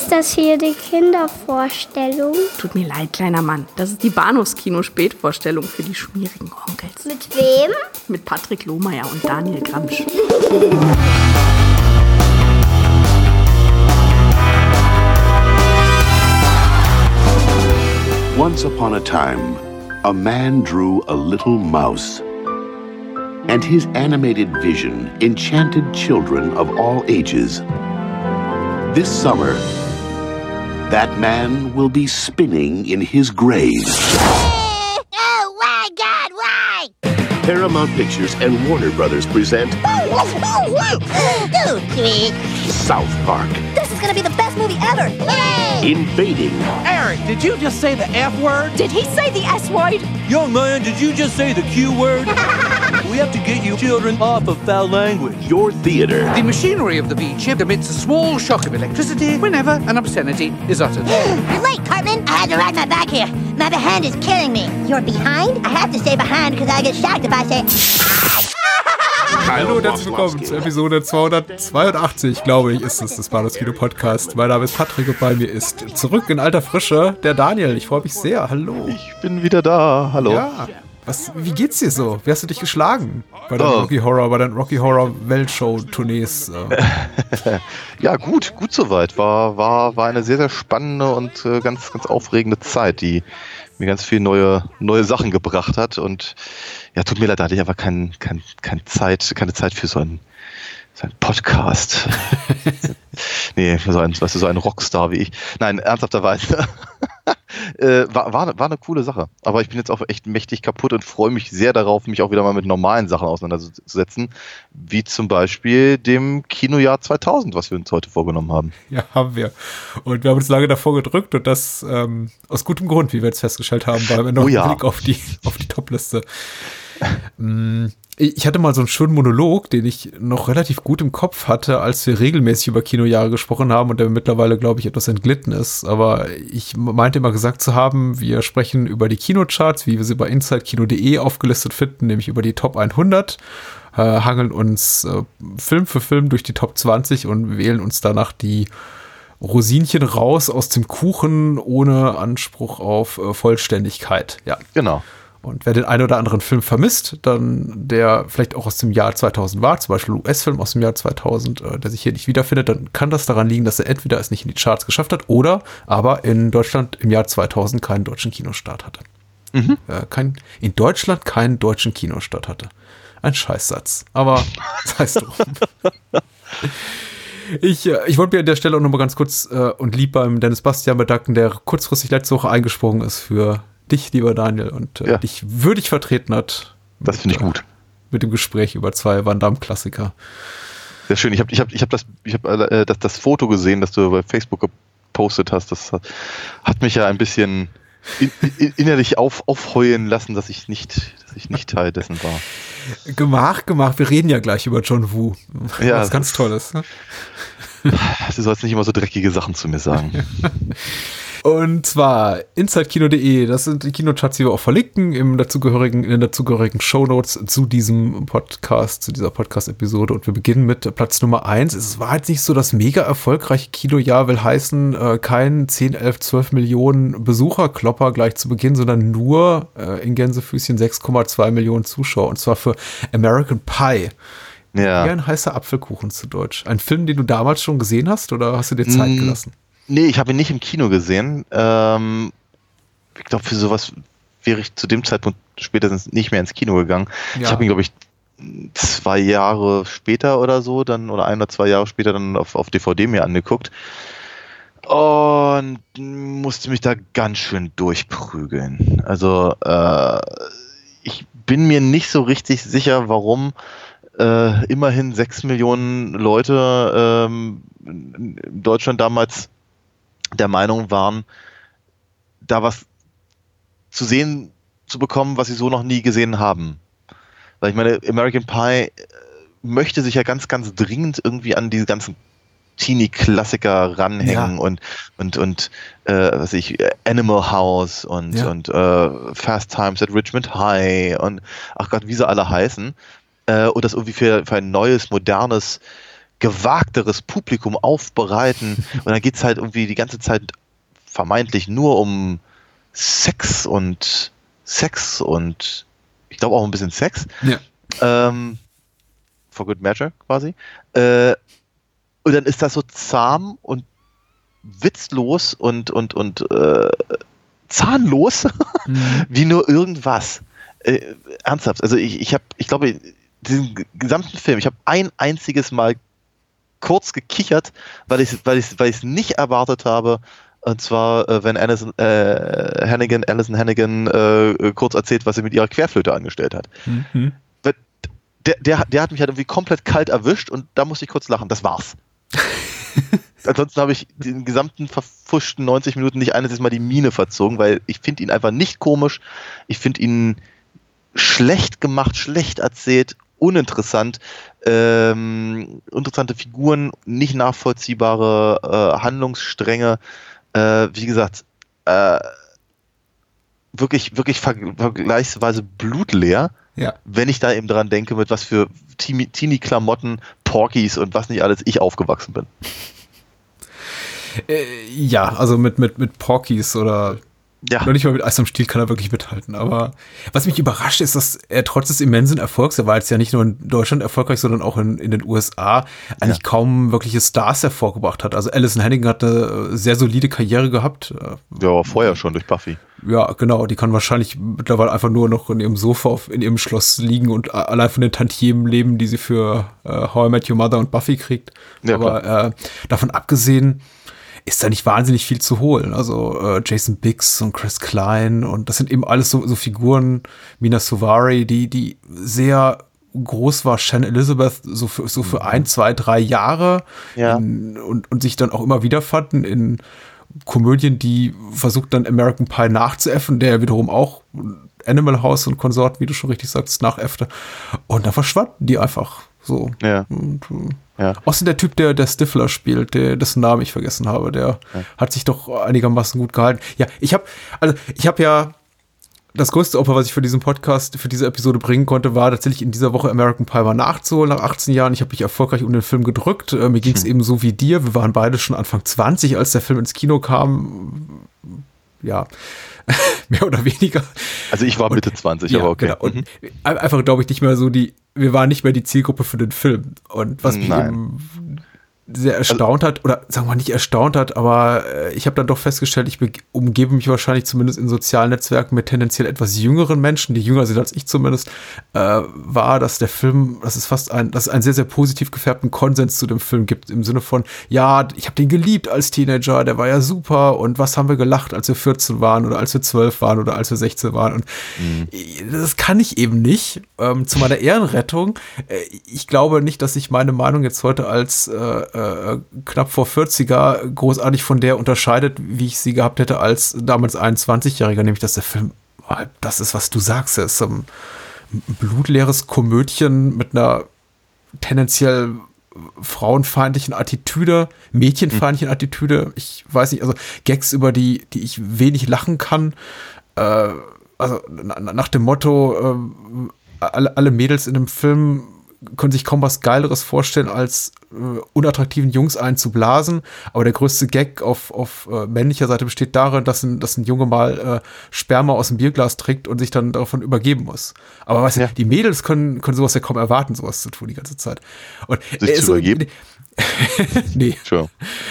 Ist das hier die Kindervorstellung? Tut mir leid, kleiner Mann. Das ist die Bahnhofskino-Spätvorstellung für die schmierigen Onkels. Mit wem? Mit Patrick Lohmeier und Daniel Gramsch. Once upon a time, a man drew a little mouse. And his animated vision enchanted children of all ages. This summer, that man will be spinning in his grave. Oh my God, why? Paramount Pictures and Warner Brothers present Too sweet. South Park. This is gonna be the best movie ever. Yay! Invading. Eric, did you just say the F word? Did he say the S word? Young man, did you just say the Q word? We have to get you children off of foul language. Your theater. The machinery of the V-chip emits a small shock of electricity whenever an obscenity is uttered. You're late, Cartman. I had to ride my back here. My behind is killing me. You're behind? I have to stay behind because I get shocked if I say... Hallo und herzlich willkommen zur Episode 282, glaube ich, ist es des Bahnhofskino-Podcast. Mein Name ist Patrick und bei mir ist zurück in alter Frische der Daniel. Ich freue mich sehr. Hallo. Ich bin wieder da. Hallo. Ja. Wie geht's dir so? Wie hast du dich geschlagen bei deinen Rocky Horror Weltshow-Tournees? Ja, gut soweit. War eine sehr, sehr spannende und ganz aufregende Zeit, die mir ganz viel neue Sachen gebracht hat. Und ja, tut mir leid, da hatte ich aber keine Zeit für so einen Podcast. Nee, so ein Rockstar wie ich. Nein, ernsthafterweise. War eine coole Sache. Aber ich bin jetzt auch echt mächtig kaputt und freue mich sehr darauf, mich auch wieder mal mit normalen Sachen auseinanderzusetzen. Wie zum Beispiel dem Kinojahr 2000, was wir uns heute vorgenommen haben. Ja, haben wir. Und wir haben uns lange davor gedrückt und das aus gutem Grund, wie wir jetzt festgestellt haben, beim enormen Blick auf die Top-Liste. Ich hatte mal so einen schönen Monolog, den ich noch relativ gut im Kopf hatte, als wir regelmäßig über Kinojahre gesprochen haben und der mittlerweile, glaube ich, etwas entglitten ist. Aber ich meinte immer gesagt zu haben, wir sprechen über die Kinocharts, wie wir sie bei InsideKino.de aufgelistet finden, nämlich über die Top 100, hangeln uns Film für Film durch die Top 20 und wählen uns danach die Rosinchen raus aus dem Kuchen ohne Anspruch auf Vollständigkeit. Ja, genau. Und wer den einen oder anderen Film vermisst, dann der vielleicht auch aus dem Jahr 2000 war, zum Beispiel US-Film aus dem Jahr 2000, der sich hier nicht wiederfindet, dann kann das daran liegen, dass er entweder es nicht in die Charts geschafft hat oder aber in Deutschland im Jahr 2000 keinen deutschen Kinostart hatte. Mhm. In Deutschland keinen deutschen Kinostart hatte. Ein Scheißsatz, aber sei es drum. Ich wollte mir an der Stelle auch nochmal ganz kurz und lieb beim Dennis Bastian bedanken, der kurzfristig letzte Woche eingesprungen ist für dich, lieber Daniel, und dich würdig vertreten hat. Das finde ich gut. Mit dem Gespräch über 2 Van Damme-Klassiker. Sehr schön. Ich hab das Foto gesehen, das du bei Facebook gepostet hast. Das hat mich ja ein bisschen innerlich aufheulen lassen, dass ich nicht Teil dessen war. Gemacht. Wir reden ja gleich über John Woo. Ja, was ganz Tolles. Ne? Du sollst nicht immer so dreckige Sachen zu mir sagen. Und zwar InsideKino.de, das sind die Kinocharts, die wir auch verlinken in den dazugehörigen Shownotes zu diesem Podcast, zu dieser Podcast-Episode. Und wir beginnen mit Platz Nummer 1. Es war jetzt nicht so das mega erfolgreiche Kinojahr, will heißen, kein 10, 11, 12 Millionen Besucherklopper gleich zu Beginn, sondern nur in Gänsefüßchen 6,2 Millionen Zuschauer. Und zwar für American Pie. Ja. Wie ein heißer Apfelkuchen zu Deutsch. Ein Film, den du damals schon gesehen hast oder hast du dir Zeit gelassen? Nee, ich habe ihn nicht im Kino gesehen. Ich glaube, für sowas wäre ich zu dem Zeitpunkt spätestens nicht mehr ins Kino gegangen. Ja. Ich habe ihn, glaube ich, 2 Jahre später oder so, dann oder 1 oder 2 Jahre später dann auf DVD mir angeguckt und musste mich da ganz schön durchprügeln. Also ich bin mir nicht so richtig sicher, warum immerhin 6 Millionen Leute in Deutschland damals der Meinung waren, da was zu bekommen, was sie so noch nie gesehen haben. Weil ich meine, American Pie möchte sich ja ganz, ganz dringend irgendwie an diese ganzen Teenie-Klassiker ranhängen und was ich, Animal House und Fast Times at Richmond High und ach Gott, wie sie alle heißen. Und das irgendwie für ein neues, modernes gewagteres Publikum aufbereiten und dann geht es halt irgendwie die ganze Zeit vermeintlich nur um Sex und ich glaube auch ein bisschen Sex. Ja. For good measure quasi. Und dann ist das so zahm und witzlos und zahnlos wie nur irgendwas. Ernsthaft. Also ich glaube, diesen gesamten Film, ich habe ein einziges Mal kurz gekichert, weil ich es nicht erwartet habe. Und zwar, wenn Alison Hannigan kurz erzählt, was sie mit ihrer Querflöte angestellt hat. Mhm. Der hat mich halt irgendwie komplett kalt erwischt und da musste ich kurz lachen. Das war's. Ansonsten habe ich den gesamten verfuschten 90 Minuten nicht eines Mal die Miene verzogen, weil ich finde ihn einfach nicht komisch. Ich finde ihn schlecht gemacht, schlecht erzählt, uninteressant. Interessante Figuren, nicht nachvollziehbare Handlungsstränge. Wie gesagt, wirklich vergleichsweise blutleer. Ja. Wenn ich da eben dran denke, mit was für Teenie-Klamotten, Porkies und was nicht alles ich aufgewachsen bin. Ja, also mit Porkies oder Ja. noch nicht mal mit Eis am Stiel kann er wirklich mithalten. Aber was mich überrascht ist, dass er trotz des immensen Erfolgs, er war jetzt ja nicht nur in Deutschland erfolgreich, sondern auch in den USA, eigentlich kaum wirkliche Stars hervorgebracht hat. Also Alison Hannigan hat eine sehr solide Karriere gehabt. Ja, vorher schon durch Buffy. Ja, genau, die kann wahrscheinlich mittlerweile einfach nur noch in ihrem Sofa in ihrem Schloss liegen und allein von den Tantiemen leben, die sie für How I Met Your Mother und Buffy kriegt. Ja, aber davon abgesehen ist da nicht wahnsinnig viel zu holen. Also Jason Biggs und Chris Klein und das sind eben alles so Figuren, Mina Suvari, die sehr groß war, Shannon Elizabeth so für 1, 2, 3 Jahre und sich dann auch immer wieder fanden in Komödien, die versucht dann American Pie nachzuäffen, der wiederum auch Animal House und Konsorten, wie du schon richtig sagst, nachäffte. Und da verschwanden die einfach so. Ja. Und, außer der Typ, der Stifler spielt, dessen Namen ich vergessen habe, der hat sich doch einigermaßen gut gehalten. Ja, ich habe ja das größte Opfer, was ich für diesen Podcast, für diese Episode bringen konnte, war tatsächlich in dieser Woche American Pie mal nachzuholen, nach 18 Jahren. Ich habe mich erfolgreich um den Film gedrückt. Mir ging es eben so wie dir. Wir waren beide schon Anfang 20, als der Film ins Kino kam. Ja, mehr oder weniger. Also ich war Mitte 20, aber okay. Genau. Und einfach, glaube ich, nicht mehr so wir waren nicht mehr die Zielgruppe für den Film. Und was mich eben sehr erstaunt hat, oder sagen wir mal nicht erstaunt hat, aber ich habe dann doch festgestellt, ich umgebe mich wahrscheinlich zumindest in sozialen Netzwerken mit tendenziell etwas jüngeren Menschen, die jünger sind als ich zumindest, war, dass der Film, dass es einen sehr, sehr positiv gefärbten Konsens zu dem Film gibt, im Sinne von, ja, ich habe den geliebt als Teenager, der war ja super und was haben wir gelacht, als wir 14 waren oder als wir 12 waren oder als wir 16 waren und das kann ich eben nicht. Zu meiner Ehrenrettung, ich glaube nicht, dass sich meine Meinung jetzt heute als knapp vor 40er großartig von der unterscheidet, wie ich sie gehabt hätte als damals 21-Jähriger, nämlich dass der Film, das ist, was du sagst, er ist ein blutleeres Komödchen mit einer tendenziell frauenfeindlichen Attitüde, mädchenfeindlichen Attitüde, ich weiß nicht, also Gags, über die ich wenig lachen kann, also nach dem Motto, alle Mädels in dem Film können sich kaum was Geileres vorstellen, als unattraktiven Jungs einzublasen. Aber der größte Gag auf männlicher Seite besteht darin, dass ein Junge mal Sperma aus dem Bierglas trinkt und sich dann davon übergeben muss. Aber weißt du, die Mädels können sowas ja kaum erwarten, sowas zu tun die ganze Zeit. Und sich zu übergeben? Nee. Sure.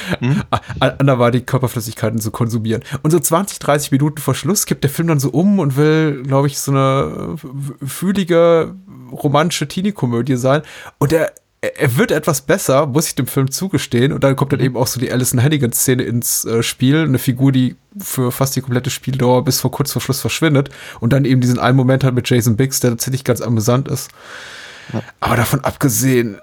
Anderweitig Körperflüssigkeiten zu konsumieren. Und so 20, 30 Minuten vor Schluss kippt der Film dann so um und will, glaube ich, so eine fühlige, romantische Teenie-Komödie sein. Und er wird etwas besser, muss ich dem Film zugestehen. Und dann kommt dann eben auch so die Alison Hannigan-Szene ins Spiel. Eine Figur, die für fast die komplette Spieldauer bis kurz vor Schluss verschwindet. Und dann eben diesen einen Moment hat mit Jason Biggs, der tatsächlich ganz amüsant ist. Ja. Aber davon abgesehen,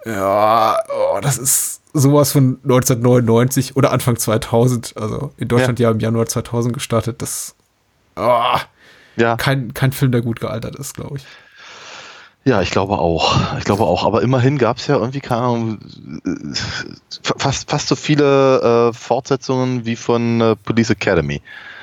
das ist sowas von 1999 oder Anfang 2000. Also in Deutschland ja im Januar 2000 gestartet. Das kein Film, der gut gealtert ist, glaube ich. Ja, ich glaube auch. Aber immerhin gab es ja irgendwie, keine Ahnung, fast so viele Fortsetzungen wie von Police Academy.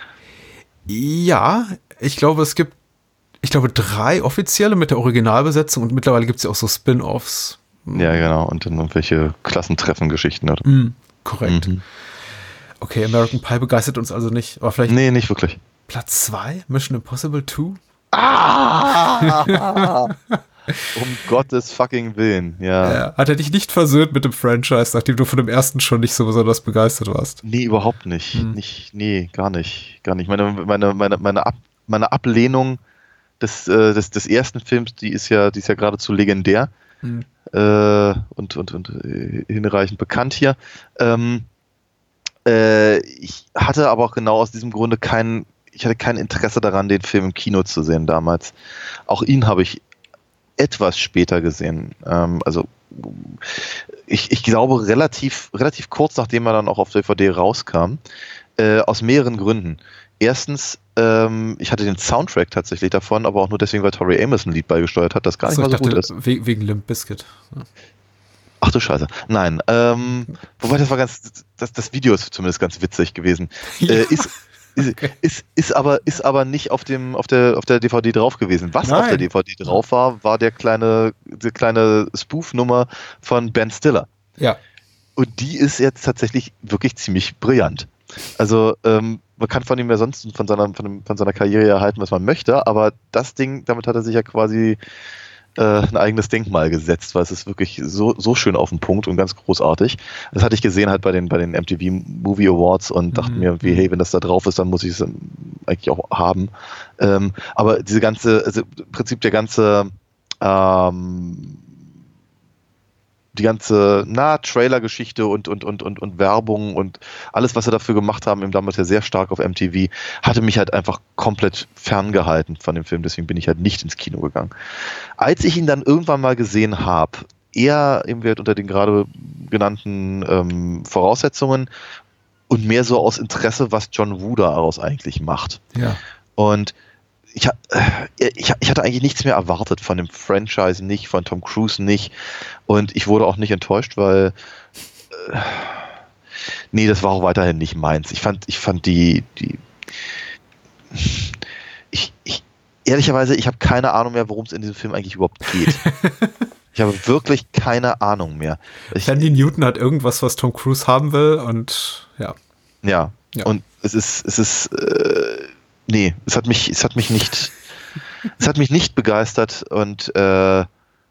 Ja, ich glaube, es gibt 3 offizielle mit der Originalbesetzung und mittlerweile gibt es ja auch so Spin-Offs Ja, genau. Und dann irgendwelche Klassentreffen-Geschichten. Oder? Korrekt. Okay, American Pie begeistert uns also nicht. Aber vielleicht Nee, nicht wirklich. Platz 2? Mission Impossible 2? Um Gottes fucking Willen, ja. Hat er dich nicht versöhnt mit dem Franchise, nachdem du von dem ersten schon nicht so besonders begeistert warst? Nee, überhaupt nicht. Nee, gar nicht. Meine Ablehnung des ersten Films, die ist ja geradezu legendär und hinreichend bekannt hier. Ich hatte aber auch genau aus diesem Grunde kein Interesse daran, den Film im Kino zu sehen damals. Auch ihn habe ich etwas später gesehen. Also ich glaube relativ kurz, nachdem er dann auch auf DVD rauskam. Aus mehreren Gründen. Erstens, ich hatte den Soundtrack tatsächlich davon, aber auch nur deswegen, weil Tori Amos ein Lied beigesteuert hat, das gar nicht mal so gut ist. Wegen Limp Bizkit. Ja. Ach du Scheiße. Nein. Wobei das Video ist zumindest ganz witzig gewesen. Ja. Ist aber nicht auf der DVD drauf gewesen. Was auf der DVD drauf war die kleine Spoof-Nummer von Ben Stiller. Ja. Und die ist jetzt tatsächlich wirklich ziemlich brillant. Also man kann von ihm ja sonst von seiner Karriere erhalten, was man möchte, aber das Ding, damit hat er sich ja quasi ein eigenes Denkmal gesetzt, weil es ist wirklich so schön auf den Punkt und ganz großartig. Das hatte ich gesehen halt bei den MTV Movie Awards und dachte mir, hey, wenn das da drauf ist, dann muss ich es eigentlich auch haben. Aber diese ganze, also im Prinzip die ganze Trailer-Geschichte und Werbung und alles, was sie dafür gemacht haben, eben damals ja sehr stark auf MTV, hatte mich halt einfach komplett ferngehalten von dem Film, deswegen bin ich halt nicht ins Kino gegangen. Als ich ihn dann irgendwann mal gesehen habe, eher eben unter den gerade genannten Voraussetzungen und mehr so aus Interesse, was John Woo daraus eigentlich macht. Ja. Und ich hatte eigentlich nichts mehr erwartet von dem Franchise nicht, von Tom Cruise nicht und ich wurde auch nicht enttäuscht, weil das war auch weiterhin nicht meins. Ich fand ehrlicherweise, ich habe keine Ahnung mehr, worum es in diesem Film eigentlich überhaupt geht. Ich habe wirklich keine Ahnung mehr. Sandy Newton hat irgendwas, was Tom Cruise haben will und ja. Ja. Und es hat mich nicht begeistert und ein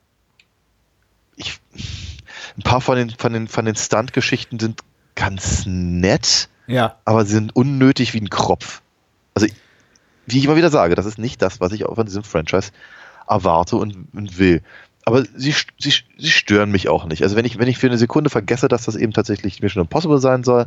paar von den Stunt-Geschichten sind ganz nett, aber sie sind unnötig wie ein Kropf. Also, wie ich immer wieder sage, das ist nicht das, was ich auch von diesem Franchise erwarte und will. Aber sie stören mich auch nicht. Also wenn ich für eine Sekunde vergesse, dass das eben tatsächlich Mission Impossible sein soll,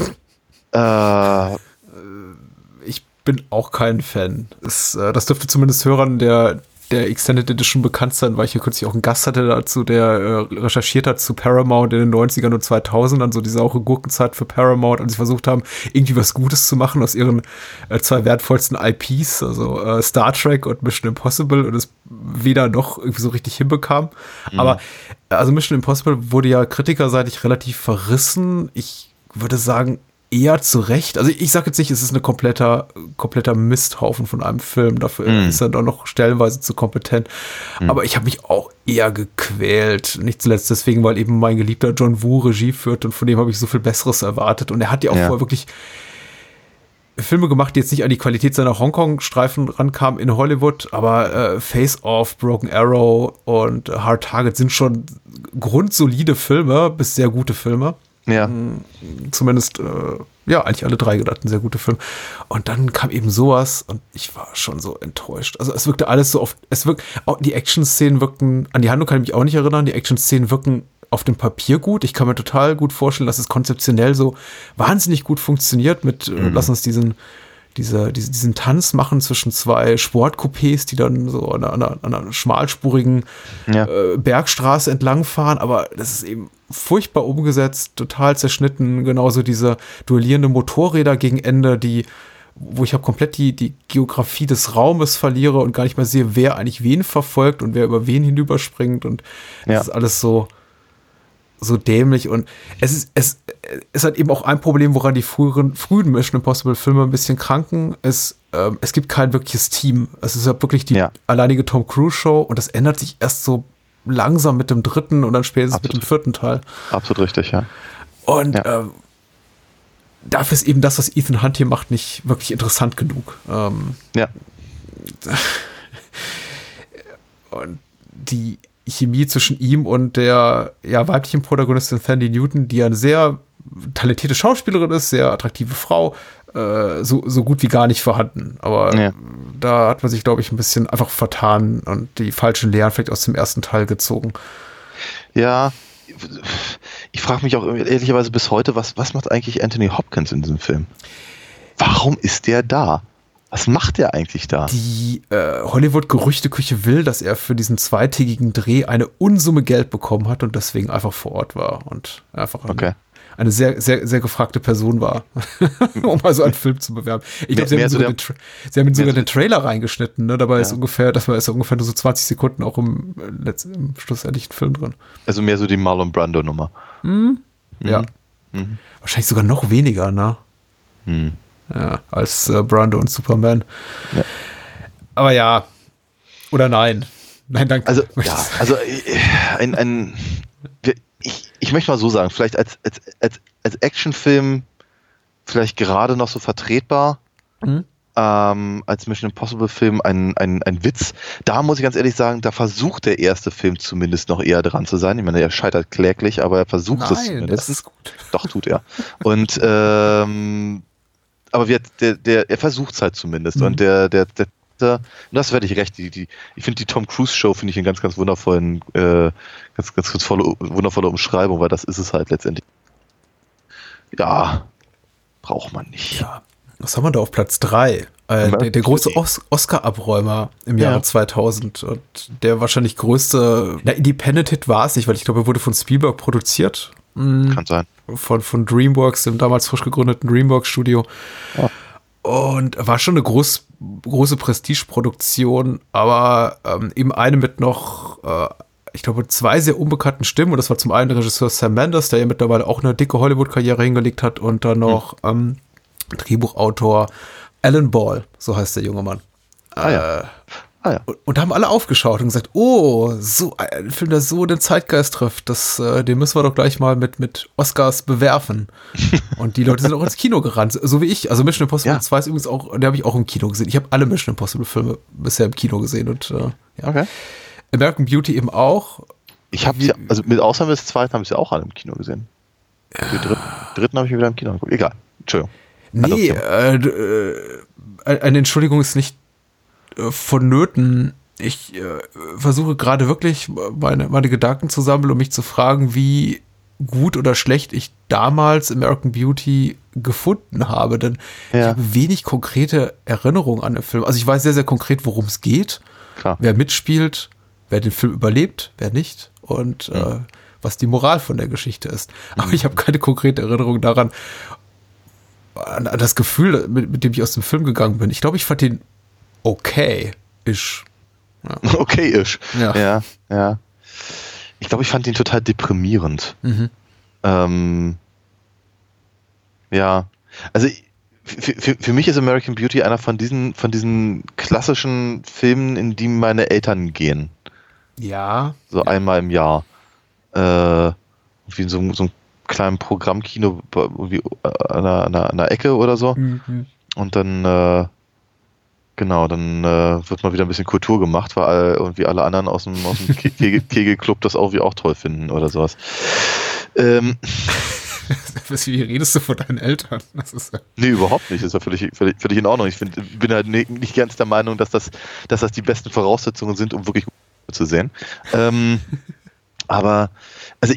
ich bin auch kein Fan. Das dürfte zumindest Hörern der Extended Edition bekannt sein, weil ich hier kürzlich auch einen Gast hatte dazu, der recherchiert hat zu Paramount in den 90ern und 2000ern, so die saure Gurkenzeit für Paramount, und sie versucht haben, irgendwie was Gutes zu machen aus ihren zwei wertvollsten IPs, also Star Trek und Mission Impossible, und es weder noch irgendwie so richtig hinbekam. Aber also Mission Impossible wurde ja kritikerseitig relativ verrissen. Ich würde sagen, eher zu Recht. Also ich sage jetzt nicht, es ist ein kompletter Misthaufen von einem Film. Dafür ist er doch noch stellenweise zu kompetent. Aber ich habe mich auch eher gequält. Nicht zuletzt deswegen, weil eben mein geliebter John Woo Regie führt und von dem habe ich so viel Besseres erwartet. Und er hat ja auch vorher wirklich Filme gemacht, die jetzt nicht an die Qualität seiner Hongkong-Streifen rankamen in Hollywood, aber Face Off, Broken Arrow und Hard Target sind schon grundsolide Filme, bis sehr gute Filme. Ja. Zumindest, eigentlich alle drei genannten sehr gute Filme. Und dann kam eben sowas und ich war schon so enttäuscht. Also es wirkte alles so die Action-Szenen wirkten, an die Handlung kann ich mich auch nicht erinnern, die Action-Szenen wirken auf dem Papier gut. Ich kann mir total gut vorstellen, dass es konzeptionell so wahnsinnig gut funktioniert mit, lass uns diesen Tanz machen zwischen zwei Sportcoupés, die dann so an einer schmalspurigen Bergstraße entlangfahren, aber das ist eben furchtbar umgesetzt, total zerschnitten, genauso diese duellierenden Motorräder gegen Ende, wo ich komplett die Geografie des Raumes verliere und gar nicht mehr sehe, wer eigentlich wen verfolgt und wer über wen hinüberspringt, und das ist alles so dämlich, und es hat eben auch ein Problem, woran die frühen Mission Impossible Filme ein bisschen kranken, ist, es gibt kein wirkliches Team. Es ist ja wirklich die alleinige Tom Cruise Show, und das ändert sich erst so langsam mit dem 3. und dann spätestens mit dem 4. Teil. Absolut richtig, ja. Und dafür ist eben das, was Ethan Hunt hier macht, nicht wirklich interessant genug. Ja. Und die Chemie zwischen ihm und der weiblichen Protagonistin Thandie Newton, die eine sehr talentierte Schauspielerin ist, sehr attraktive Frau, so gut wie gar nicht vorhanden. Aber da hat man sich, glaube ich, ein bisschen einfach vertan und die falschen Lehren vielleicht aus dem ersten Teil gezogen. Ja, ich frage mich auch ehrlicherweise bis heute, was macht eigentlich Anthony Hopkins in diesem Film? Warum ist der da? Was macht der eigentlich da? Die Hollywood-Gerüchteküche will, dass er für diesen 2-tägigen Dreh eine Unsumme Geld bekommen hat und deswegen einfach vor Ort war und einfach eine sehr, sehr, sehr gefragte Person war, um mal so einen Film zu bewerben. Ich glaube, sie haben ihn sogar den Trailer reingeschnitten, ne? Dabei ist ungefähr nur so 20 Sekunden auch im schlussendlichen Film drin. Also mehr so die Marlon Brando-Nummer. Ja. Wahrscheinlich sogar noch weniger, ne? Ja, als Brando und Superman. Ja. Aber ja. Oder nein. Nein, danke. Also, ich möchte mal so sagen, vielleicht als Actionfilm vielleicht gerade noch so vertretbar, als Mission Impossible Film ein Witz. Da muss ich ganz ehrlich sagen, da versucht der erste Film zumindest noch eher dran zu sein. Ich meine, er scheitert kläglich, aber er versucht es zumindest. Das ist gut. Doch, tut er. Und aber er versucht es halt zumindest. Und und das werde ich recht. Ich finde die Tom Cruise Show finde ich einen ganz, ganz wundervollen, wundervolle Umschreibung, weil das ist es halt letztendlich. Ja, braucht man nicht. Ja. Was haben wir da auf Platz 3? Der große Oscar-Abräumer im Jahre 2000 und der wahrscheinlich größte Independent-Hit war es nicht, weil ich glaube, er wurde von Spielberg produziert. Kann sein. Von DreamWorks, dem damals frisch gegründeten DreamWorks-Studio. Ja. Und war schon eine große Prestigeproduktion, aber eben eine mit noch, ich glaube, 2 sehr unbekannten Stimmen. Und das war zum einen der Regisseur Sam Mendes, der ja mittlerweile auch eine dicke Hollywood-Karriere hingelegt hat. Und dann noch Drehbuchautor Alan Ball, so heißt der junge Mann. Und da haben alle aufgeschaut und gesagt, oh, so ein Film, der so den Zeitgeist trifft, den müssen wir doch gleich mal mit Oscars bewerfen. Und die Leute sind auch ins Kino gerannt, so wie ich. Also Mission Impossible 2 ist übrigens auch, der habe ich auch im Kino gesehen. Ich habe alle Mission Impossible Filme bisher im Kino gesehen und Okay. American Beauty eben auch. Ich habe sie, also mit Ausnahme des 2. habe ich sie auch alle im Kino gesehen. Den 3. habe ich mir wieder im Kino geguckt. Egal, Entschuldigung. Nee, eine Entschuldigung ist nicht vonnöten. Ich versuche gerade wirklich meine Gedanken zu sammeln, um mich zu fragen, wie gut oder schlecht ich damals American Beauty gefunden habe, denn ich habe wenig konkrete Erinnerungen an den Film. Also ich weiß sehr, sehr konkret, worum es geht, wer mitspielt, wer den Film überlebt, wer nicht und was die Moral von der Geschichte ist. Aber ich habe keine konkrete Erinnerung daran, an das Gefühl, mit dem ich aus dem Film gegangen bin. Ich glaube, ich fand den okay-isch. Ja. Okay-isch. Ja. Ich glaube, ich fand ihn total deprimierend. Ja. Also für mich ist American Beauty einer von diesen klassischen Filmen, in die meine Eltern gehen. Ja. So einmal im Jahr. Wie in so einem kleinen Programmkino irgendwie an einer Ecke oder so. Und dann dann wird mal wieder ein bisschen Kultur gemacht, weil irgendwie alle anderen aus dem Kegelclub das auch toll finden oder sowas. Wie redest du von deinen Eltern? Das ist nee, überhaupt nicht. Das ist ja völlig in Ordnung. Ich bin halt nicht ganz der Meinung, dass das die besten Voraussetzungen sind, um wirklich gut zu sehen. Aber also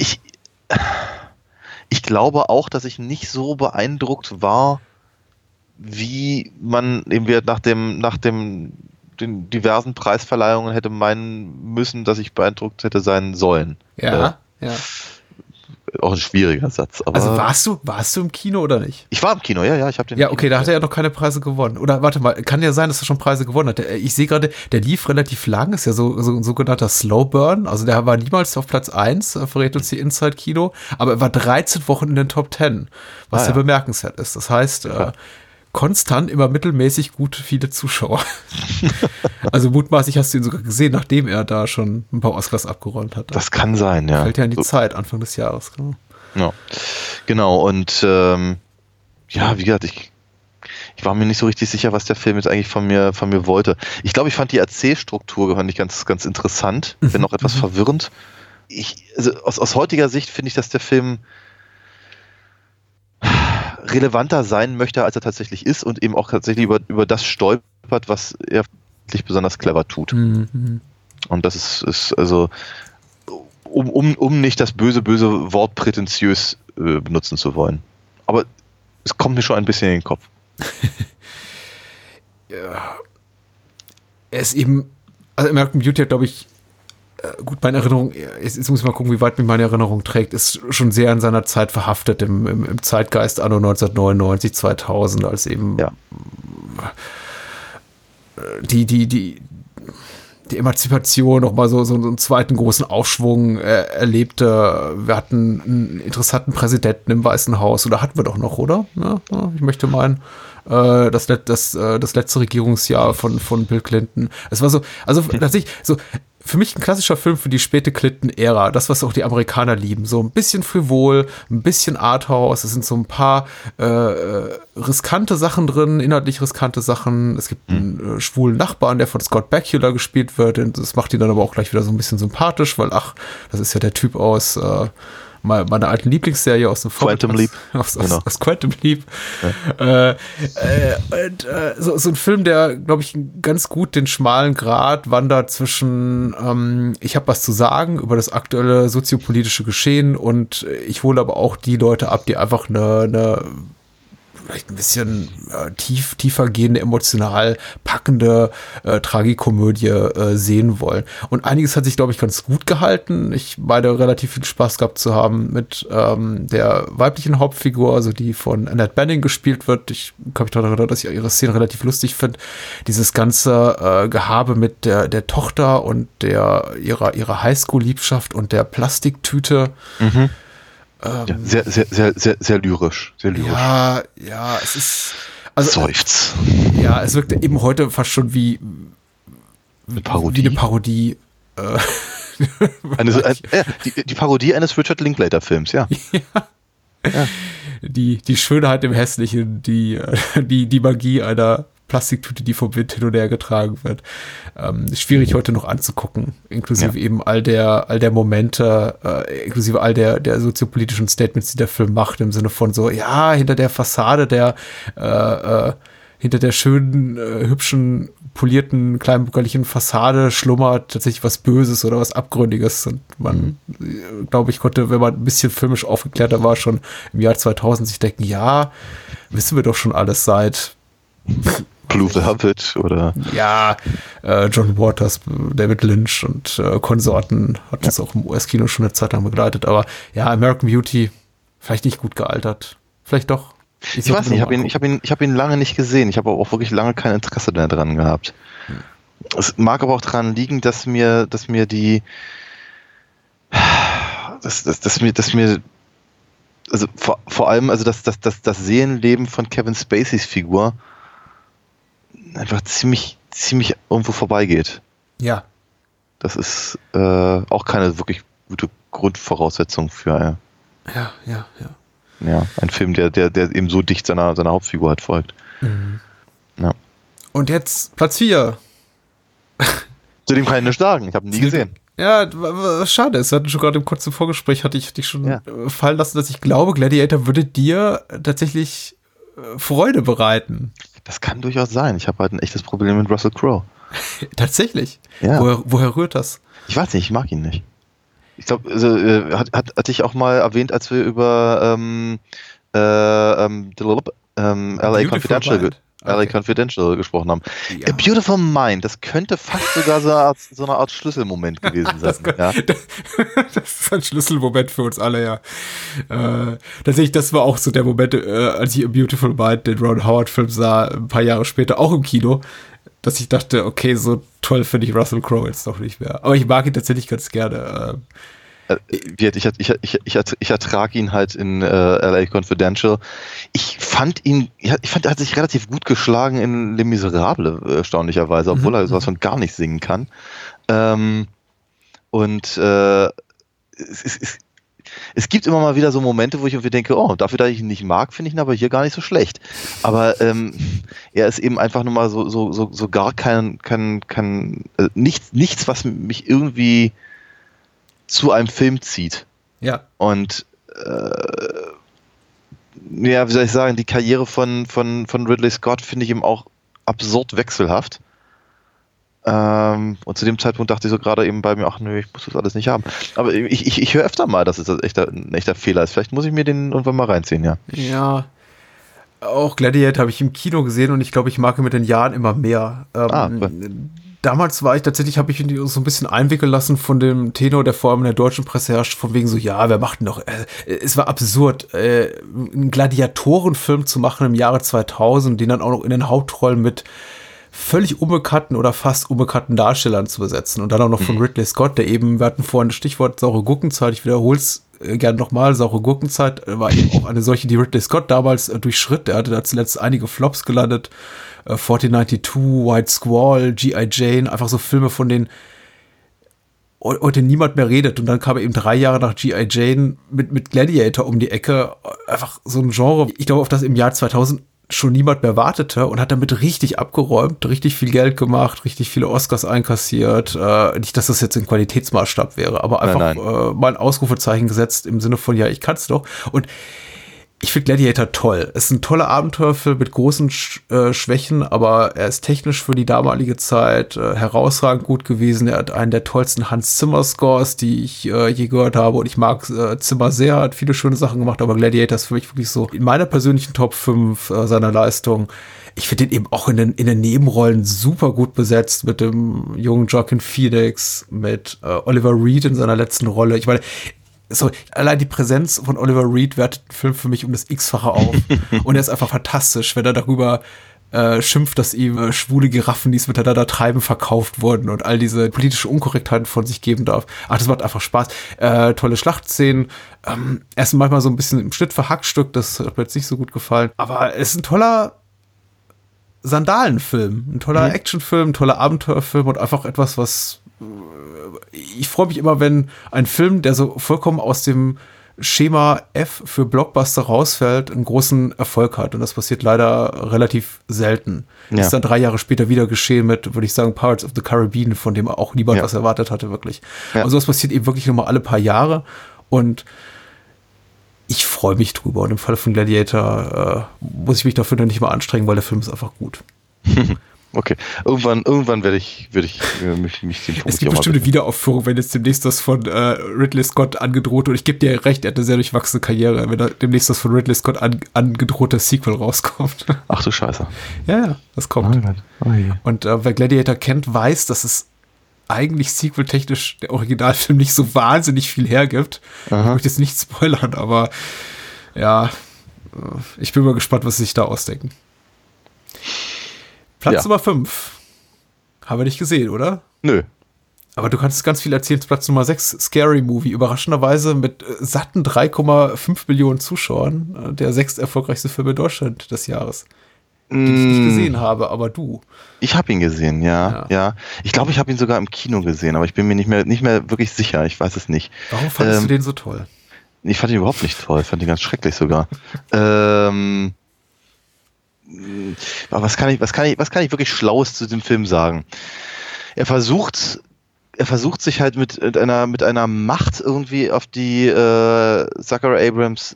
ich glaube auch, dass ich nicht so beeindruckt war, wie man eben nach den diversen Preisverleihungen hätte meinen müssen, dass ich beeindruckt hätte sein sollen. Ja. Auch ein schwieriger Satz. Aber also warst du im Kino oder nicht? Ich war im Kino, ja. Ich habe den. Ja, okay, da hat er ja noch keine Preise gewonnen. Oder warte mal, kann ja sein, dass er schon Preise gewonnen hat. Ich sehe gerade, der lief relativ lang, ist ja so ein sogenannter Slow Burn. Also der war niemals auf Platz 1, verrät uns die Inside Kino, aber er war 13 Wochen in den Top 10, was sehr bemerkenswert ist. Das heißt, konstant immer mittelmäßig gut viele Zuschauer. Also mutmaßlich hast du ihn sogar gesehen, nachdem er da schon ein paar Oscars abgeräumt hat. Das kann sein, ja. Fällt ja in die Zeit, Anfang des Jahres. Ja. Genau, und wie gesagt, ich war mir nicht so richtig sicher, was der Film jetzt eigentlich von mir wollte. Ich glaube, ich fand die Erzählstruktur ganz, ganz interessant, wenn auch etwas verwirrend. Also aus heutiger Sicht finde ich, dass der Film relevanter sein möchte, als er tatsächlich ist und eben auch tatsächlich über das stolpert, was er nicht besonders clever tut. Und das ist also, um nicht das böse Wort prätentiös benutzen zu wollen. Aber es kommt mir schon ein bisschen in den Kopf. Ja. Er ist eben, also American Beauty hat, glaube ich, gut, meine Erinnerung, jetzt muss ich mal gucken, wie weit mich meine Erinnerung trägt, ist schon sehr in seiner Zeit verhaftet, im Zeitgeist anno 1999, 2000, als eben die Emanzipation nochmal so einen zweiten großen Aufschwung erlebte. Wir hatten einen interessanten Präsidenten im Weißen Haus, oder hatten wir doch noch, oder? Ja, ich möchte meinen, das letzte Regierungsjahr von Bill Clinton. Es war so, also tatsächlich so für mich ein klassischer Film für die späte Clinton-Ära. Das, was auch die Amerikaner lieben. So ein bisschen frivol, ein bisschen Arthouse. Es sind so ein paar riskante Sachen drin, inhaltlich riskante Sachen. Es gibt einen schwulen Nachbarn, der von Scott Bakula gespielt wird. Und das macht ihn dann aber auch gleich wieder so ein bisschen sympathisch, weil, das ist ja der Typ aus meiner alten Lieblingsserie aus dem Quantum Leap. Aus Quantum Leap. Ja. So ein Film, der, glaube ich, ganz gut den schmalen Grat wandert zwischen ich habe was zu sagen über das aktuelle soziopolitische Geschehen und ich hole aber auch die Leute ab, die einfach eine vielleicht ein bisschen tiefer gehende, emotional packende Tragikomödie sehen wollen. Und einiges hat sich, glaube ich, ganz gut gehalten. Ich meine, relativ viel Spaß gehabt zu haben mit der weiblichen Hauptfigur, also die von Annette Bening gespielt wird. Ich kann mich daran erinnern, dass ich ihre Szene relativ lustig finde. Dieses ganze Gehabe mit der Tochter und ihrer Highschool-Liebschaft und der Plastiktüte. Mhm. Sehr, sehr, sehr, sehr, sehr lyrisch. Sehr lyrisch. Ja, es ist. Also, Seufz. Ja, es wirkt eben heute fast schon wie eine Parodie. Die Parodie eines Richard Linklater-Films, ja. Ja. Die Schönheit im Hässlichen, die Magie einer Plastiktüte, die vom Wind hin und her getragen wird. Ist schwierig heute noch anzugucken, inklusive eben all der Momente, inklusive all der soziopolitischen Statements, die der Film macht, im Sinne von so, ja, hinter der Fassade hinter der schönen, hübschen, polierten, kleinbürgerlichen Fassade schlummert tatsächlich was Böses oder was Abgründiges. Und man, glaube ich, konnte, wenn man ein bisschen filmisch aufgeklärter war, schon im Jahr 2000 sich denken, ja, wissen wir doch schon alles seit Blue Velvet oder John Waters, David Lynch und Konsorten hat das auch im US-Kino schon eine Zeit lang begleitet. Aber ja, American Beauty, vielleicht nicht gut gealtert. Vielleicht doch. Ich weiß nicht, ich hab ihn lange nicht gesehen. Ich habe auch wirklich lange kein Interesse mehr dran gehabt. Es mag aber auch daran liegen, dass mir also vor allem, also das Seelenleben von Kevin Spaceys Figur einfach ziemlich irgendwo vorbeigeht. Ja. Das ist auch keine wirklich gute Grundvoraussetzung für ein Film, der eben so dicht seiner Hauptfigur halt folgt. Mhm. Ja. Und jetzt Platz 4. Zu dem kann ich nicht sagen, ich habe ihn nie gesehen. Ja, schade. Es hatten schon gerade im kurzen Vorgespräch hatte ich schon fallen lassen, dass ich glaube, Gladiator würde dir tatsächlich Freude bereiten. Das kann durchaus sein. Ich habe halt ein echtes Problem mit Russell Crowe. Tatsächlich? Ja. Woher rührt das? Ich weiß nicht, ich mag ihn nicht. Ich glaube, also, hatte ich auch mal erwähnt, als wir über LA Confidential gesprochen haben. Ja. A Beautiful Mind, das könnte fast sogar so eine Art Schlüsselmoment gewesen sein. Das ist ein Schlüsselmoment für uns alle, ja. Tatsächlich, das war auch so der Moment, als ich A Beautiful Mind, den Ron Howard-Film sah, ein paar Jahre später, auch im Kino, dass ich dachte, okay, so toll finde ich Russell Crowe jetzt doch nicht mehr. Aber ich mag ihn tatsächlich ganz gerne. Ich ertrage ihn halt in LA Confidential. Ich fand, er hat sich relativ gut geschlagen in Les Miserables, erstaunlicherweise, obwohl er sowas von gar nicht singen kann. Es gibt immer mal wieder so Momente, wo ich irgendwie denke, oh, dafür, dass ich ihn nicht mag, finde ich ihn aber hier gar nicht so schlecht. Aber er ist eben einfach nur mal so gar nichts, was mich irgendwie zu einem Film zieht. Ja. Und wie soll ich sagen, die Karriere von Ridley Scott finde ich eben auch absurd wechselhaft. Und zu dem Zeitpunkt dachte ich so gerade eben bei mir, ach nö, ich muss das alles nicht haben. Aber ich höre öfter mal, dass es ein echter Fehler ist. Vielleicht muss ich mir den irgendwann mal reinziehen, ja. Ja. Auch Gladiator habe ich im Kino gesehen und ich glaube, ich mag ihn mit den Jahren immer mehr. Damals habe ich ihn so ein bisschen einwickeln lassen von dem Tenor, der vor allem in der deutschen Presse herrscht, von wegen so, ja, wer macht denn noch? Es war absurd, einen Gladiatorenfilm zu machen im Jahre 2000, den dann auch noch in den Hauptrollen mit völlig unbekannten oder fast unbekannten Darstellern zu besetzen. Und dann auch noch von Ridley Scott, der eben, wir hatten vorhin das Stichwort saure Gurkenzeit, ich wiederhole es gerne nochmal, saure Gurkenzeit war eben auch eine solche, die Ridley Scott damals durchschritt. Er hatte da zuletzt einige Flops gelandet, 1492, White Squall, G.I. Jane, einfach so Filme, von denen heute niemand mehr redet. Und dann kam er eben 3 Jahre nach G.I. Jane mit Gladiator um die Ecke. Einfach so ein Genre, ich glaube, auf das im Jahr 2000 schon niemand mehr wartete, und hat damit richtig abgeräumt, richtig viel Geld gemacht, richtig viele Oscars einkassiert. Nicht, dass das jetzt ein Qualitätsmaßstab wäre, aber einfach mal ein Ausrufezeichen gesetzt im Sinne von, ja, ich kann's doch. Und ich finde Gladiator toll. Es ist ein toller Abenteuerfilm mit großen Schwächen, aber er ist technisch für die damalige Zeit herausragend gut gewesen. Er hat einen der tollsten Hans Zimmer Scores, die ich je gehört habe, und ich mag Zimmer sehr, hat viele schöne Sachen gemacht, aber Gladiator ist für mich wirklich so in meiner persönlichen Top 5 seiner Leistung. Ich finde ihn eben auch in den Nebenrollen super gut besetzt, mit dem jungen Joaquin Phoenix, mit Oliver Reed in seiner letzten Rolle. Ich meine, so, allein die Präsenz von Oliver Reed wertet den Film für mich um das X-fache auf. Und er ist einfach fantastisch, wenn er darüber schimpft, dass ihm schwule Giraffen, die es miteinander treiben, verkauft wurden und all diese politische Unkorrektheiten von sich geben darf. Ach, das macht einfach Spaß. Tolle Schlachtszenen. Er ist manchmal so ein bisschen im Schnitt verhackstückt, das hat mir jetzt nicht so gut gefallen. Aber es ist ein toller Sandalenfilm, ein toller Actionfilm, ein toller Abenteuerfilm und einfach etwas, was ich freue mich immer, wenn ein Film, der so vollkommen aus dem Schema F für Blockbuster rausfällt, einen großen Erfolg hat. Und das passiert leider relativ selten. Ja. Das ist dann 3 Jahre später wieder geschehen mit, würde ich sagen, Pirates of the Caribbean, von dem auch niemand was erwartet hatte, wirklich. Ja. Und sowas passiert eben wirklich nochmal alle paar Jahre. Und ich freue mich drüber. Und im Falle von Gladiator muss ich mich dafür noch nicht mal anstrengen, weil der Film ist einfach gut. Okay, irgendwann werde ich mich dem Punkt. Es gibt bestimmt eine Wiederaufführung, wenn jetzt demnächst das von Ridley Scott angedroht, und ich gebe dir recht, er hat eine sehr durchwachsene Karriere, wenn da demnächst das von Ridley Scott angedrohte Sequel rauskommt. Ach du Scheiße. Ja, das kommt. Und wer Gladiator kennt, weiß, dass es eigentlich sequel-technisch der Originalfilm nicht so wahnsinnig viel hergibt. Aha. Ich möchte jetzt nicht spoilern, aber ja, ich bin mal gespannt, was sie sich da ausdenken. Platz Nummer 5. Haben wir nicht gesehen, oder? Nö. Aber du kannst ganz viel erzählen. Platz Nummer 6, Scary Movie. Überraschenderweise mit satten 3,5 Millionen Zuschauern. Der 6. erfolgreichste Film in Deutschland des Jahres. Den ich nicht gesehen habe, aber du. Ich habe ihn gesehen, ja. Ich glaube, ich habe ihn sogar im Kino gesehen, aber ich bin mir nicht mehr wirklich sicher. Ich weiß es nicht. Warum fandest du den so toll? Ich fand ihn überhaupt nicht toll. Ich fand ihn ganz schrecklich sogar. Aber was kann ich wirklich Schlaues zu dem Film sagen? Er versucht sich halt mit einer Macht irgendwie auf die Zucker Abrams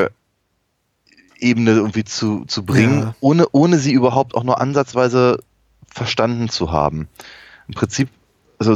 Ebene irgendwie zu bringen, ohne sie überhaupt auch nur ansatzweise verstanden zu haben. Im Prinzip so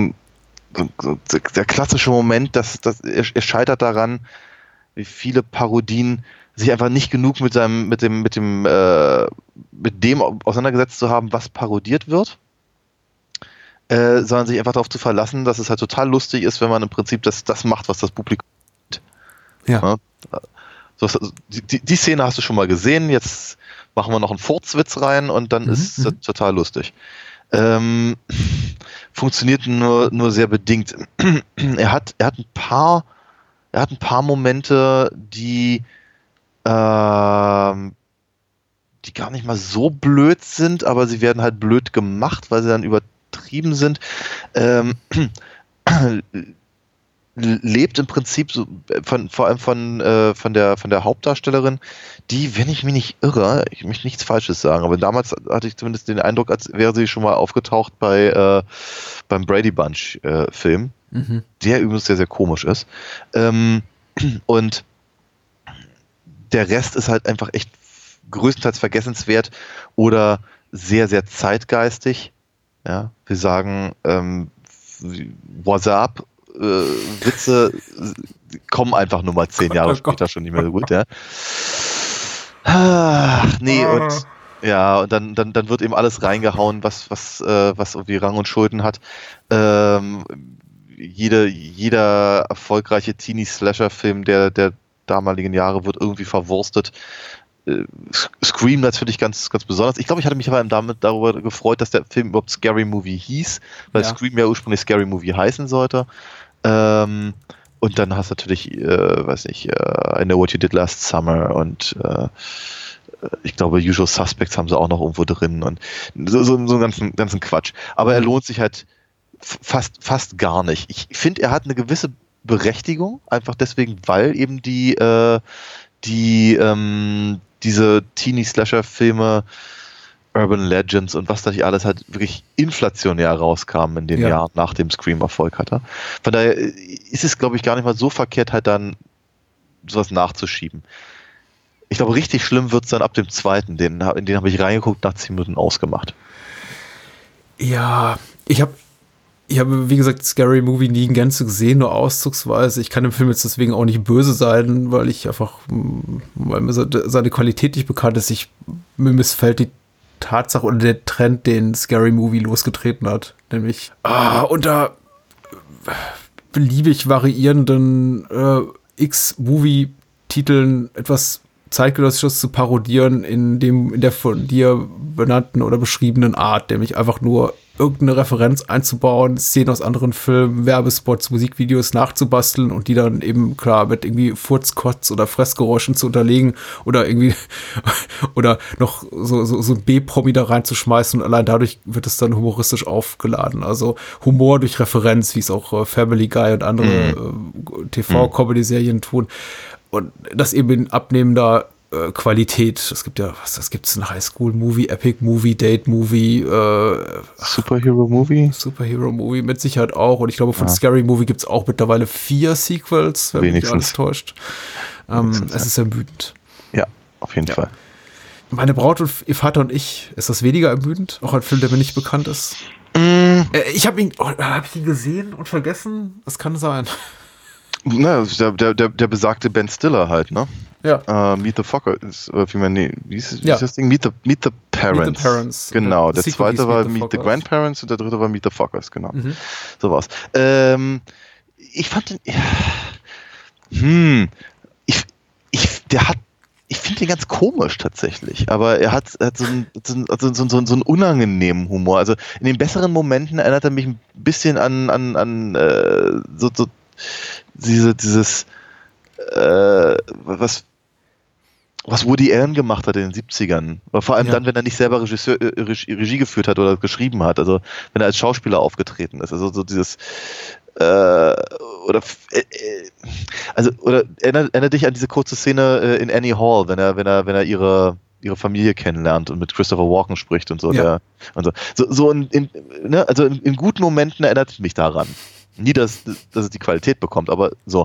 der klassische Moment, dass er scheitert daran, wie viele Parodien, sich einfach nicht genug mit dem auseinandergesetzt zu haben, was parodiert wird, sondern sich einfach darauf zu verlassen, dass es halt total lustig ist, wenn man im Prinzip das macht, was das Publikum tut. Ja. Die Szene hast du schon mal gesehen, jetzt machen wir noch einen Furzwitz rein und dann ist es total lustig. Funktioniert nur sehr bedingt. Er hat ein paar Momente, die gar nicht mal so blöd sind, aber sie werden halt blöd gemacht, weil sie dann übertrieben sind. Lebt im Prinzip so vor allem von der Hauptdarstellerin, die, wenn ich mich nicht irre, ich möchte nichts Falsches sagen, aber damals hatte ich zumindest den Eindruck, als wäre sie schon mal aufgetaucht beim Brady Bunch Film, der übrigens sehr, sehr komisch ist. Und der Rest ist halt einfach echt größtenteils vergessenswert oder sehr, sehr zeitgeistig. Ja, wir sagen What's up? Witze kommen einfach nur mal 10 Jahre später schon nicht mehr so gut, ja. Und dann wird eben alles reingehauen, was irgendwie Rang und Schulden hat. Jeder erfolgreiche Teenie-Slasher-Film der damaligen Jahre wird irgendwie verwurstet. Scream natürlich ganz, ganz besonders. Ich glaube, ich hatte mich aber darüber gefreut, dass der Film überhaupt Scary Movie hieß, weil Scream ja ursprünglich Scary Movie heißen sollte. Und dann hast du natürlich, I Know What You Did Last Summer und ich glaube, Usual Suspects haben sie auch noch irgendwo drin und so einen ganzen Quatsch. Aber er lohnt sich halt fast gar nicht. Ich finde, er hat eine gewisse Berechtigung, einfach deswegen, weil eben diese Teenie-Slasher-Filme, Urban Legends und was da nicht alles halt wirklich inflationär rauskamen in den Jahren, nachdem Scream Erfolg hatte. Von daher ist es, glaube ich, gar nicht mal so verkehrt, halt dann sowas nachzuschieben. Ich glaube, richtig schlimm wird es dann ab dem zweiten. In den habe ich reingeguckt, nach 10 Minuten ausgemacht. Ja, ich habe, wie gesagt, Scary Movie nie in Gänze gesehen, nur auszugsweise. Ich kann dem Film jetzt deswegen auch nicht böse sein, weil mir seine Qualität nicht bekannt ist. Mir missfällt die Tatsache oder der Trend, den Scary Movie losgetreten hat. Nämlich unter beliebig variierenden X-Movie-Titeln etwas Zeitgenössisches zu parodieren in der von dir benannten oder beschriebenen Art, nämlich einfach nur irgendeine Referenz einzubauen, Szenen aus anderen Filmen, Werbespots, Musikvideos nachzubasteln und die dann eben klar mit irgendwie Furzkotz oder Fressgeräuschen zu unterlegen oder irgendwie oder noch so ein B-Promi da reinzuschmeißen und allein dadurch wird es dann humoristisch aufgeladen. Also Humor durch Referenz, wie es auch Family Guy und andere TV-Comedy-Serien tun. Und das eben in abnehmender Qualität. Es gibt ja, was gibt's denn? High School Movie, Epic Movie, Date Movie, Superhero Movie? Superhero Movie mit Sicherheit auch. Und ich glaube, von Scary Movie gibt's auch mittlerweile 4 Sequels, wenn mich alles täuscht. Es ist ermüdend. Ja, auf jeden Fall. Meine Braut und ihr Vater und ich, ist das weniger ermüdend? Auch ein Film, der mir nicht bekannt ist. Ich habe ihn gesehen und vergessen? Das kann sein. Na, der besagte Ben Stiller halt, ne? Ja. Meet the Fockers, wie ist das Ding? Meet the Parents. Meet the Parents. Genau, der zweite war Meet the Grandparents und der dritte war Meet the Fockers, genau. So war's. Ich fand den, ich finde den ganz komisch tatsächlich, aber er hat so einen unangenehmen Humor. Also in den besseren Momenten erinnert er mich ein bisschen an dieses was Woody Allen gemacht hat in den 70ern. Aber vor allem dann, wenn er nicht selber Regie geführt hat oder geschrieben hat. Also wenn er als Schauspieler aufgetreten ist. Also so dieses oder erinnere dich an diese kurze Szene in Annie Hall, wenn er ihre Familie kennenlernt und mit Christopher Walken spricht und so. Ja. In guten Momenten erinnert mich daran. Nie, dass es die Qualität bekommt, aber so.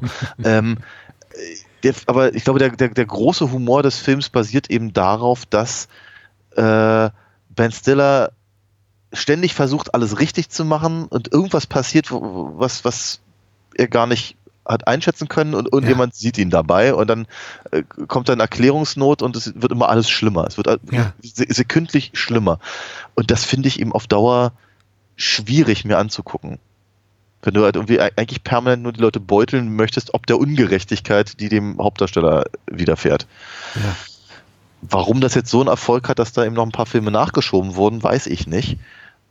Aber ich glaube, der große Humor des Films basiert eben darauf, dass Ben Stiller ständig versucht, alles richtig zu machen und irgendwas passiert, was er gar nicht hat einschätzen können und jemand sieht ihn dabei und dann kommt dann Erklärungsnot und es wird immer alles schlimmer. Es wird sekündlich schlimmer. Und das finde ich eben auf Dauer schwierig mir anzugucken. Wenn du halt irgendwie eigentlich permanent nur die Leute beuteln möchtest, ob der Ungerechtigkeit, die dem Hauptdarsteller widerfährt. Ja. Warum das jetzt so einen Erfolg hat, dass da eben noch ein paar Filme nachgeschoben wurden, weiß ich nicht.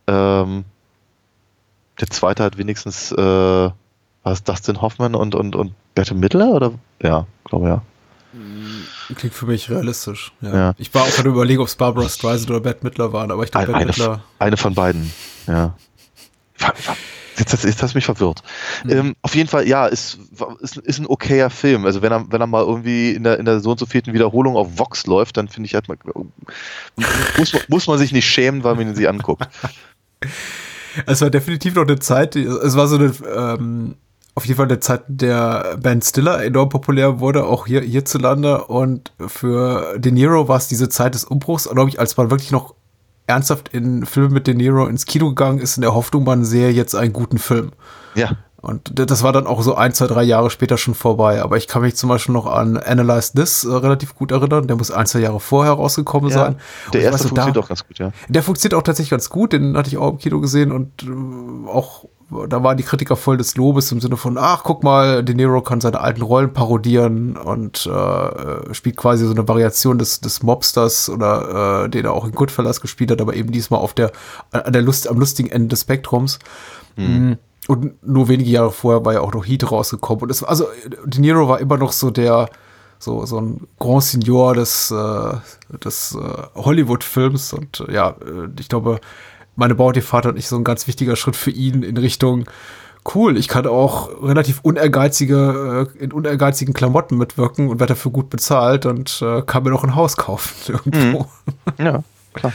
Der zweite hat wenigstens, war es Dustin Hoffman und Bette Midler, oder? Ja, glaube ja. Klingt für mich realistisch. Ja. Ja. Ich war auch gerade überlegen, ob es Barbara Streisand oder Bette Midler waren, aber ich glaube, Bette Midler. Eine von beiden, ja. Jetzt hast du mich verwirrt. Auf jeden Fall, ja, ist ein okayer Film. Also wenn er mal irgendwie in der so und so vierten Wiederholung auf Vox läuft, dann finde ich halt mal, muss man sich nicht schämen, weil man ihn sich anguckt. Es war definitiv noch eine Zeit, es war so eine, auf jeden Fall eine Zeit, in der Ben Stiller enorm populär wurde, auch hierzulande, und für De Niro war es diese Zeit des Umbruchs, glaube ich, als man wirklich noch ernsthaft in Filme mit De Niro ins Kino gegangen ist, in der Hoffnung, man sähe jetzt einen guten Film. Ja. Und das war dann auch so 1, 2, 3 Jahre später schon vorbei. Aber ich kann mich zum Beispiel noch an Analyze This relativ gut erinnern. Der muss 1, 2 Jahre vorher rausgekommen sein. Der erste funktioniert auch ganz gut, ja. Der funktioniert auch tatsächlich ganz gut. Den hatte ich auch im Kino gesehen und auch da waren die Kritiker voll des Lobes im Sinne von, ach, guck mal, De Niro kann seine alten Rollen parodieren und spielt quasi so eine Variation des Mobsters oder den er auch in Goodfellas gespielt hat, aber eben diesmal am lustigen Ende des Spektrums. Mhm. Und nur wenige Jahre vorher war ja auch noch Heat rausgekommen. Und also De Niro war immer noch so so ein Grand Senior des Hollywood-Films. Und ich glaube, meine Bounty-Vater und ich so ein ganz wichtiger Schritt für ihn in Richtung, cool, ich kann auch relativ in unehrgeizigen Klamotten mitwirken und werde dafür gut bezahlt und kann mir noch ein Haus kaufen irgendwo. Ja, klar.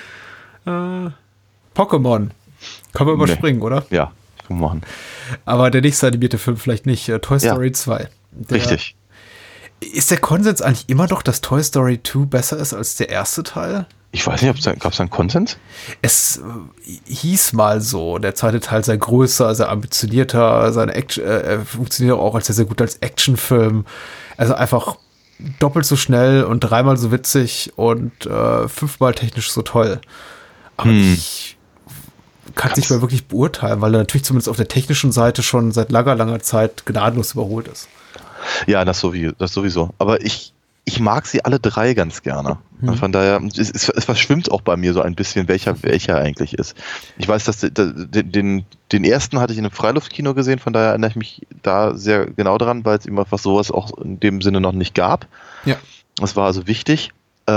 Pokémon. Kann man überspringen, oder? Ja, kann man machen. Aber der nächste animierte Film vielleicht nicht. Toy Story 2. Richtig. Ist der Konsens eigentlich immer noch, dass Toy Story 2 besser ist als der erste Teil? Ich weiß nicht, gab es da einen Konsens? Es hieß mal so, der zweite Teil sei größer, sei ambitionierter, seine Action, funktioniert auch sehr gut als Actionfilm. Also einfach doppelt so schnell und 3-mal so witzig und 5-mal technisch so toll. Aber ich kann es nicht mehr wirklich beurteilen, weil er natürlich zumindest auf der technischen Seite schon seit langer Zeit gnadenlos überholt ist. Ja, das sowieso. Aber ich mag sie alle drei ganz gerne. Von daher, es verschwimmt auch bei mir so ein bisschen, welcher eigentlich ist. Ich weiß, dass den ersten hatte ich in einem Freiluftkino gesehen, von daher erinnere ich mich da sehr genau dran, weil es eben einfach sowas auch in dem Sinne noch nicht gab. Ja. Das war also wichtig.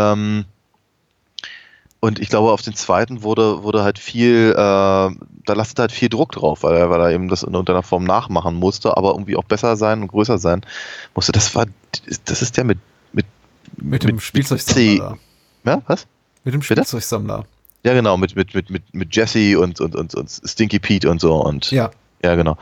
Und ich glaube, auf den zweiten wurde halt viel, da lastet halt viel Druck drauf, weil er eben das in irgendeiner Form nachmachen musste, aber irgendwie auch besser sein und größer sein musste. Das ist der mit dem Spielzeugsammler. Ja, was? Mit dem Spielzeugsammler. Ja, genau, mit Jesse und Stinky Pete und so und ja, genau.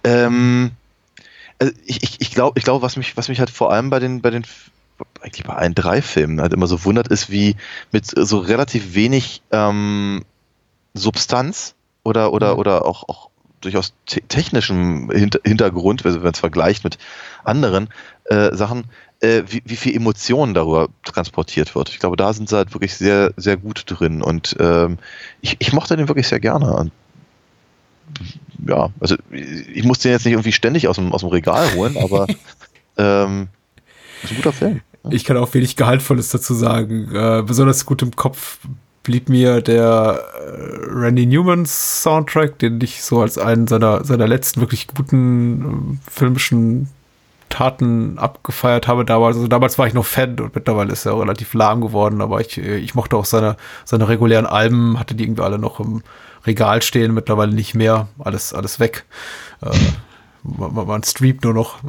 Also ich glaube, was mich halt vor allem eigentlich bei allen drei Filmen halt immer so wundert, ist, wie mit so relativ wenig Substanz oder auch durchaus technischem Hintergrund, wenn man es vergleicht mit anderen Sachen, wie viel Emotionen darüber transportiert wird. Ich glaube, da sind sie halt wirklich sehr, sehr gut drin und ich mochte den wirklich sehr gerne. Und, ja, also ich musste den jetzt nicht irgendwie ständig aus dem Regal holen, aber ist ein guter Film. Ja. Ich kann auch wenig Gehaltvolles dazu sagen. Besonders gut im Kopf blieb mir der Randy Newman Soundtrack, den ich so als einen seiner letzten wirklich guten filmischen Taten abgefeiert habe damals. Also damals war ich noch Fan und mittlerweile ist er relativ lahm geworden, aber ich mochte auch seine regulären Alben, hatte die irgendwie alle noch im Regal stehen, mittlerweile nicht mehr, alles weg. Man streamt nur noch.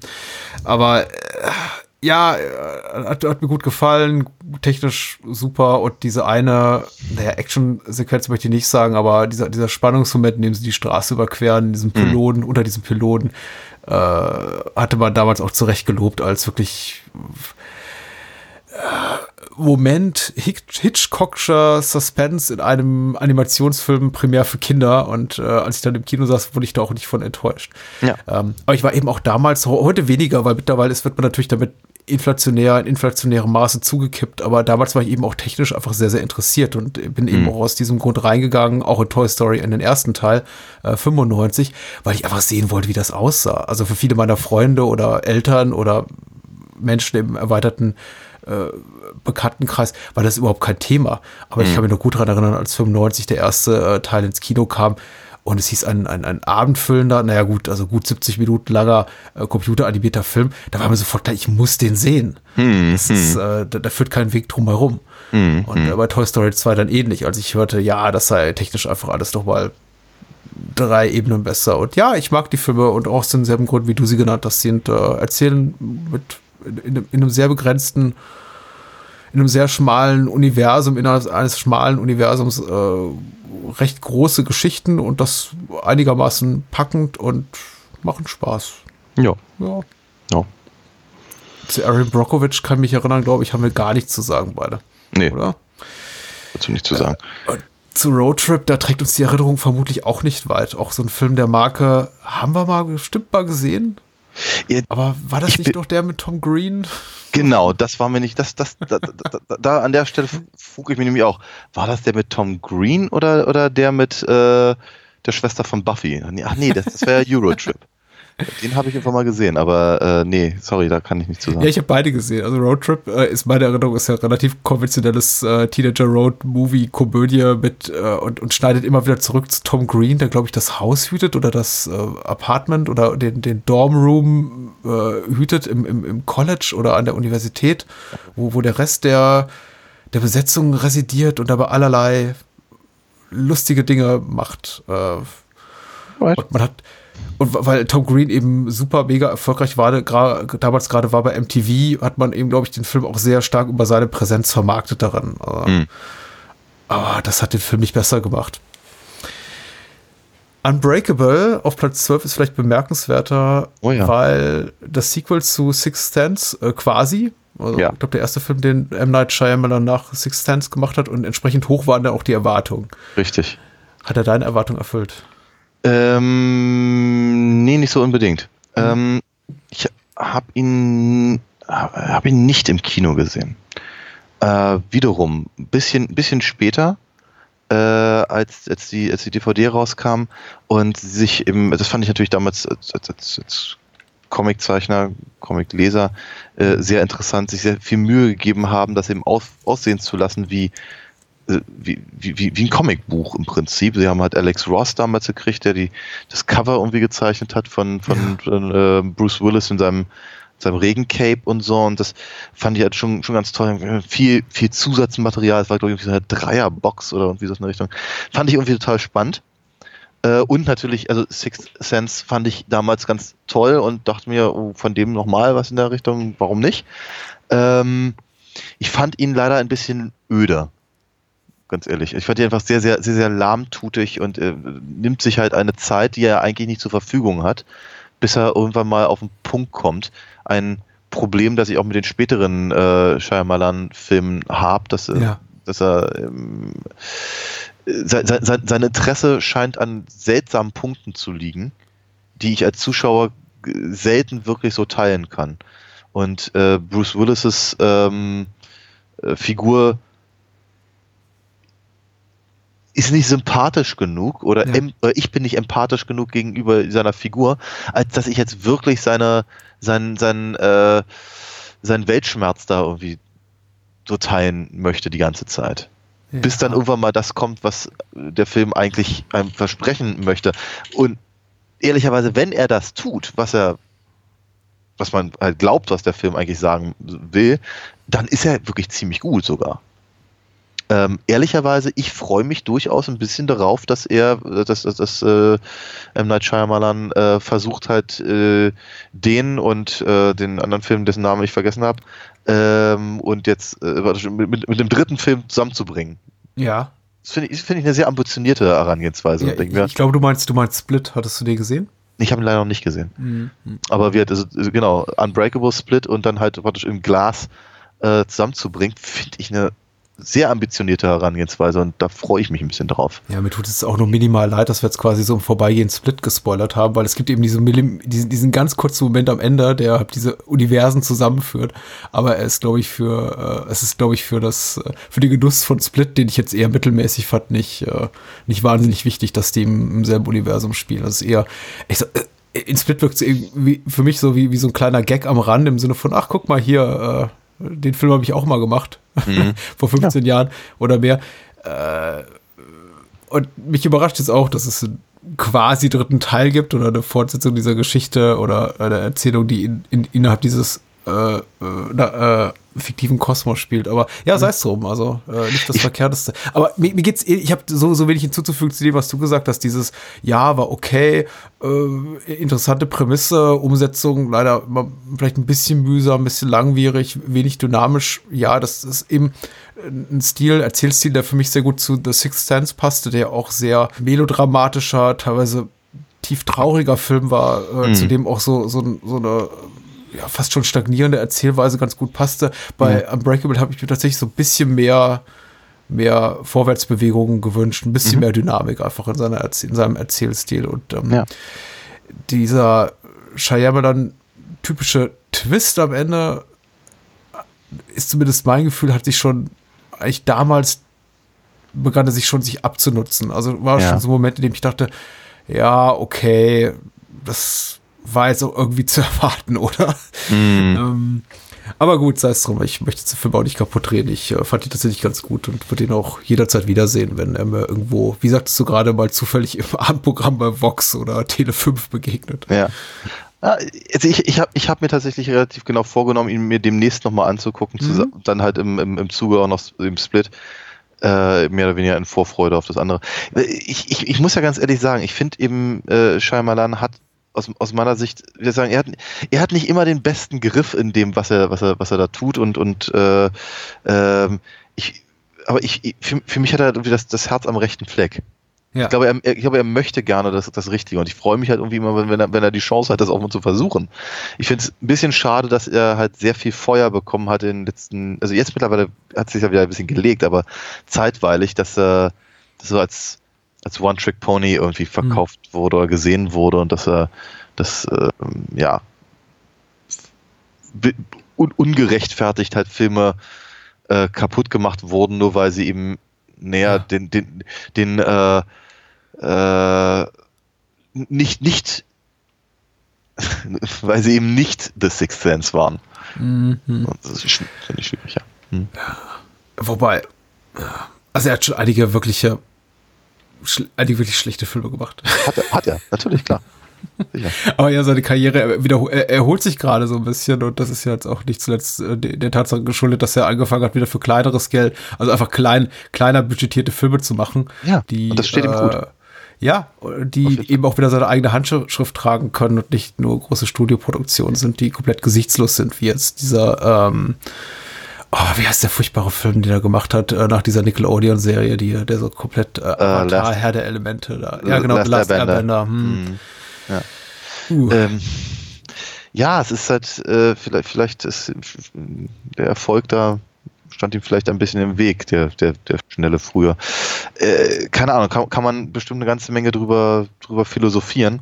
Ja, hat mir gut gefallen, technisch super und diese Action-Sequenz möchte ich nicht sagen, aber dieser Spannungsmoment, in dem sie die Straße überqueren, in diesem Pylon, unter diesem Pylonen, hatte man damals auch zurecht gelobt als wirklich Moment Hitchcockscher Suspense in einem Animationsfilm primär für Kinder und als ich dann im Kino saß, wurde ich da auch nicht von enttäuscht. Ja. Aber ich war eben auch damals, heute weniger, weil mittlerweile wird man natürlich damit in inflationärem Maße zugekippt, aber damals war ich eben auch technisch einfach sehr, sehr interessiert und bin eben auch aus diesem Grund reingegangen, auch in Toy Story in den ersten Teil, 95, weil ich einfach sehen wollte, wie das aussah. Also für viele meiner Freunde oder Eltern oder Menschen im erweiterten Bekanntenkreis war das überhaupt kein Thema. Aber ich kann mich noch gut daran erinnern, als 95 der erste Teil ins Kino kam und es hieß ein abendfüllender, gut 70 Minuten langer computeranimierter Film. Da war mir sofort klar, ich muss den sehen. Das ist, da führt kein Weg drum herum. Und bei Toy Story 2 dann ähnlich, als ich hörte, ja, das sei technisch einfach alles nochmal 3 Ebenen besser. Und ja, ich mag die Filme und auch aus demselben Grund, wie du sie genannt hast, sind erzählen in einem sehr begrenzten, in einem sehr schmalen Universum, innerhalb eines schmalen Universums recht große Geschichten und das einigermaßen packend und machen Spaß. Ja. Zu Erin Brockovich kann mich erinnern, glaube ich, haben wir gar nichts zu sagen beide. Nee. Oder? Dazu nichts zu sagen. Zu Roadtrip, da trägt uns die Erinnerung vermutlich auch nicht weit. Auch so ein Film der Marke haben wir bestimmt mal gesehen. Ja, aber war das nicht doch der mit Tom Green? Genau, das war mir nicht, da an der Stelle frug ich mich nämlich auch, war das der mit Tom Green oder der mit der Schwester von Buffy? Ach nee, das wäre Eurotrip. Den habe ich einfach mal gesehen, aber nee, sorry, da kann ich nicht zu sagen. Ja, ich habe beide gesehen. Also Roadtrip ist meine Erinnerung, ist ja relativ konventionelles Teenager-Road-Movie-Komödie mit und schneidet immer wieder zurück zu Tom Green, der, glaube ich, das Haus hütet oder das Apartment oder den Dorm-Room hütet im College oder an der Universität, wo der Rest der Besetzung residiert und dabei allerlei lustige Dinge macht. Und man hat weil Tom Green eben super mega erfolgreich war, damals gerade war bei MTV, hat man eben, glaube ich, den Film auch sehr stark über seine Präsenz vermarktet daran. Aber das hat den Film nicht besser gemacht. Unbreakable auf Platz 12 ist vielleicht bemerkenswerter, weil das Sequel zu Sixth Sense quasi, ich glaube, der erste Film, den M. Night Shyamalan nach Sixth Sense gemacht hat und entsprechend hoch waren dann auch die Erwartungen. Richtig. Hat er deine Erwartung erfüllt? Nee, nicht so unbedingt. Ich habe ihn nicht im Kino gesehen. Wiederum, ein bisschen später, als die DVD rauskam und sich das fand ich natürlich damals als Comiczeichner, Comicleser sehr interessant, sich sehr viel Mühe gegeben haben, das eben aussehen zu lassen wie ein Comicbuch im Prinzip. Sie haben halt Alex Ross damals gekriegt, der das Cover irgendwie gezeichnet hat von Bruce Willis in seinem Regencape und so, und das fand ich halt schon ganz toll. Viel Zusatzmaterial, es war, glaube ich, so eine Dreierbox oder irgendwie so in der Richtung. Fand ich irgendwie total spannend. Und natürlich, also Sixth Sense fand ich damals ganz toll und dachte mir, von dem nochmal was in der Richtung, warum nicht? Ich fand ihn leider ein bisschen öder. Ganz ehrlich. Ich fand ihn einfach sehr, sehr, sehr, sehr lahmtutig und nimmt sich halt eine Zeit, die er eigentlich nicht zur Verfügung hat, bis er irgendwann mal auf den Punkt kommt. Ein Problem, das ich auch mit den späteren Shyamalan-Filmen habe, dass er sein Interesse scheint an seltsamen Punkten zu liegen, die ich als Zuschauer selten wirklich so teilen kann. Und Bruce Willis' Figur ist nicht sympathisch genug oder ich bin nicht empathisch genug gegenüber seiner Figur, als dass ich jetzt wirklich seinen Weltschmerz da irgendwie so teilen möchte die ganze Zeit. Ja. Bis dann irgendwann mal das kommt, was der Film eigentlich einem versprechen möchte. Und ehrlicherweise, wenn er das tut, was man halt glaubt, was der Film eigentlich sagen will, dann ist er wirklich ziemlich gut sogar. Ehrlicherweise, ich freue mich durchaus ein bisschen darauf, dass M. Night Shyamalan versucht halt, den und den anderen Film, dessen Namen ich vergessen habe, und jetzt mit dem dritten Film zusammenzubringen. Ja. Das finde ich eine sehr ambitionierte Herangehensweise. Ja, ich glaube, du meinst Split. Hattest du den gesehen? Ich habe ihn leider noch nicht gesehen. Mhm. Aber genau, Unbreakable, Split und dann halt praktisch im Glas zusammenzubringen, finde ich eine sehr ambitionierte Herangehensweise und da freue ich mich ein bisschen drauf. Ja, mir tut es auch nur minimal leid, dass wir jetzt quasi so im Vorbeigehen Split gespoilert haben, weil es gibt eben diesen ganz kurzen Moment am Ende, der halt diese Universen zusammenführt, aber er ist, glaube ich, für den Genuss von Split, den ich jetzt eher mittelmäßig fand, nicht wahnsinnig wichtig, dass die im selben Universum spielen. Das ist eher, in Split wirkt es irgendwie für mich so wie so ein kleiner Gag am Rand im Sinne von, ach, guck mal hier, den Film habe ich auch mal gemacht. vor 15 Jahren oder mehr. Und mich überrascht jetzt auch, dass es einen quasi dritten Teil gibt oder eine Fortsetzung dieser Geschichte oder eine Erzählung, die innerhalb dieses fiktiven Kosmos spielt. Aber ja, sei es drum. Also nicht das Verkehrteste. Aber mir geht's, ich habe so wenig hinzuzufügen zu dem, was du gesagt hast. Dieses Ja war okay, interessante Prämisse, Umsetzung leider vielleicht ein bisschen mühsam, ein bisschen langwierig, wenig dynamisch. Ja, das ist eben ein Erzählstil, der für mich sehr gut zu The Sixth Sense passte, der auch sehr melodramatischer, teilweise tief trauriger Film war, zu dem auch so eine fast schon stagnierende Erzählweise ganz gut passte. Bei Unbreakable habe ich mir tatsächlich so ein bisschen mehr Vorwärtsbewegungen gewünscht, ein bisschen mehr Dynamik einfach in seinem Erzählstil. Und dieser Shyamalan-typische Twist am Ende ist zumindest mein Gefühl, hat sich schon eigentlich damals begann er sich abzunutzen. Also war schon so ein Moment, in dem ich dachte, ja, okay, das war jetzt auch irgendwie zu erwarten, oder? Aber gut, sei es drum, ich möchte den Film auch nicht kaputt reden. Ich fand ihn tatsächlich ganz gut und würde ihn auch jederzeit wiedersehen, wenn er mir irgendwo, wie sagtest du gerade, mal zufällig im Abendprogramm bei Vox oder Tele 5 begegnet. Ja. Also ich hab mir tatsächlich relativ genau vorgenommen, ihn mir demnächst nochmal anzugucken, dann halt im Zuge auch noch im Split, mehr oder weniger in Vorfreude auf das andere. Ich muss ja ganz ehrlich sagen, ich finde eben, Shyamalan hat aus meiner Sicht, wir sagen, er hat nicht immer den besten Griff in dem, was er da tut für mich hat er irgendwie das Herz am rechten Fleck. Ja. Ich glaube, er möchte gerne das Richtige und ich freue mich halt irgendwie immer, wenn er die Chance hat, das auch mal zu versuchen. Ich finde es ein bisschen schade, dass er halt sehr viel Feuer bekommen hat in den letzten, also jetzt mittlerweile hat es sich ja wieder ein bisschen gelegt, aber zeitweilig, dass er so als One-Trick-Pony irgendwie verkauft wurde oder gesehen wurde und dass er ungerechtfertigt halt Filme kaputt gemacht wurden, nur weil sie eben weil sie eben nicht The Sixth Sense waren. Das finde ich schwierig, ja. Wobei, also er hat schon einige wirklich schlechte Filme gemacht. Hat er, natürlich, klar. Sicher. Aber ja, seine Karriere erholt sich gerade so ein bisschen und das ist ja jetzt auch nicht zuletzt der Tatsache geschuldet, dass er angefangen hat, wieder für kleineres Geld, also einfach kleiner budgetierte Filme zu machen. Ja, und das steht ihm gut. Ja, die eben auch wieder seine eigene Handschrift tragen können und nicht nur große Studioproduktionen sind, die komplett gesichtslos sind, wie jetzt dieser wie heißt der furchtbare Film, den er gemacht hat, nach dieser Nickelodeon-Serie, der so komplett Herr der Elemente da. Ja, genau, The Last Airbender. Ja, es ist halt, vielleicht ist der Erfolg da, stand ihm vielleicht ein bisschen im Weg, der schnelle früher. Keine Ahnung, kann man bestimmt eine ganze Menge drüber philosophieren.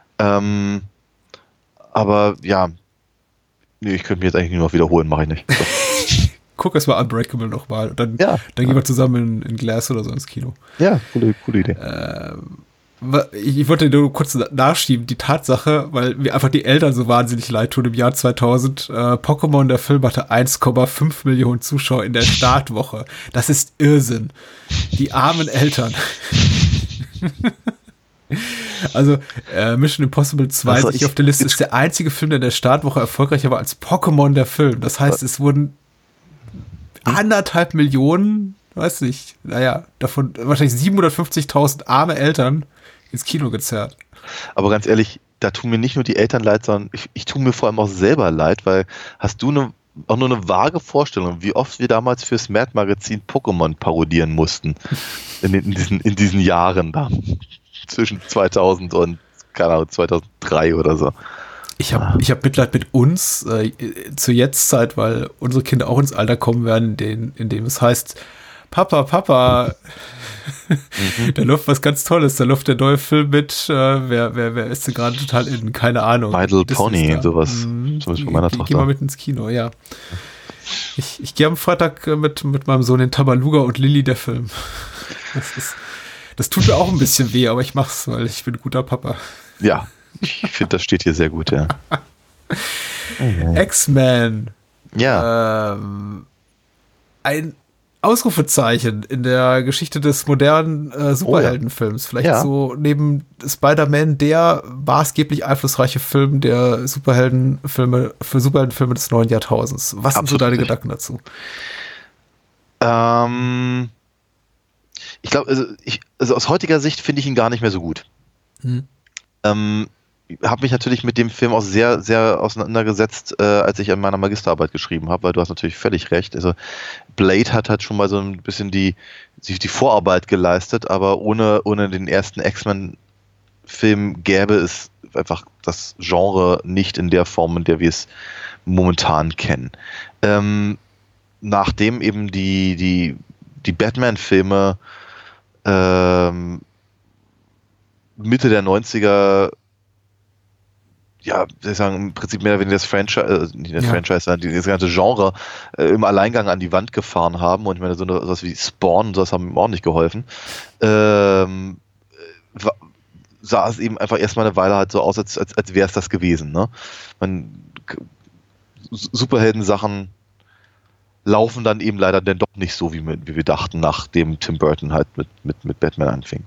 Aber ja, ich könnte mich jetzt eigentlich nur noch wiederholen, mache ich nicht. So. Guck erst mal Unbreakable nochmal. Dann gehen wir zusammen in Glass oder so ins Kino. Ja, coole Idee. Ich wollte nur kurz nachschieben, die Tatsache, weil mir einfach die Eltern so wahnsinnig leid tun. Im Jahr 2000, Pokémon, der Film, hatte 1,5 Millionen Zuschauer in der Startwoche. Das ist Irrsinn. Die armen Eltern. Also Mission Impossible 2 ist nicht auf der Liste, ist der einzige Film, der in der Startwoche erfolgreicher war als Pokémon, der Film. Das heißt, es wurden 1,5 Millionen, weiß nicht, davon wahrscheinlich 750.000 arme Eltern ins Kino gezerrt. Aber ganz ehrlich, da tun mir nicht nur die Eltern leid, sondern ich tue mir vor allem auch selber leid, weil hast du auch nur eine vage Vorstellung, wie oft wir damals fürs Mad-Magazin Pokémon parodieren mussten in diesen Jahren da zwischen 2000 und, keine Ahnung, 2003 oder so. Ich hab Mitleid mit uns zur Jetztzeit, weil unsere Kinder auch ins Alter kommen werden, in dem es heißt, Papa, da läuft was ganz Tolles, da läuft der neue Film mit, wer ist denn gerade total in, keine Ahnung. My Little Pony, sowas, zumindest von meiner Tochter. Geh mal mit ins Kino, ja. Ich gehe am Freitag mit meinem Sohn in Tabaluga und Lilly, der Film. Das tut mir auch ein bisschen weh, aber ich mach's, weil ich bin ein guter Papa. Ja. Ich finde, das steht hier sehr gut, ja. X-Men. Ja. ein Ausrufezeichen in der Geschichte des modernen Superheldenfilms. Vielleicht so neben Spider-Man der maßgeblich einflussreiche Film der Superheldenfilme des neuen Jahrtausends. Was sind so deine Gedanken dazu? Ich glaube, also aus heutiger Sicht finde ich ihn gar nicht mehr so gut. Habe mich natürlich mit dem Film auch sehr, sehr auseinandergesetzt, als ich an meiner Magisterarbeit geschrieben habe, weil du hast natürlich völlig recht. Also Blade hat halt schon mal so ein bisschen die Vorarbeit geleistet, aber ohne den ersten X-Men-Film gäbe es einfach das Genre nicht in der Form, in der wir es momentan kennen. Nachdem eben die Batman-Filme Mitte der 90er im Prinzip mehr oder weniger das Franchise, sondern das ganze Genre im Alleingang an die Wand gefahren haben. Und ich meine, sowas wie Spawn und sowas haben ihm auch nicht geholfen. Sah es eben einfach erstmal eine Weile halt so aus, als wäre es das gewesen. Ne? Superhelden-Sachen laufen dann eben leider dann doch nicht so, wie wir dachten, nachdem Tim Burton halt mit Batman anfing.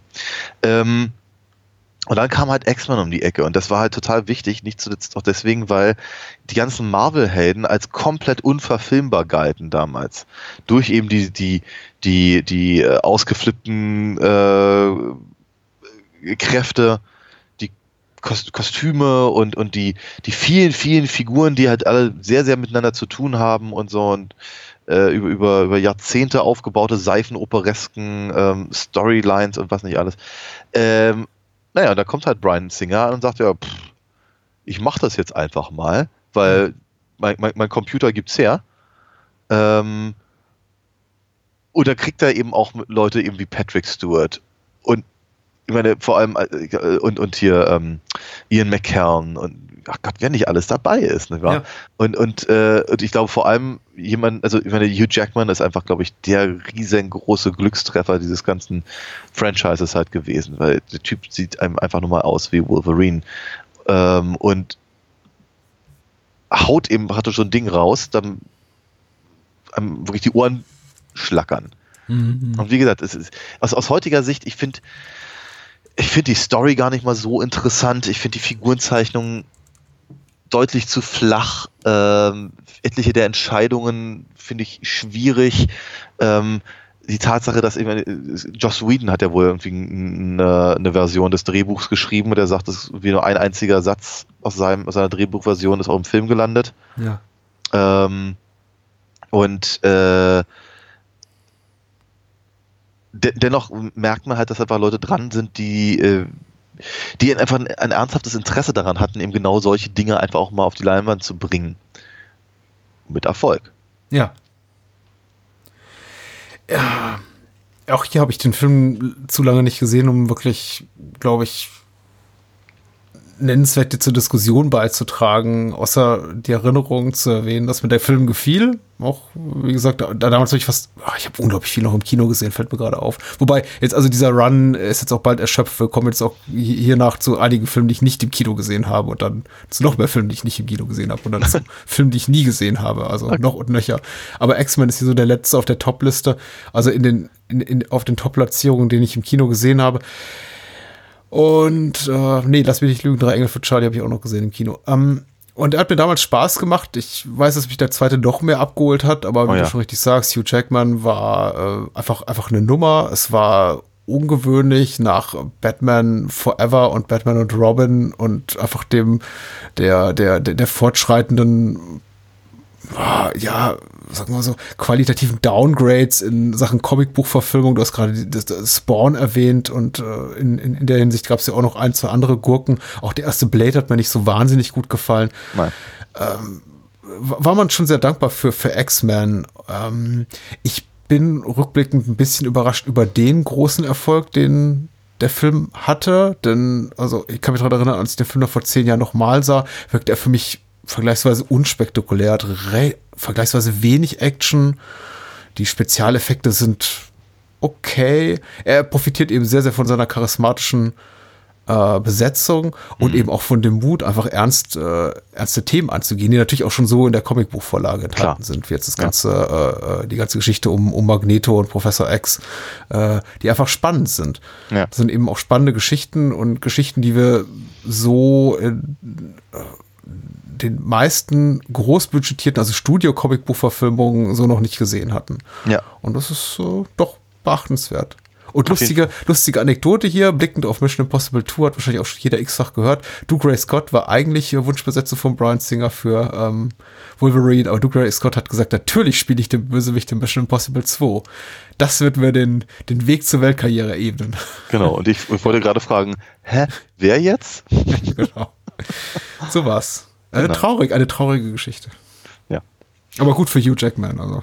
Und dann kam halt X-Men um die Ecke und das war halt total wichtig, nicht zuletzt auch deswegen, weil die ganzen Marvel-Helden als komplett unverfilmbar galten damals. Durch eben die ausgeflippten Kräfte, die Kostüme und die vielen, vielen Figuren, die halt alle sehr, sehr miteinander zu tun haben und so und über Jahrzehnte aufgebaute Seifenoperesken, Storylines und was nicht alles. Naja, da kommt halt Bryan Singer und sagt, ich mach das jetzt einfach mal, weil mein Computer gibt's her. Und da kriegt er eben auch Leute eben wie Patrick Stewart und ich meine, vor allem und hier Ian McKellen und ach Gott, wer nicht alles dabei ist, nicht wahr? Ja. Und ich glaube vor allem ich meine, Hugh Jackman ist einfach, glaube ich, der riesengroße Glückstreffer dieses ganzen Franchises halt gewesen, weil der Typ sieht einem einfach nur mal aus wie Wolverine und haut eben praktisch so ein Ding raus, dann wirklich die Ohren schlackern. Und wie gesagt, es ist, aus heutiger Sicht, ich finde die Story gar nicht mal so interessant. Ich finde die Figurenzeichnungen deutlich zu flach. Etliche der Entscheidungen finde ich schwierig. Die Tatsache, dass Joss Whedon hat ja wohl irgendwie eine Version des Drehbuchs geschrieben und er sagt, dass wie nur ein einziger Satz aus seiner Drehbuchversion ist auch im Film gelandet. Ja. Dennoch merkt man halt, dass einfach Leute dran sind, die einfach ein ernsthaftes Interesse daran hatten, eben genau solche Dinge einfach auch mal auf die Leinwand zu bringen. Mit Erfolg. Ja. Ja. Auch hier habe ich den Film zu lange nicht gesehen, um wirklich, glaube ich, nennenswerte zur Diskussion beizutragen, außer die Erinnerung zu erwähnen, dass mir der Film gefiel. Auch, wie gesagt, damals habe ich ich habe unglaublich viel noch im Kino gesehen, fällt mir gerade auf. Wobei, jetzt also dieser Run ist jetzt auch bald erschöpft. Wir kommen jetzt auch hiernach zu einigen Filmen, die ich nicht im Kino gesehen habe und dann zu noch mehr Filmen, die ich nicht im Kino gesehen habe und dann zu Filmen, die ich nie gesehen habe. Also noch und nöcher. Aber X-Men ist hier so der letzte auf der Top-Liste, also auf den Top-Platzierungen, den ich im Kino gesehen habe. Und, lass mich nicht lügen, 3 Engel für Charlie habe ich auch noch gesehen im Kino. Und er hat mir damals Spaß gemacht. Ich weiß, dass mich der zweite noch mehr abgeholt hat, aber wie du schon richtig sagst, Hugh Jackman war einfach eine Nummer. Es war ungewöhnlich nach Batman Forever und Batman und Robin und einfach der fortschreitenden, sagen wir mal so, qualitativen Downgrades in Sachen Comicbuchverfilmung. Du hast gerade das Spawn erwähnt und in der Hinsicht gab es ja auch noch 1, 2 andere Gurken. Auch der erste Blade hat mir nicht so wahnsinnig gut gefallen. War man schon sehr dankbar für X-Men. Ich bin rückblickend ein bisschen überrascht über den großen Erfolg, den der Film hatte, denn, also ich kann mich daran erinnern, als ich den Film noch vor 10 Jahren nochmal sah, wirkte er für mich vergleichsweise unspektakulär, hat vergleichsweise wenig Action. Die Spezialeffekte sind okay. Er profitiert eben sehr, sehr von seiner charismatischen Besetzung und eben auch von dem Mut, einfach ernste Themen anzugehen, die natürlich auch schon so in der Comicbuchvorlage enthalten sind, wie jetzt die ganze Geschichte um Magneto und Professor X, die einfach spannend sind. Ja. Das sind eben auch spannende Geschichten und Geschichten, die wir so in den meisten großbudgetierten, also Studio-Comicbuchverfilmungen so noch nicht gesehen hatten. Ja. Und das ist doch beachtenswert. Und lustige Anekdote hier, blickend auf Mission Impossible 2, hat wahrscheinlich auch schon jeder x-fach gehört. Dougray Scott war eigentlich Wunschbesetzer von Bryan Singer für Wolverine, aber Dougray Scott hat gesagt, natürlich spiele ich den Bösewicht in Mission Impossible 2. Das wird mir den Weg zur Weltkarriere ebnen. Genau, und ich wollte gerade fragen, wer jetzt? Genau. So war's. Eine traurige Geschichte. Ja. Aber gut für Hugh Jackman, also.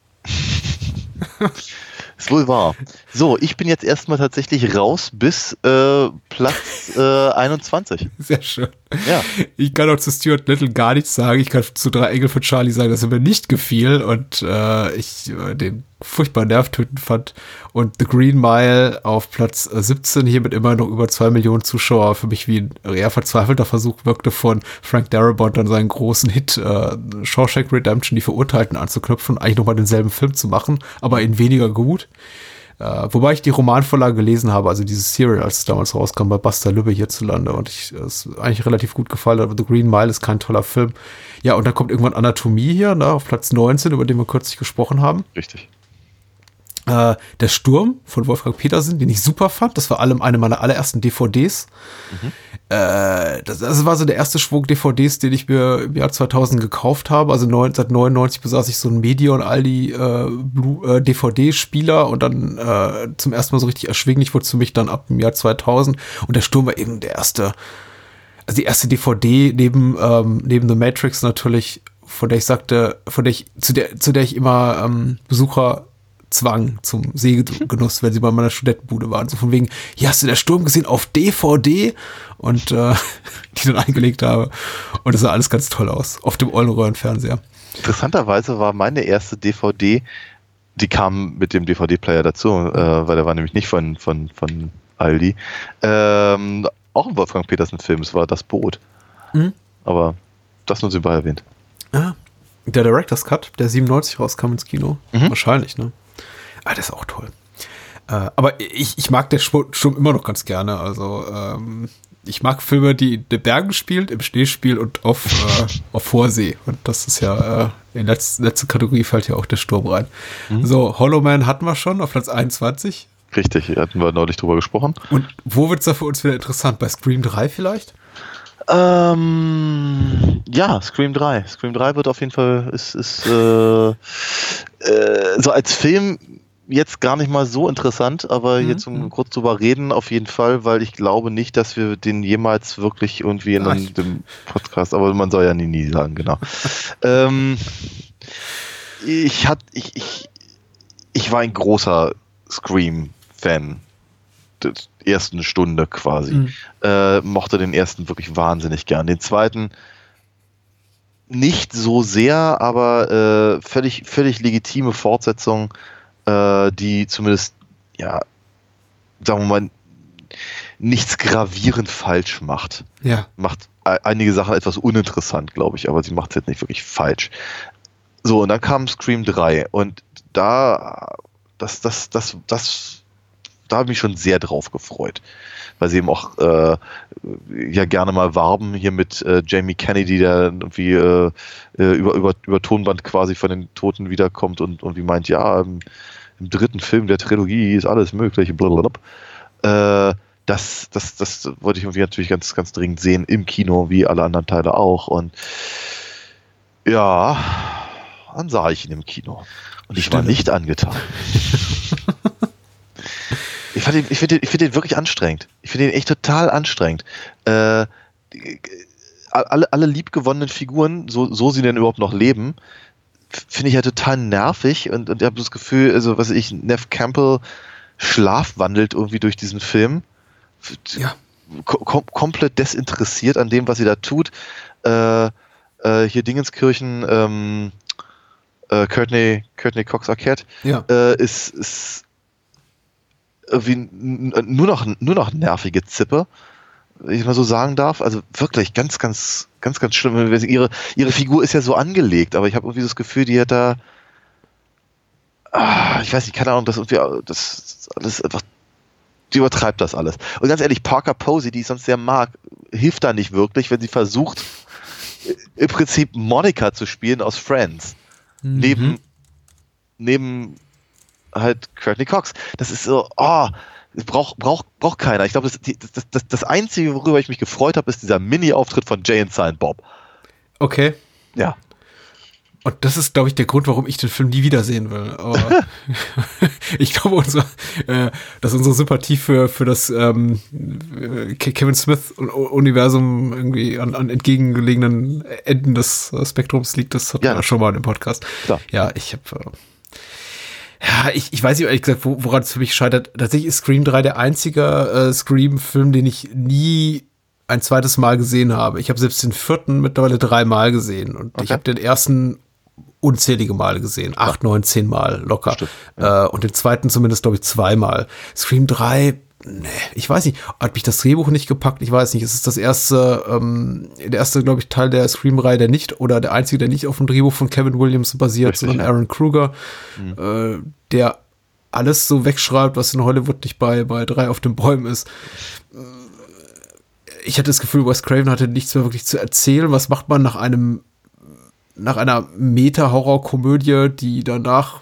Ist wohl wahr. So, ich bin jetzt erstmal tatsächlich raus bis Platz 21. Sehr schön. Ja. Ich kann auch zu Stuart Little gar nichts sagen. Ich kann zu 3 Engel für Charlie sagen, dass er mir nicht gefiel und ich den furchtbar nervtötend fand. Und The Green Mile auf Platz 17, hier mit immer noch über 2 Millionen Zuschauer, für mich wie ein eher verzweifelter Versuch wirkte von Frank Darabont an seinen großen Hit Shawshank Redemption, die Verurteilten anzuknüpfen und eigentlich nochmal denselben Film zu machen, aber in weniger gut. Wobei ich die Romanvorlage gelesen habe, also dieses Serial, als es damals rauskam bei Buster Lübbe hierzulande und es eigentlich relativ gut gefallen hat, aber The Green Mile ist kein toller Film. Ja, und dann kommt irgendwann Anatomie hier, ne, auf Platz 19, über den wir kürzlich gesprochen haben. Richtig. Der Sturm von Wolfgang Petersen, den ich super fand. Das war eine meiner allerersten DVDs. Das war so der erste Schwung DVDs, den ich mir im Jahr 2000 gekauft habe. Also seit 99 besaß ich so ein Medion Aldi DVD-Spieler und dann zum ersten Mal so richtig erschwinglich wurde es für mich dann ab dem Jahr 2000. Und der Sturm war eben die erste DVD neben The Matrix natürlich, zu der ich immer Besucher zwang zum Sehgenuss, wenn sie bei meiner Studentenbude waren. So von wegen, hier hast du der Sturm gesehen auf DVD und die dann eingelegt habe. Und das sah alles ganz toll aus. Auf dem Ollenröhrenfernseher. Interessanterweise war meine erste DVD, die kam mit dem DVD-Player dazu, weil der war nämlich nicht von Aldi. Auch ein Wolfgang Petersen-Film, es war Das Boot. Aber das nur nebenbei erwähnt. Ah, der Director's Cut, der 97 rauskam ins Kino. Wahrscheinlich, ne? Ah, das ist auch toll. Aber ich mag der Sturm immer noch ganz gerne. Also ich mag Filme, die in den Bergen spielt, im Schnee spielt und auf hoher See. Und das ist ja in letzte Kategorie fällt ja auch der Sturm rein. So, Hollow Man hatten wir schon auf Platz 21. Richtig, hatten wir neulich drüber gesprochen. Und wo wird es da für uns wieder interessant? Bei Scream 3 vielleicht? Ja, Scream 3. Scream 3 wird auf jeden Fall ist so als Film jetzt gar nicht mal so interessant, aber jetzt kurz drüber reden auf jeden Fall, weil ich glaube nicht, dass wir den jemals wirklich irgendwie in dem Podcast, aber man soll ja nie sagen, genau. Ich war ein großer Scream-Fan der ersten Stunde quasi. Mochte den ersten wirklich wahnsinnig gern. Den zweiten nicht so sehr, aber völlig legitime Fortsetzung, die zumindest, ja, sagen wir mal, nichts gravierend falsch macht. Ja. Macht einige Sachen etwas uninteressant, glaube ich, aber sie macht es jetzt nicht wirklich falsch. So, und dann kam Scream 3 und da habe ich mich schon sehr drauf gefreut, weil sie eben auch ja gerne mal warben hier mit Jamie Kennedy, der irgendwie über Tonband quasi von den Toten wiederkommt und wie meint, ja, im dritten Film der Trilogie ist alles möglich, blablabla. Das wollte ich irgendwie natürlich ganz, ganz dringend sehen im Kino, wie alle anderen Teile auch. Und ja, dann sah ich ihn im Kino. Und ich war nicht angetan. Ich finde den wirklich anstrengend. Ich finde den echt total anstrengend. Alle liebgewonnenen Figuren, so sie denn überhaupt noch leben, finde ich ja total nervig und ich habe das Gefühl, also was ich, Neve Campbell schlafwandelt irgendwie durch diesen Film. Ja. Komplett desinteressiert an dem, was sie da tut. Hier Dingenskirchen, Courtney Cox Arquette, ja. Ist irgendwie nur noch nervige Zippe. ich mal so sagen darf. Also wirklich ganz, ganz, ganz, ganz schlimm. Ihre Figur ist ja so angelegt, aber ich habe irgendwie das Gefühl, die hat da, ich weiß nicht, keine Ahnung, das alles einfach, die übertreibt das alles. Und ganz ehrlich, Parker Posey, die ich sonst sehr mag, hilft da nicht wirklich, wenn sie versucht, im Prinzip Monica zu spielen aus Friends. Neben halt Courtney Cox. Das ist so, braucht keiner. Ich glaube, das Einzige, worüber ich mich gefreut habe, ist dieser Mini-Auftritt von Jay und Silent Bob. Okay. Ja. Und das ist, glaube ich, der Grund, warum ich den Film nie wiedersehen will. Aber ich glaube, dass unsere Sympathie für das Kevin Smith-Universum irgendwie an entgegengelegenen Enden des Spektrums liegt. Das hatten wir schon mal im Podcast. Klar. Ja, ich weiß nicht, ehrlich gesagt, woran es für mich scheitert. Tatsächlich ist Scream 3 der einzige Scream-Film, den ich nie ein zweites Mal gesehen habe. Ich habe selbst den 4. mittlerweile 3 Mal gesehen. Und ich habe den ersten unzählige Male gesehen. 8, 9, 10 Mal locker. Stimmt, ja. Und den zweiten zumindest, glaube ich, 2 Mal. Scream 3, ich weiß nicht, hat mich das Drehbuch nicht gepackt, ich weiß nicht, es ist der erste, glaube ich, Teil der Scream-Reihe, der einzige, der nicht auf dem Drehbuch von Kevin Williams basiert, richtig, sondern Aaron Kruger, der alles so wegschreibt, was in Hollywood nicht bei 3 auf den Bäumen ist. Ich hatte das Gefühl, Wes Craven hatte nichts mehr wirklich zu erzählen. Was macht man nach einer Meta-Horror-Komödie, die danach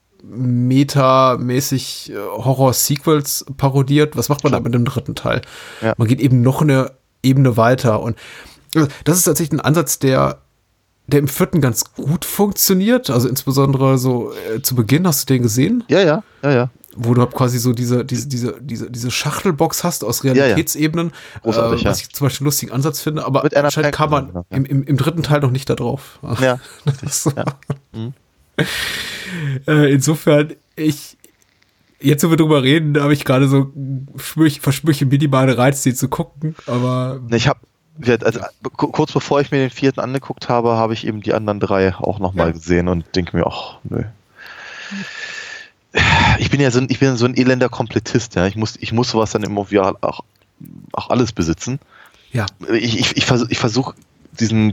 metamäßig Horror-Sequels parodiert? Was macht man da mit dem 3. Teil? Ja. Man geht eben noch eine Ebene weiter. Und das ist tatsächlich ein Ansatz, der im 4. ganz gut funktioniert. Also insbesondere so zu Beginn, hast du den gesehen? Ja. Wo du quasi so diese Schachtelbox hast aus Realitätsebenen, Großartig, was ich zum Beispiel einen lustigen Ansatz finde, aber mit anscheinend kam man im 3. Teil noch nicht da drauf. Ja. Insofern, jetzt, wo wir drüber reden, da habe ich gerade so verspüre ich minimale Reiz, die zu gucken, aber kurz bevor ich mir den 4. angeguckt habe, habe ich eben die anderen 3 auch nochmal gesehen und denke mir, nö. Ich bin so ein elender Komplettist, ja. Ich muss sowas dann immer auch alles besitzen. Ja. Ich versuche diesen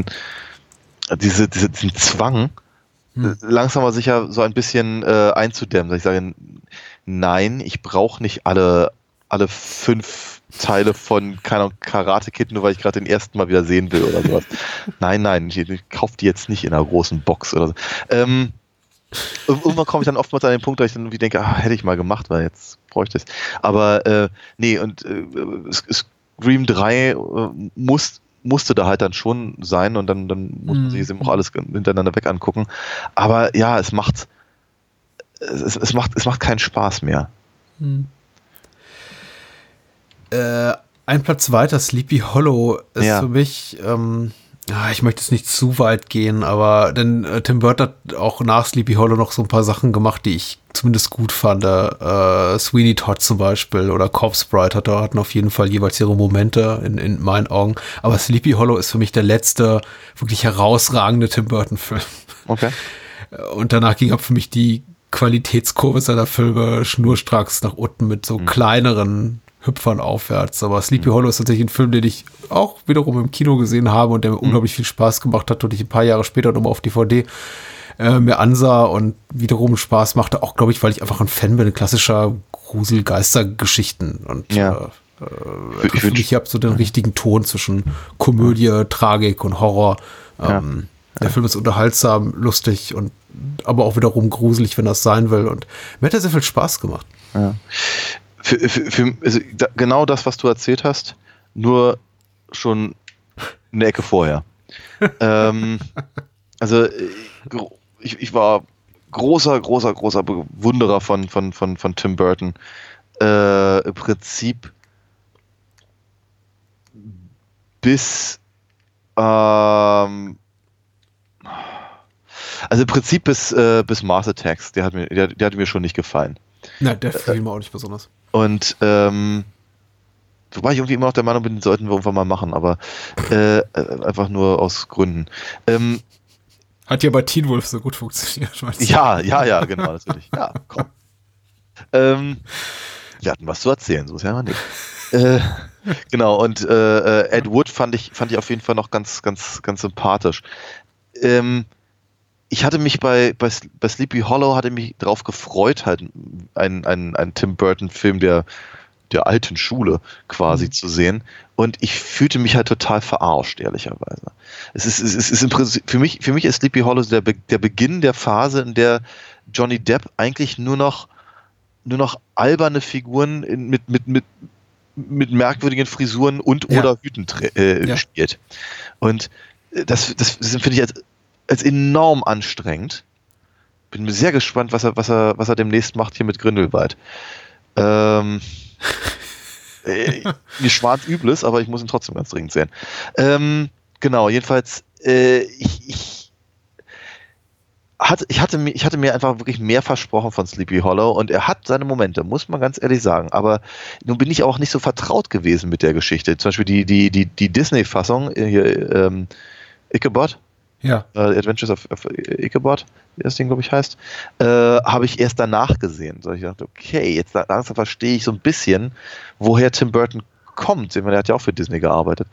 Zwang langsam aber sicher so ein bisschen einzudämmen. Ich sage, nein, ich brauche nicht alle 5 Teile von Karate Kid, nur weil ich gerade den ersten Mal wieder sehen will oder sowas. Nein, ich kaufe die jetzt nicht in einer großen Box oder so. Irgendwann komme ich dann oftmals an den Punkt, dass ich dann irgendwie denke, hätte ich mal gemacht, weil jetzt bräuchte ich es. Aber Scream 3 musste da halt dann schon sein und dann muss man sich eben auch alles hintereinander weg angucken. Aber ja, es macht keinen Spaß mehr. Ein Platz weiter, Sleepy Hollow, ist für mich, ich möchte jetzt nicht zu weit gehen, aber denn Tim Burton hat auch nach Sleepy Hollow noch so ein paar Sachen gemacht, die ich zumindest gut fand. Sweeney Todd zum Beispiel oder Corpse Bride hatten auf jeden Fall jeweils ihre Momente in meinen Augen. Aber Sleepy Hollow ist für mich der letzte wirklich herausragende Tim Burton-Film. Okay. Und danach ging ab für mich die Qualitätskurve seiner Filme schnurstracks nach unten mit so kleineren Hüpfern aufwärts. Aber Sleepy Hollow ist tatsächlich ein Film, den ich auch wiederum im Kino gesehen habe und der mir unglaublich viel Spaß gemacht hat und ich ein paar Jahre später nochmal auf DVD mir ansah und wiederum Spaß machte. Auch, glaube ich, weil ich einfach ein Fan bin, klassischer Grusel-Geister-Geschichten. Und ich habe so den richtigen Ton zwischen Komödie, Tragik und Horror. Der Film ist unterhaltsam, lustig und aber auch wiederum gruselig, wenn das sein will. Und mir hat er sehr viel Spaß gemacht. Ja. Also genau das, was du erzählt hast, nur schon eine Ecke vorher. Also ich war großer Bewunderer von Tim Burton. Im Prinzip bis bis Mars Attacks. Der hat mir schon nicht gefallen. Na, der fiel mir auch nicht besonders. Und wobei ich irgendwie immer noch der Meinung bin, den sollten wir irgendwann mal machen, aber einfach nur aus Gründen. Hat ja bei Teen Wolf so gut funktioniert. Ja, genau, natürlich. Ja, komm. Wir hatten was zu erzählen, so ist ja mal nicht. Genau, und Ed Wood fand ich auf jeden Fall noch ganz, ganz, ganz sympathisch. Ich hatte mich bei Sleepy Hollow drauf gefreut, halt einen Tim Burton-Film der alten Schule quasi zu sehen. Und ich fühlte mich halt total verarscht, ehrlicherweise. Es ist im Prinzip, für mich ist Sleepy Hollow der Beginn der Phase, in der Johnny Depp eigentlich nur noch alberne Figuren mit merkwürdigen Frisuren oder Hüten spielt. Und das finde ich als enorm anstrengend. Bin mir sehr gespannt, was er demnächst macht hier mit Grindelwald. Mir schwant Übles, aber ich muss ihn trotzdem ganz dringend sehen. Genau, jedenfalls, ich hatte mir einfach wirklich mehr versprochen von Sleepy Hollow und er hat seine Momente, muss man ganz ehrlich sagen. Aber nun bin ich auch nicht so vertraut gewesen mit der Geschichte. Zum Beispiel die Disney-Fassung, hier, Ichabod. Ja. Adventures of Ichabod, wie das Ding, glaube ich, heißt, habe ich erst danach gesehen. So, ich dachte, okay, jetzt langsam verstehe ich so ein bisschen, woher Tim Burton kommt. Der hat ja auch für Disney gearbeitet.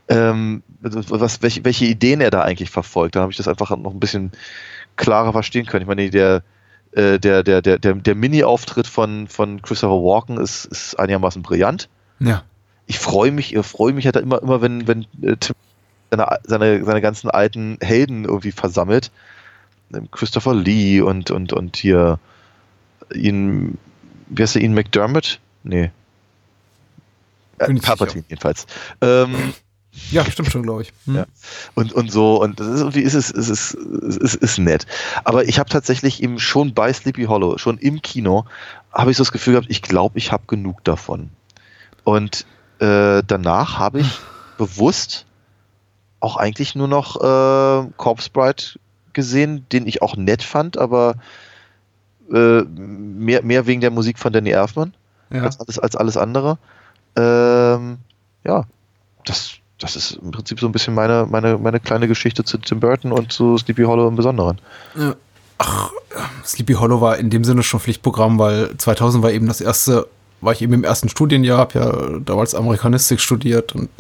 Welche Ideen er da eigentlich verfolgt. Da habe ich das einfach noch ein bisschen klarer verstehen können. Ich meine, der Mini-Auftritt von Christopher Walken ist einigermaßen brillant. Ja. Ich freue mich halt immer wenn Tim seine ganzen alten Helden irgendwie versammelt. Christopher Lee und hier wie heißt der, Ian McDermott? Nee. Palpatine jedenfalls. Ja, stimmt schon, glaube ich. Ja. Und so, und das ist irgendwie, ist nett. Aber ich habe tatsächlich eben schon bei Sleepy Hollow, schon im Kino, habe ich so das Gefühl gehabt, ich glaube, ich habe genug davon. Und danach habe ich bewusst auch eigentlich nur noch Corpse Bride gesehen, den ich auch nett fand, aber mehr wegen der Musik von Danny Elfman als alles andere. Ja, das ist im Prinzip so ein bisschen meine kleine Geschichte zu Tim Burton und zu Sleepy Hollow im Besonderen. Ja. Ach, Sleepy Hollow war in dem Sinne schon Pflichtprogramm, weil 2000 war ich eben im ersten Studienjahr, habe ja damals Amerikanistik studiert und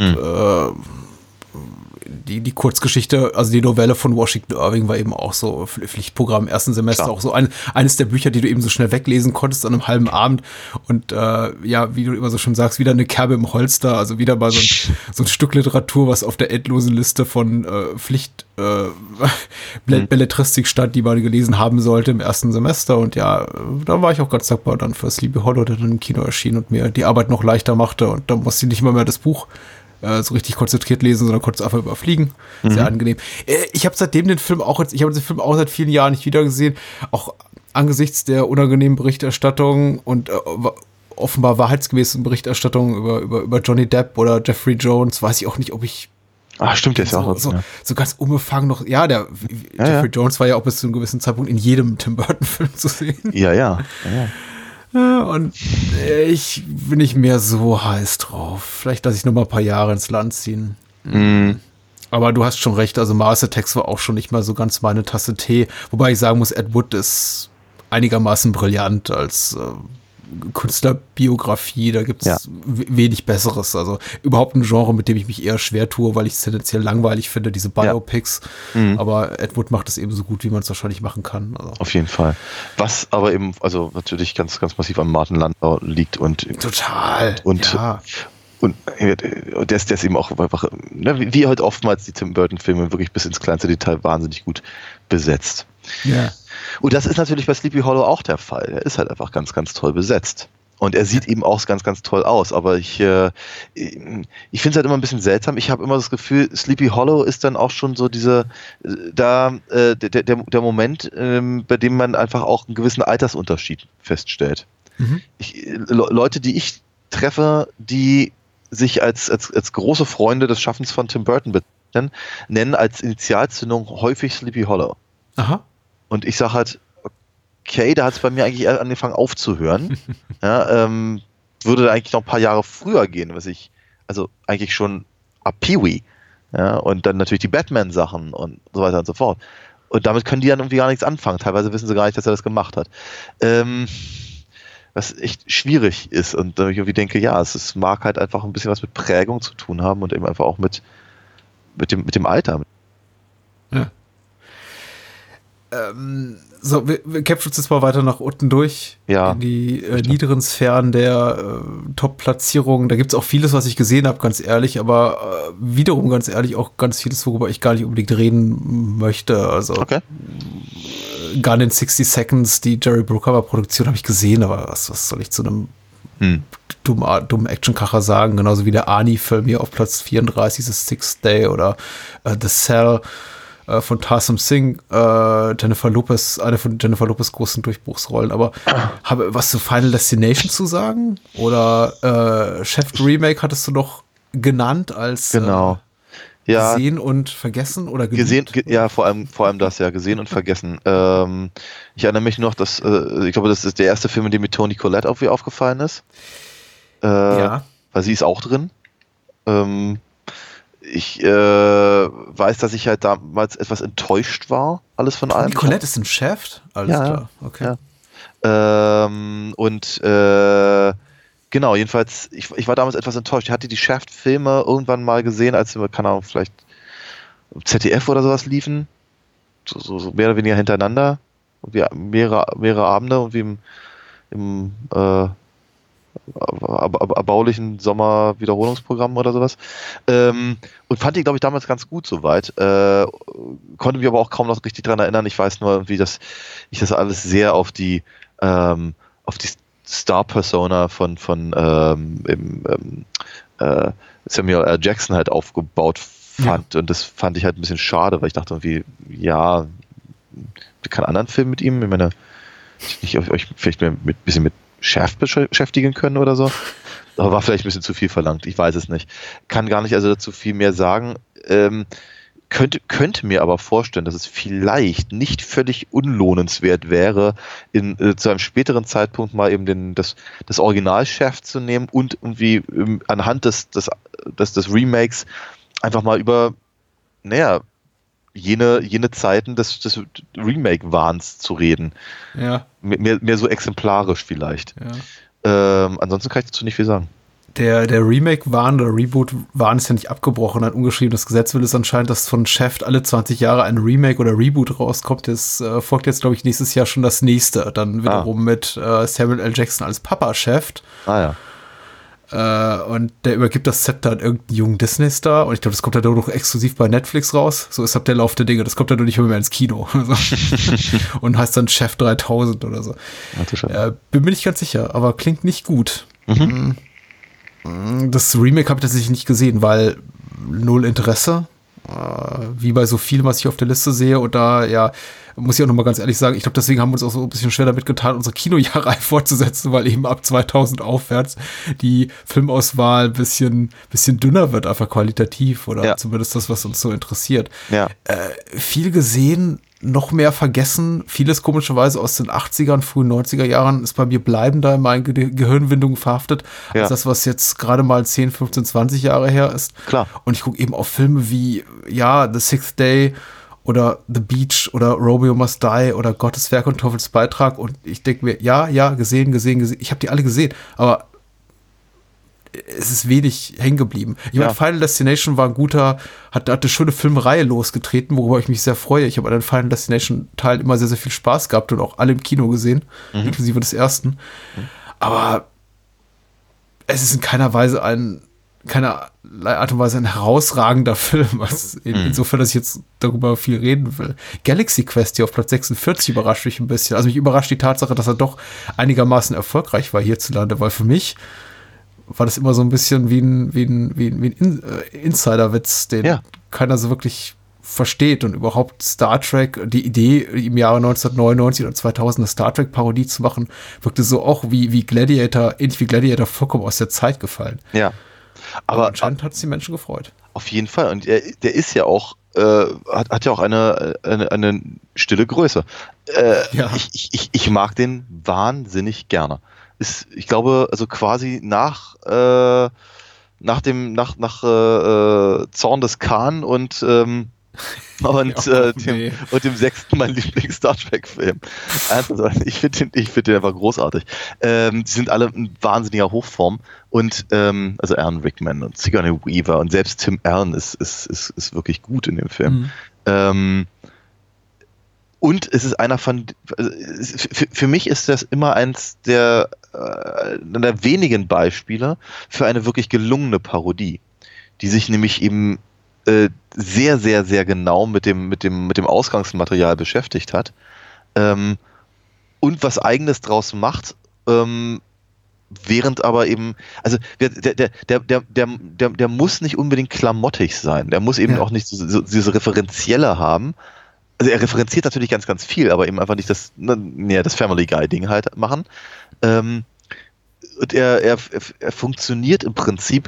die Kurzgeschichte, also die Novelle von Washington Irving war eben auch so Pflichtprogramm im ersten Semester. Klar. Auch so eines der Bücher, die du eben so schnell weglesen konntest an einem halben Abend und wie du immer so schon sagst, wieder eine Kerbe im Holster, also wieder mal so ein Stück Literatur, was auf der endlosen Liste von Belletristik stand, die man gelesen haben sollte im ersten Semester und ja, da war ich auch ganz dankbar dann für Sleepy Hollow, der dann im Kino erschien und mir die Arbeit noch leichter machte und da musste ich nicht mehr das Buch so richtig konzentriert lesen, sondern konnte es einfach überfliegen. Sehr angenehm. Ich habe den Film auch seit vielen Jahren nicht wieder gesehen, auch angesichts der unangenehmen Berichterstattung und offenbar wahrheitsgemäßen Berichterstattung über Johnny Depp oder Jeffrey Jones, weiß ich auch nicht, ob ich stimmt, der ist ja auch so ganz unbefangen noch, Jeffrey Jones war ja auch bis zu einem gewissen Zeitpunkt in jedem Tim Burton-Film zu sehen. Ja. Und ich bin nicht mehr so heiß drauf. Vielleicht lasse ich noch mal ein paar Jahre ins Land ziehen. Aber du hast schon recht, also Mars Attacks war auch schon nicht mal so ganz meine Tasse Tee. Wobei ich sagen muss, Ed Wood ist einigermaßen brillant als Künstlerbiografie. Da gibt es wenig Besseres. Also überhaupt ein Genre, mit dem ich mich eher schwer tue, weil ich es tendenziell langweilig finde, diese Biopics. Aber Ed Wood macht es eben so gut, wie man es wahrscheinlich machen kann. Also. Auf jeden Fall. Was aber eben, also natürlich ganz, ganz massiv an Martin Landau liegt und total. Und der ist eben auch einfach, wie halt oftmals die Tim Burton-Filme, wirklich bis ins kleinste Detail wahnsinnig gut besetzt. Ja. Und das ist natürlich bei Sleepy Hollow auch der Fall. Er ist halt einfach ganz, ganz toll besetzt. Und er sieht eben auch ganz, ganz toll aus. Aber ich finde es halt immer ein bisschen seltsam. Ich habe immer das Gefühl, Sleepy Hollow ist dann auch schon so der Moment, bei dem man einfach auch einen gewissen Altersunterschied feststellt. Leute, die ich treffe, die sich als große Freunde des Schaffens von Tim Burton bezeichnen, nennen als Initialzündung häufig Sleepy Hollow. Aha. Und ich sage halt, okay, da hat es bei mir eigentlich angefangen aufzuhören. Würde eigentlich noch ein paar Jahre früher gehen, also eigentlich schon ab Pee-wee. Ja, und dann natürlich die Batman-Sachen und so weiter und so fort. Und damit können die dann irgendwie gar nichts anfangen. Teilweise wissen sie gar nicht, dass er das gemacht hat. was echt schwierig ist. Und ich irgendwie denke, ja, es mag halt einfach ein bisschen was mit Prägung zu tun haben und eben einfach auch mit dem Alter. Ja. So, wir kämpfen uns jetzt mal weiter nach unten durch. Ja. In die niederen Sphären der Top-Platzierungen. Da gibt es auch vieles, was ich gesehen habe, ganz ehrlich, aber wiederum ganz ehrlich auch ganz vieles, worüber ich gar nicht unbedingt reden möchte. Also Okay. Gun in 60 Seconds, die Jerry Bruckheimer-Produktion habe ich gesehen, aber was soll ich zu einem dummen Actionkracher sagen? Genauso wie der Arnie-Film hier auf Platz 34, The Sixth Day oder The Cell von Tarsem Singh, Jennifer Lopez, eine von Jennifer Lopez großen Durchbruchsrollen. Aber habe was zu Final Destination zu sagen? Oder Chef Remake hattest du doch genannt als gesehen und vergessen oder gesehen? Ja, vor allem das, ja, gesehen und vergessen. Ich erinnere mich noch, dass ich glaube, das ist der erste Film, in dem mir Toni Collette aufgefallen ist. Weil sie ist auch drin. Ich weiß, dass ich halt damals etwas enttäuscht war, alles von allem. Nicolette ist ein Chef? Alles klar, okay. Ja. Genau, jedenfalls, ich war damals etwas enttäuscht. Ich hatte die Shaft-Filme irgendwann mal gesehen, als sie, keine Ahnung, vielleicht ZDF oder sowas liefen. So mehr oder weniger hintereinander. Und wir mehrere Abende und wie im erbaulichen Sommer-Wiederholungsprogramm oder sowas. Und fand die, glaube ich, damals ganz gut soweit. Konnte mich aber auch kaum noch richtig dran erinnern. Ich weiß nur, wie ich das alles sehr auf die Star-Persona von Samuel L. Jackson halt aufgebaut fand. Ja. Und das fand ich halt ein bisschen schade, weil ich dachte irgendwie, ja, keinen anderen Film mit ihm. Ich meine, ich euch vielleicht ein bisschen mit Shaft beschäftigen können oder so. Aber war vielleicht ein bisschen zu viel verlangt. Ich weiß es nicht. Kann gar nicht also dazu viel mehr sagen. Könnte mir aber vorstellen, dass es vielleicht nicht völlig unlohnenswert wäre, zu einem späteren Zeitpunkt mal eben das Original Shaft zu nehmen und irgendwie anhand des Remakes einfach mal über, jene Zeiten des Remake-Wahns zu reden. Ja. Mehr so exemplarisch vielleicht. Ja. Ansonsten kann ich dazu nicht viel sagen. Der Remake-Wahn oder Reboot-Wahn ist ja nicht abgebrochen. Ein ungeschriebenes Gesetz will es anscheinend, dass von Shaft alle 20 Jahre ein Remake oder Reboot rauskommt. Das folgt jetzt, glaube ich, nächstes Jahr schon das nächste. Dann wiederum mit Samuel L. Jackson als Papa Shaft. Ja. Und der übergibt das Zepter an irgendeinen jungen Disney-Star. Und ich glaube, das kommt dann nur noch exklusiv bei Netflix raus. So ist ab der Lauf der Dinge. Das kommt dann nur nicht mehr ins Kino. Und heißt dann Chef 3000 oder so. Bin mir nicht ganz sicher, aber klingt nicht gut. Mhm. Das Remake habe ich tatsächlich nicht gesehen, weil null Interesse. Wie bei so vielem, was ich auf der Liste sehe. Und da, muss ich auch nochmal ganz ehrlich sagen, ich glaube, deswegen haben wir uns auch so ein bisschen schwer damit getan, unsere Kinojahre fortzusetzen, weil eben ab 2000 aufwärts die Filmauswahl ein bisschen dünner wird, einfach qualitativ oder zumindest das, was uns so interessiert. Ja. Viel gesehen, noch mehr vergessen. Vieles komischerweise aus den 80ern, frühen 90er Jahren ist bei mir bleibender in meinen Gehirnwindungen verhaftet, als das, was jetzt gerade mal 10, 15, 20 Jahre her ist. Klar. Und ich gucke eben auf Filme wie, The Sixth Day oder The Beach oder Romeo Must Die oder Gottes Werk und Teufels Beitrag und ich denke mir, gesehen. Ich habe die alle gesehen, aber es ist wenig hängen geblieben. Ich meine, Final Destination war ein guter, hat eine schöne Filmreihe losgetreten, worüber ich mich sehr freue. Ich habe an den Final Destination Teil immer sehr, sehr viel Spaß gehabt und auch alle im Kino gesehen, inklusive des ersten. Aber es ist in keiner Art und Weise ein herausragender Film, insofern, dass ich jetzt darüber viel reden will. Galaxy Quest hier auf Platz 46 überrascht mich ein bisschen. Also mich überrascht die Tatsache, dass er doch einigermaßen erfolgreich war hierzulande, weil für mich war das immer so ein bisschen wie ein Insider-Witz, den keiner so wirklich versteht und überhaupt Star Trek, die Idee im Jahre 1999 oder 2000 eine Star Trek-Parodie zu machen, wirkte so auch wie Gladiator, ähnlich wie Gladiator vollkommen aus der Zeit gefallen. Ja. Aber anscheinend hat es die Menschen gefreut. Auf jeden Fall. Und der ist ja auch, hat ja auch eine stille Größe. Ich mag den wahnsinnig gerne. Ich glaube, also quasi nach Zorn des Khan und Und, dem 6. mein Lieblings-Star Trek-Film. Also, ich finde den einfach großartig. Die sind alle in wahnsinniger Hochform. Und also Alan Rickman und Sigourney Weaver und selbst Tim Allen ist wirklich gut in dem Film. Und es ist einer von, für mich ist das immer eins der wenigen Beispiele für eine wirklich gelungene Parodie, die sich nämlich eben sehr, sehr, sehr genau mit dem Ausgangsmaterial beschäftigt hat und was Eigenes draus macht, während aber eben, also der muss nicht unbedingt klamottig sein, der muss eben auch nicht so diese Referenzielle haben. Also er referenziert natürlich ganz, ganz viel, aber eben einfach nicht das Family Guy-Ding halt machen. Und er funktioniert im Prinzip.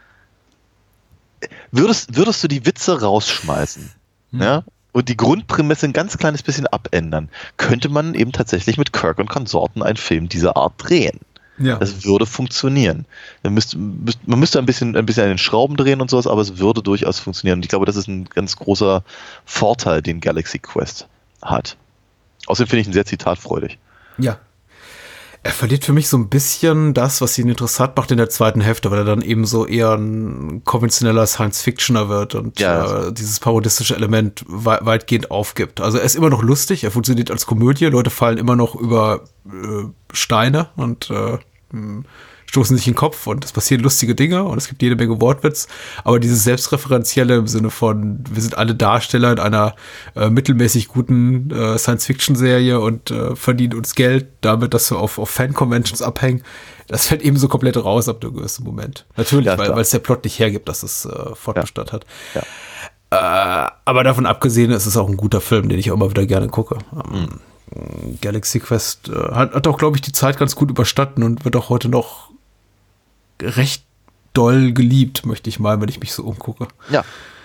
Würdest du die Witze rausschmeißen, ja, und die Grundprämisse ein ganz kleines bisschen abändern, könnte man eben tatsächlich mit Kirk und Konsorten einen Film dieser Art drehen. Ja. Das würde funktionieren. Man müsste ein bisschen an den Schrauben drehen und sowas, aber es würde durchaus funktionieren. Und ich glaube, das ist ein ganz großer Vorteil, den Galaxy Quest hat. Außerdem finde ich ihn sehr zitatfreudig. Ja. Er verliert für mich so ein bisschen das, was ihn interessant macht in der zweiten Hälfte, weil er dann eben so eher ein konventioneller Science-Fictioner wird und dieses parodistische Element weitgehend aufgibt. Also er ist immer noch lustig, er funktioniert als Komödie, Leute fallen immer noch über Steine und stoßen sich in den Kopf und es passieren lustige Dinge und es gibt jede Menge Wortwitz, aber dieses Selbstreferenzielle im Sinne von, wir sind alle Darsteller in einer mittelmäßig guten Science-Fiction-Serie und verdienen uns Geld damit, dass wir auf Fan-Conventions abhängen, das fällt eben so komplett raus ab einem gewissen Moment. Natürlich, weil es der Plot nicht hergibt, dass es Fortbestand hat. Ja. Aber davon abgesehen ist es auch ein guter Film, den ich auch immer wieder gerne gucke. Galaxy Quest hat auch, glaube ich, die Zeit ganz gut überstanden und wird auch heute noch recht doll geliebt, möchte ich mal, wenn ich mich so umgucke. Ja.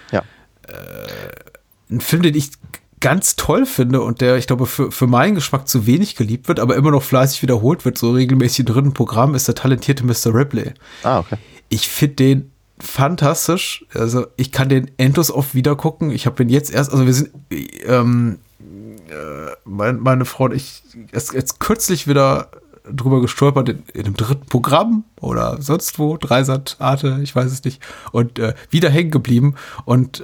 Ein Film, den ich ganz toll finde und der, ich glaube, für meinen Geschmack zu wenig geliebt wird, aber immer noch fleißig wiederholt wird, so regelmäßig drin im Programm, ist der talentierte Mr. Ripley. Okay. Ich finde den fantastisch. Also ich kann den endlos oft wieder gucken. Ich habe den jetzt erst, also wir sind meine Frau und ich jetzt kürzlich wieder drüber gestolpert in dem 3. Programm oder sonst wo, Dreisat, Arte, ich weiß es nicht, und wieder hängen geblieben und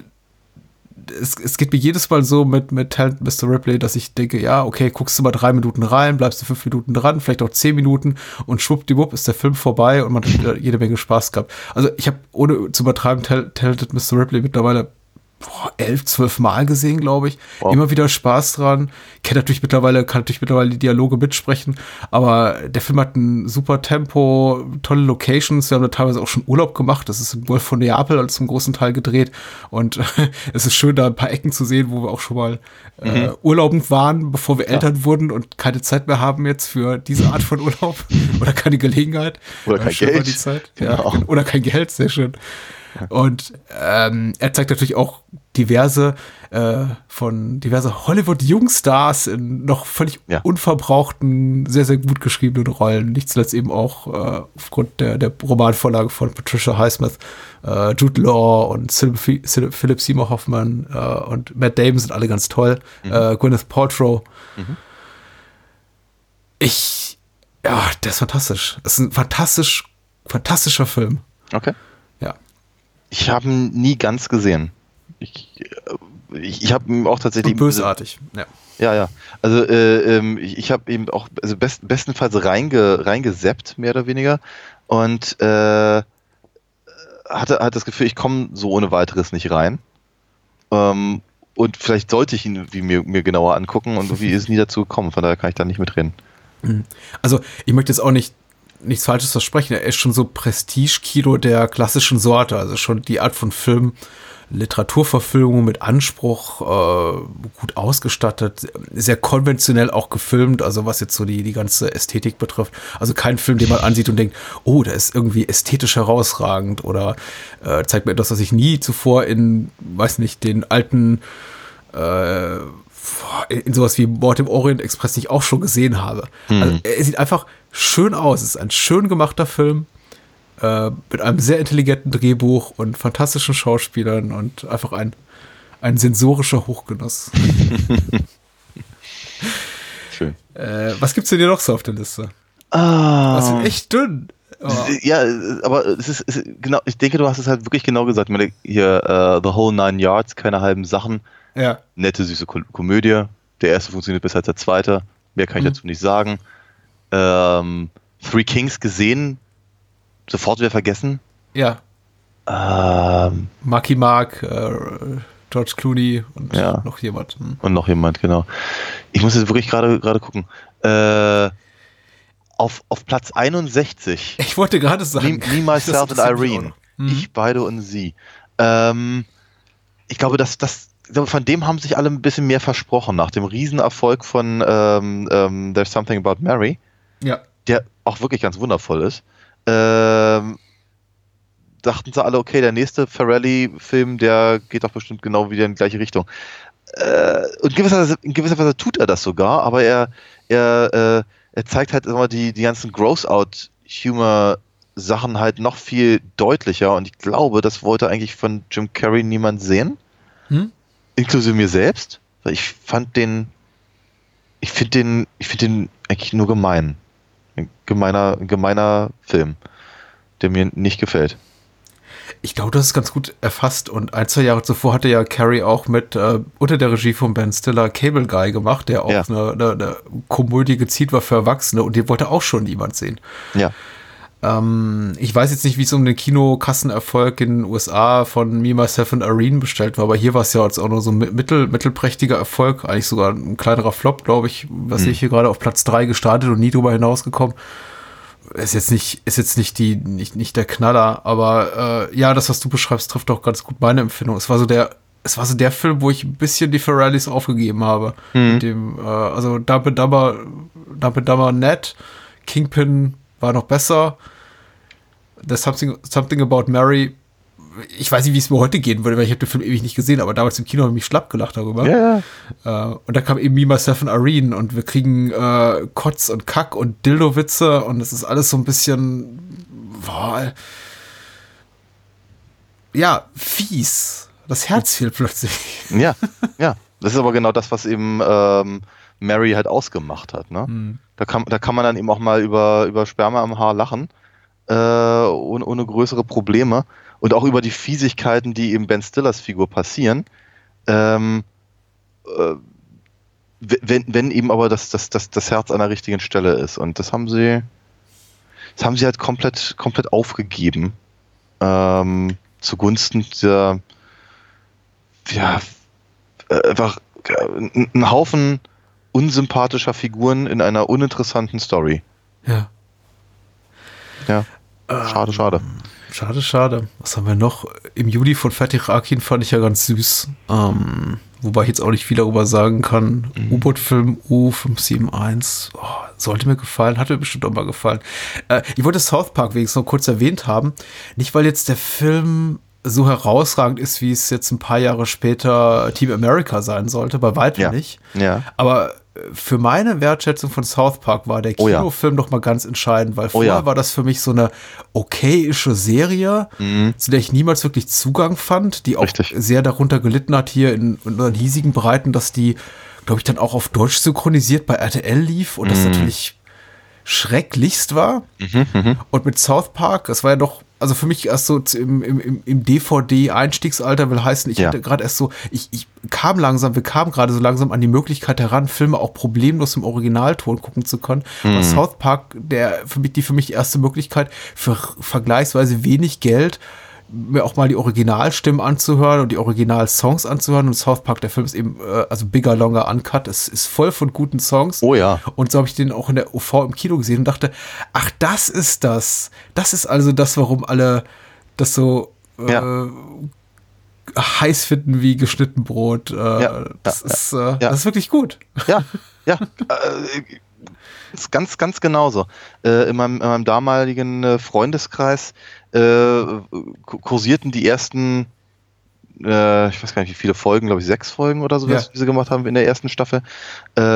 es geht mir jedes Mal so mit Talent Mr. Ripley, dass ich denke, ja, okay, guckst du mal 3 Minuten rein, bleibst du 5 Minuten dran, vielleicht auch 10 Minuten und schwuppdiwupp ist der Film vorbei und man hat jede Menge Spaß gehabt. Also ich habe, ohne zu übertreiben, Talented Mr. Ripley mittlerweile 11, 12 Mal gesehen, glaube ich. Wow. Immer wieder Spaß dran. Kann natürlich mittlerweile die Dialoge mitsprechen, aber der Film hat ein super Tempo, tolle Locations. Wir haben da teilweise auch schon Urlaub gemacht. Das ist im Golf von Neapel zum großen Teil gedreht und es ist schön, da ein paar Ecken zu sehen, wo wir auch schon mal urlaubend waren, bevor wir Eltern wurden und keine Zeit mehr haben jetzt für diese Art von Urlaub oder keine Gelegenheit. Oder kein Geld. Die Zeit. Genau. Ja, oder kein Geld, sehr schön. Und er zeigt natürlich auch diverse Hollywood-Jungstars in noch völlig unverbrauchten, sehr, sehr gut geschriebenen Rollen. Nicht zuletzt eben auch aufgrund der Romanvorlage von Patricia Highsmith, Jude Law und Philip Seymour Hoffman und Matt Damon sind alle ganz toll. Gwyneth Paltrow. Der ist fantastisch. Das ist ein fantastischer Film. Okay. Ja. Ich habe ihn nie ganz gesehen. Ich habe ihn auch tatsächlich... Und bösartig, Ja. Also ich habe eben auch bestenfalls reingesappt, mehr oder weniger. Und hatte das Gefühl, ich komme so ohne weiteres nicht rein. Und vielleicht sollte ich ihn mir genauer angucken und irgendwie ist es nie dazu gekommen. Von daher kann ich da nicht mitreden. Also ich möchte jetzt auch nichts Falsches versprechen. Er ist schon so Prestige-Kino der klassischen Sorte, also schon die Art von Film, Literaturverfilmung mit Anspruch, gut ausgestattet, sehr konventionell auch gefilmt, also was jetzt so die ganze Ästhetik betrifft. Also kein Film, den man ansieht und denkt, oh, der ist irgendwie ästhetisch herausragend oder zeigt mir etwas, was ich nie zuvor in, weiß nicht, den alten in sowas wie Mord im Orient Express nicht auch schon gesehen habe. Also er sieht einfach schön aus. Es ist ein schön gemachter Film mit einem sehr intelligenten Drehbuch und fantastischen Schauspielern und einfach ein Ein sensorischer Hochgenuss. Schön. Was gibt's denn hier noch so auf der Liste? Das ist echt dünn. Oh. Ja, aber es ist genau, ich denke, du hast es halt wirklich genau gesagt. Ich meine, hier The Whole 9 Yards, keine halben Sachen. Ja. Nette, süße Komödie. Der erste funktioniert besser als der zweite. Mehr kann ich dazu nicht sagen. Three Kings gesehen. Sofort wieder vergessen. Ja. Marky Mark, George Clooney und noch jemand. Und noch jemand, genau. Ich muss jetzt wirklich gerade gucken. Auf Platz 61. Ich wollte gerade sagen. Me, Myself and Irene. Ich, beide und sie. Ich glaube, von dem haben sich alle ein bisschen mehr versprochen. Nach dem Riesenerfolg von There's Something About Mary, der auch wirklich ganz wundervoll ist, dachten sie alle, okay, der nächste Farrelly-Film, der geht doch bestimmt genau wieder in die gleiche Richtung. Und in gewisser Weise tut er das sogar, aber er zeigt halt immer die ganzen Gross-Out-Humor-Sachen halt noch viel deutlicher, und ich glaube, das wollte eigentlich von Jim Carrey niemand sehen. Inklusive mir selbst, weil ich finde den eigentlich nur gemein. Ein gemeiner Film, der mir nicht gefällt. Ich glaube, das ist ganz gut erfasst, und 1-2 Jahre zuvor hatte ja Carrey auch mit unter der Regie von Ben Stiller Cable Guy gemacht, der auch eine Komödie gezielt war für Erwachsene, und den wollte auch schon niemand sehen. Ja. Ich weiß jetzt nicht, wie es um den Kinokassenerfolg in den USA von Me, Myself and Irene bestellt war, aber hier war es ja jetzt auch nur so ein mittelprächtiger Erfolg, eigentlich sogar ein kleinerer Flop, glaube ich, was ich hier gerade auf Platz 3 gestartet und nie drüber hinausgekommen. Ist jetzt nicht der Knaller, aber das, was du beschreibst, trifft auch ganz gut meine Empfindung. Es war so der Film, wo ich ein bisschen die Farrellys aufgegeben habe. Mit dem, also Dumb and Dumber nett, Kingpin war noch besser. There's Something About Mary, ich weiß nicht, wie es mir heute gehen würde, weil ich habe den Film ewig nicht gesehen, aber damals im Kino habe ich mich schlapp gelacht darüber. Ja. Und dann kam eben Me, Myself and Irene, und wir kriegen Kotz und Kack und Dildo-Witze, und es ist alles so ein bisschen fies. Das Herz fehlt plötzlich. Ja. Das ist aber genau das, was eben Mary halt ausgemacht hat, ne? Da kann man dann eben auch mal über Sperma am Haar lachen, ohne größere Probleme, und auch über die Fiesigkeiten, die eben Ben Stillers Figur passieren, wenn eben aber das Herz an der richtigen Stelle ist, und das haben sie halt komplett aufgegeben, zugunsten der einfach ein Haufen unsympathischer Figuren in einer uninteressanten Story. Ja. Ja. Schade. Schade. Was haben wir noch? Im Juli von Fatih Akin fand ich ja ganz süß. Wobei ich jetzt auch nicht viel darüber sagen kann. U-Boot-Film U571. Sollte mir gefallen. Hat mir bestimmt auch mal gefallen. Ich wollte South Park wenigstens noch kurz erwähnt haben. Nicht, weil jetzt der Film so herausragend ist, wie es jetzt ein paar Jahre später Team America sein sollte, bei weitem nicht. Ja. Aber für meine Wertschätzung von South Park war der Kinofilm noch mal ganz entscheidend, weil vorher war das für mich so eine okayische Serie, zu der ich niemals wirklich Zugang fand, die auch sehr darunter gelitten hat hier in unseren hiesigen Breiten, dass die, glaube ich, dann auch auf Deutsch synchronisiert bei RTL lief und das natürlich schrecklichst war. Und mit South Park, das war ja doch, also für mich erst so im DVD-Einstiegsalter, will heißen, ich hatte gerade erst so, wir kamen gerade so langsam an die Möglichkeit heran, Filme auch problemlos im Originalton gucken zu können. War South Park die für mich erste Möglichkeit, für vergleichsweise wenig Geld mir auch mal die Originalstimmen anzuhören und die Originalsongs anzuhören. Und South Park, der Film ist eben, also Bigger, Longer, Uncut, es ist voll von guten Songs. Oh ja. Und so habe ich den auch in der OV im Kino gesehen und dachte, ach, das ist das. Das ist also das, warum alle das so heiß finden wie geschnitten Brot. Das ist wirklich gut. Ja. Ist ganz, ganz genauso. In meinem damaligen Freundeskreis kursierten die ersten, ich weiß gar nicht, wie viele Folgen, glaube ich 6 Folgen oder so, wie sie gemacht haben in der ersten Staffel,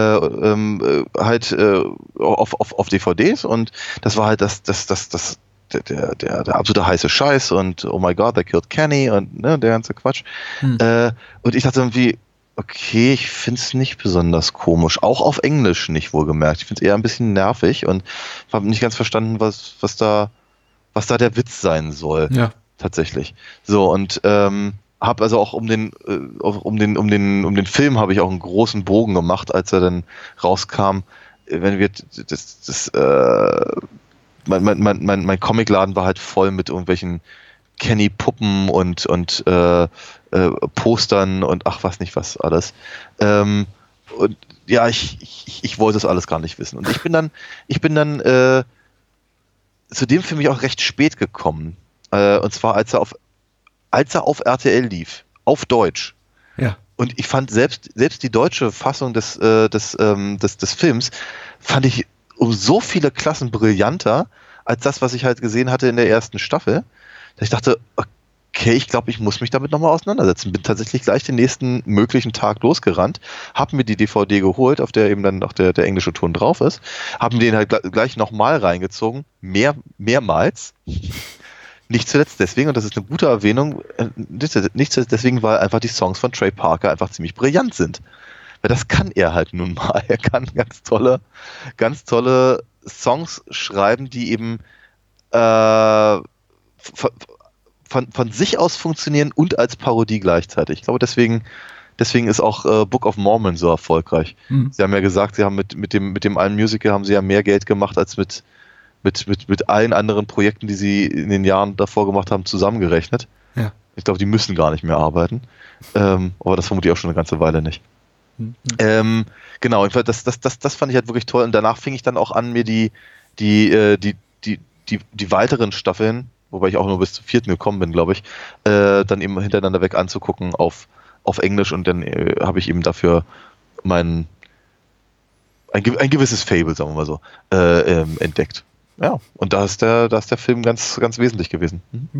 halt auf DVDs, und das war halt das der absolute heiße Scheiß und oh my God, they killed Kenny und ne, der ganze Quatsch. Und ich dachte irgendwie, okay, ich finde es nicht besonders komisch. Auch auf Englisch nicht, wohlgemerkt. Ich finde es eher ein bisschen nervig und habe nicht ganz verstanden, was da der Witz sein soll. Ja. Tatsächlich. So, und habe also auch um den Film habe ich auch einen großen Bogen gemacht, als er dann rauskam. Wenn wir mein Comicladen war halt voll mit irgendwelchen Kenny-Puppen und Postern und ach was nicht was alles. Und ja, ich wollte das alles gar nicht wissen. Und ich bin dann zu dem Film auch recht spät gekommen. Und zwar als er auf RTL lief, auf Deutsch. Ja. Und ich fand selbst die deutsche Fassung des Films fand ich um so viele Klassen brillanter als das, was ich halt gesehen hatte in der ersten Staffel. Dass ich dachte, okay, ich glaube, ich muss mich damit nochmal auseinandersetzen. Bin tatsächlich gleich den nächsten möglichen Tag losgerannt, habe mir die DVD geholt, auf der eben dann auch der englische Ton drauf ist, habe mir den halt gleich nochmal reingezogen, mehrmals. Nicht zuletzt deswegen, und das ist eine gute Erwähnung, nicht zuletzt deswegen, weil einfach die Songs von Trey Parker einfach ziemlich brillant sind. Weil das kann er halt nun mal. Er kann ganz tolle Songs schreiben, die eben von sich aus funktionieren und als Parodie gleichzeitig. Ich glaube, deswegen ist auch Book of Mormon so erfolgreich. Mhm. Sie haben ja gesagt, sie haben mit dem einen Musical haben sie ja mehr Geld gemacht als mit allen anderen Projekten, die sie in den Jahren davor gemacht haben, zusammengerechnet. Ja. Ich glaube, die müssen gar nicht mehr arbeiten. Aber das vermute ich auch schon eine ganze Weile nicht. Mhm. Genau, das fand ich halt wirklich toll. Und danach fing ich dann auch an, mir die weiteren Staffeln, wobei ich auch nur bis zur 4. gekommen bin, glaube ich, dann eben hintereinander weg anzugucken auf Englisch. Und dann habe ich eben dafür ein gewisses Fable, sagen wir mal so, entdeckt. Ja, und da ist der Film ganz, ganz wesentlich gewesen.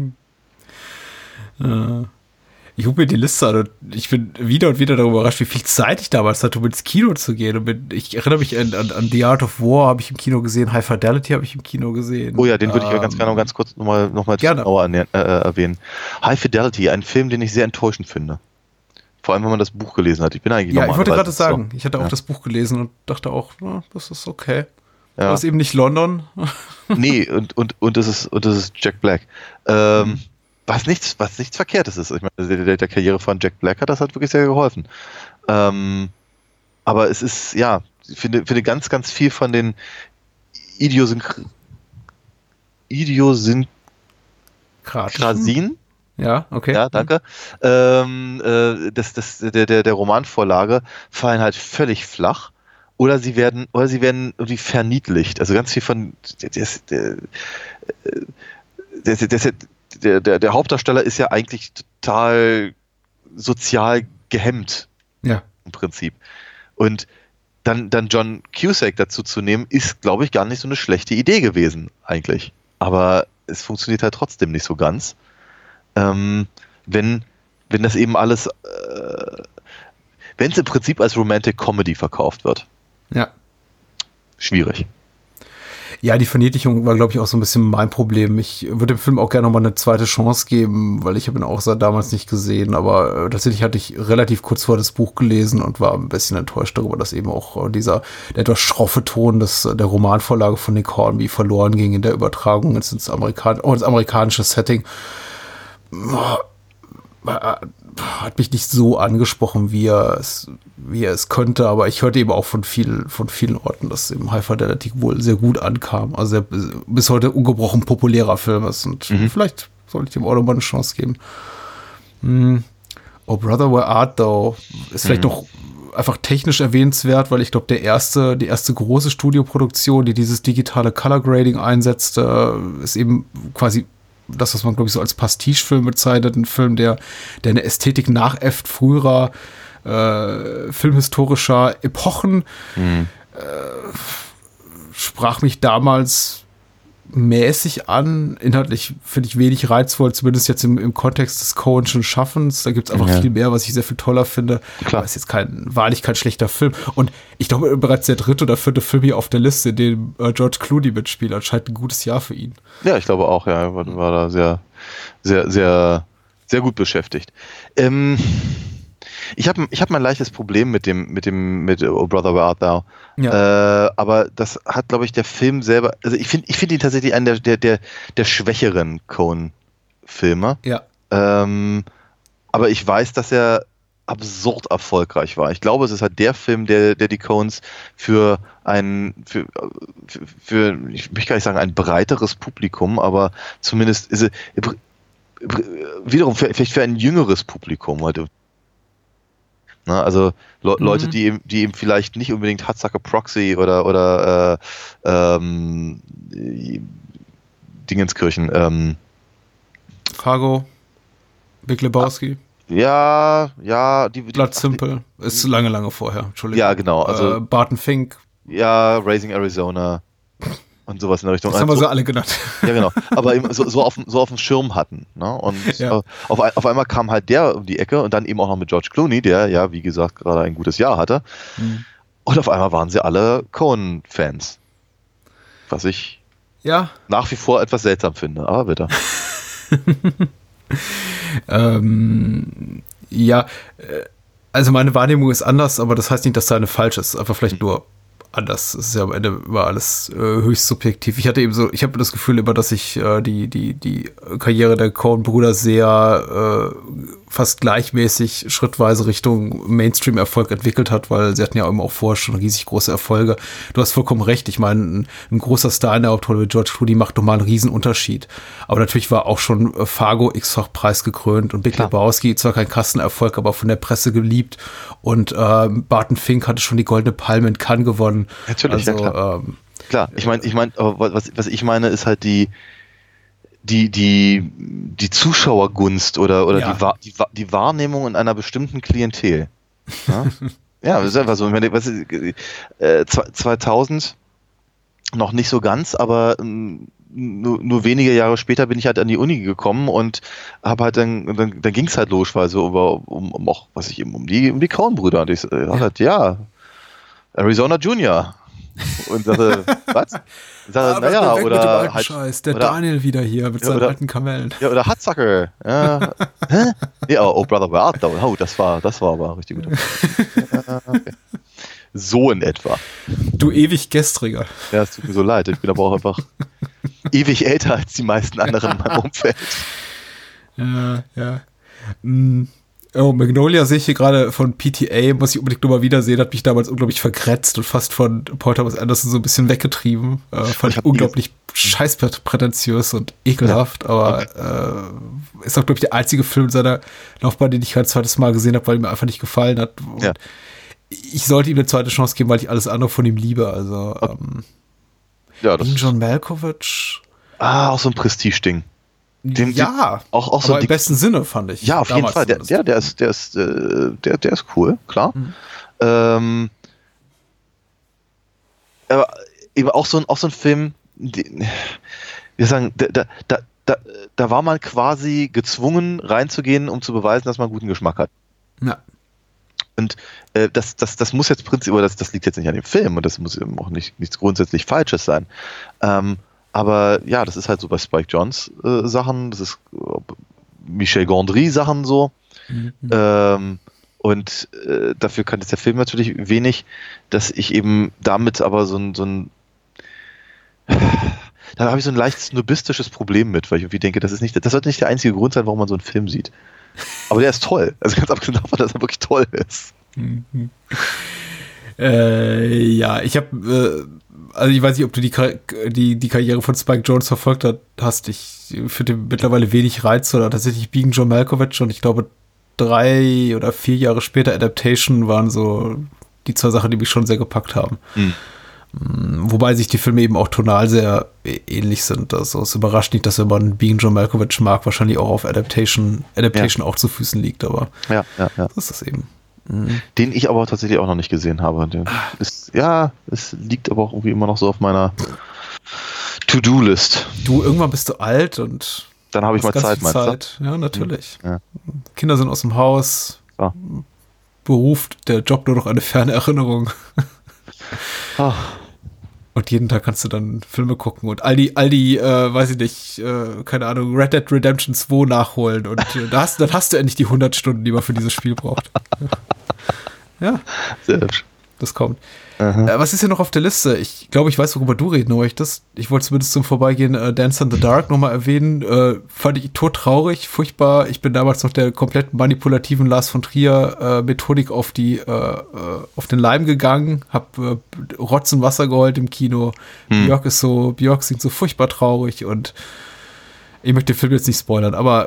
Ich gucke mir die Liste an und ich bin wieder und wieder darüber überrascht, wie viel Zeit ich damals hatte, um ins Kino zu gehen. Und ich erinnere mich an The Art of War habe ich im Kino gesehen, High Fidelity habe ich im Kino gesehen. Oh ja, den würde ich ganz gerne ganz kurz nochmal genauer erwähnen. High Fidelity, ein Film, den ich sehr enttäuschend finde. Vor allem, wenn man das Buch gelesen hat. Ich wollte gerade sagen, ich hatte auch das Buch gelesen und dachte auch, das ist okay. Ja. Aber es ist eben nicht London. Nee, und es ist Jack Black. Was nichts Verkehrtes ist. Ich meine, der Karriere von Jack Black hat das halt wirklich sehr geholfen. Aber es ist, ja, ich finde ganz, ganz viel von den Idiosynkrasien. Ja, okay. Ja, danke. Der Romanvorlage fallen halt völlig flach. Oder sie werden irgendwie verniedlicht. Also ganz viel von der Hauptdarsteller ist ja eigentlich total sozial gehemmt. Ja. Im Prinzip. Und dann John Cusack dazu zu nehmen, ist, glaube ich, gar nicht so eine schlechte Idee gewesen, eigentlich. Aber es funktioniert halt trotzdem nicht so ganz. Wenn das eben alles, wenn es im Prinzip als Romantic Comedy verkauft wird. Ja. Schwierig. Ja, die Verniedlichung war, glaube ich, auch so ein bisschen mein Problem. Ich würde dem Film auch gerne nochmal eine zweite Chance geben, weil ich habe ihn auch seit damals nicht gesehen, aber tatsächlich hatte ich relativ kurz vor das Buch gelesen und war ein bisschen enttäuscht darüber, dass eben auch der etwas schroffe Ton der Romanvorlage von Nick Hornby verloren ging in der Übertragung ins amerikanische Setting. Hat mich nicht so angesprochen, wie er es könnte, aber ich hörte eben auch von vielen Orten, dass eben High Fidelity wohl sehr gut ankam. Also bis heute ungebrochen populärer Film ist und vielleicht sollte ich dem auch nochmal eine Chance geben. Oh Brother, Where Art Thou ist vielleicht noch einfach technisch erwähnenswert, weil ich glaube, die erste große Studioproduktion, die dieses digitale Color Grading einsetzt, ist eben quasi das, was man, glaube ich, so als Pastiche-Film bezeichnet, ein Film, der eine Ästhetik nachäfft früherer filmhistorischer Epochen. Sprach mich damals mäßig an. Inhaltlich finde ich wenig reizvoll, zumindest jetzt im Kontext des Coen'schen Schaffens. Da gibt es einfach viel mehr, was ich sehr viel toller finde. Klar. Aber es ist jetzt wahrlich kein schlechter Film. Und ich glaube, bereits der 3. oder 4. Film hier auf der Liste, in dem George Clooney mitspielt, anscheinend ein gutes Jahr für ihn. Ja, ich glaube auch, ja. War da sehr, sehr, sehr, sehr gut beschäftigt. Ich hab mein leichtes Problem mit Oh Brother, Where Art Thou? Ja. Aber das hat, glaube ich, der Film selber, also ich finde ihn tatsächlich einen der schwächeren Coen-Filme. Ja. Aber ich weiß, dass er absurd erfolgreich war. Ich glaube, es ist halt der Film, der die Coens für ich möchte gar nicht sagen ein breiteres Publikum, aber zumindest ist wiederum vielleicht für ein jüngeres Publikum heute. Na, also Leute, die eben vielleicht nicht unbedingt Hudsucker Proxy oder Dingenskirchen Fargo, Big Lebowski. Ja, Blood Simple ist lange vorher. Entschuldigung. Ja, genau. Also Barton Fink. Ja, Raising Arizona und sowas in der Richtung. Das haben wir so alle genannt. Ja, genau. Aber eben so auf dem Schirm hatten. Ne? Und auf einmal kam halt der um die Ecke und dann eben auch noch mit George Clooney, der ja, wie gesagt, gerade ein gutes Jahr hatte. Mhm. Und auf einmal waren sie alle Coen-Fans. Was ich nach wie vor etwas seltsam finde. Aber bitte. Also meine Wahrnehmung ist anders, aber das heißt nicht, dass deine falsch ist. Einfach vielleicht nur anders. Es ist ja am Ende immer alles höchst subjektiv. Ich habe das Gefühl immer, dass sich die Karriere der Coen-Brüder sehr fast gleichmäßig schrittweise Richtung Mainstream-Erfolg entwickelt hat, weil sie hatten ja immer auch vorher schon riesig große Erfolge. Du hast vollkommen recht. Ich meine, ein großer Star in der Hauptrolle wie George Clooney macht nochmal einen Riesenunterschied. Aber natürlich war auch schon Fargo x-fach preisgekrönt und Big Lebowski zwar kein Kassenerfolg, aber von der Presse geliebt. Und Barton Fink hatte schon die Goldene Palme in Cannes gewonnen. Natürlich, also, ja, klar. Ich meine, was ich meine, ist halt die Zuschauergunst oder die Wahrnehmung in einer bestimmten Klientel. Ja, ja, das ist einfach so. Ich meine, 2000 noch nicht so ganz, aber nur wenige Jahre später bin ich halt an die Uni gekommen und habe halt dann ging es halt los, weil so um die Coen-Brüder. Und ich dachte, Arizona Junior. Und sagte, was? Ich sagte, oder halt, Scheiß, der Daniel wieder hier mit seinen alten Kamellen. Ja, oder Hudsucker. Ja. Ja, Oh Brother, Where Art Thou? Oh, das war aber richtig gut. Okay. So in etwa. Du ewig Gestriger. Ja, es tut mir so leid. Ich bin aber auch einfach ewig älter als die meisten anderen in meinem Umfeld. Ja. Oh, Magnolia sehe ich hier gerade von PTA, muss ich unbedingt nochmal wiedersehen, hat mich damals unglaublich vergrätzt und fast von Paul Thomas Anderson so ein bisschen weggetrieben. Fand ich unglaublich scheiß prätentiös und ekelhaft, aber ist auch, glaube ich, der einzige Film seiner Laufbahn, den ich kein zweites Mal gesehen habe, weil er mir einfach nicht gefallen hat. Und ich sollte ihm eine zweite Chance geben, weil ich alles andere von ihm liebe. Also, das John Malkovich. Auch so ein Prestige-Ding. Auch so aber im besten Sinne, fand ich. Ja, auf jeden Fall. Der ist cool, klar. Mhm. Aber eben auch so ein Film, wir sagen, da war man quasi gezwungen reinzugehen, um zu beweisen, dass man guten Geschmack hat. Ja. Und das muss jetzt prinzipiell, das liegt jetzt nicht an dem Film und das muss eben auch nichts grundsätzlich Falsches sein. Aber ja, das ist halt so bei Spike Jonze Sachen, das ist Michel Gondry Sachen so. Mhm. Und dafür kann jetzt der Film natürlich wenig, dass ich eben damit aber so ein da habe ich so ein leicht snobistisches Problem mit, weil ich irgendwie denke, das sollte nicht der einzige Grund sein, warum man so einen Film sieht. Aber der ist toll. Also ganz abgesehen davon, dass er wirklich toll ist. Mhm. Ich habe also ich weiß nicht, ob du die Karriere von Spike Jonze verfolgt hast. Ich finde mittlerweile wenig Reiz oder tatsächlich Being John Malkovich und ich glaube 3 oder 4 Jahre später Adaptation waren so die 2 Sachen, die mich schon sehr gepackt haben. Mhm. Wobei sich die Filme eben auch tonal sehr ähnlich sind. Also es überrascht nicht, dass wenn man Being John Malkovich mag, wahrscheinlich auch auf Adaptation auch zu Füßen liegt, aber das ist das eben. Mhm. Den ich aber tatsächlich auch noch nicht gesehen habe. Es liegt aber auch irgendwie immer noch so auf meiner To-Do-List. Du, irgendwann bist du alt und dann habe ich mal Zeit, meinst du? Ja, natürlich. Ja. Kinder sind aus dem Haus. Ja. Beruft der Job nur noch eine ferne Erinnerung. Ach. Und jeden Tag kannst du dann Filme gucken und all die, weiß ich nicht, keine Ahnung, Red Dead Redemption 2 nachholen und dann hast du endlich die 100 Stunden, die man für dieses Spiel braucht. Ja. Sehr hübsch. Das kommt. Was ist hier noch auf der Liste? Ich glaube, ich weiß, worüber du reden möchtest. Ich wollte zumindest zum Vorbeigehen Dance in the Dark nochmal erwähnen. Fand ich todtraurig, furchtbar. Ich bin damals noch der komplett manipulativen Lars von Trier Methodik auf den Leim gegangen, hab Rotz und Wasser geheult im Kino. Björk singt so furchtbar traurig und ich möchte den Film jetzt nicht spoilern, aber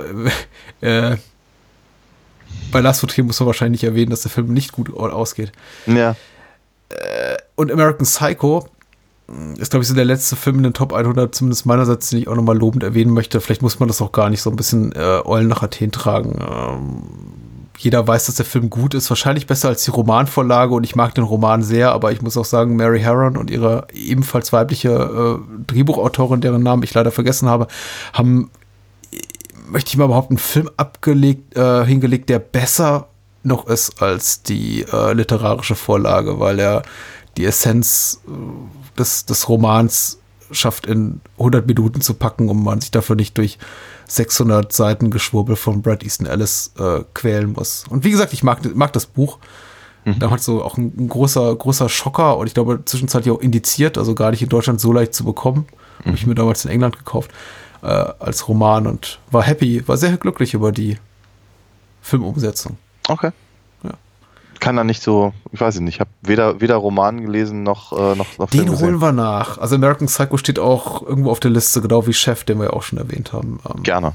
bei Lars von Trier muss man wahrscheinlich nicht erwähnen, dass der Film nicht gut ausgeht. Ja. Und American Psycho ist, glaube ich, so der letzte Film in den Top 100, zumindest meinerseits, den ich auch nochmal lobend erwähnen möchte. Vielleicht muss man das auch gar nicht so ein bisschen Eulen nach Athen tragen. Jeder weiß, dass der Film gut ist, wahrscheinlich besser als die Romanvorlage und ich mag den Roman sehr, aber ich muss auch sagen, Mary Harron und ihre ebenfalls weibliche Drehbuchautorin, deren Namen ich leider vergessen habe, haben, möchte ich mal behaupten, einen Film hingelegt, der besser noch ist als die literarische Vorlage, weil er die Essenz des Romans schafft, in 100 Minuten zu packen, um man sich dafür nicht durch 600 Seiten Geschwurbel von Bret Easton Ellis quälen muss. Und wie gesagt, ich mag das Buch. Damals so auch ein großer Schocker und ich glaube zwischenzeitlich auch indiziert, also gar nicht in Deutschland so leicht zu bekommen. Habe ich mir damals in England gekauft als Roman und war sehr glücklich über die Filmumsetzung. Okay. Ja. Kann da nicht so, ich weiß nicht, ich habe weder Roman gelesen noch Den Film gesehen. holen wir nach. Also American Psycho steht auch irgendwo auf der Liste, genau wie Chef, den wir ja auch schon erwähnt haben. Gerne.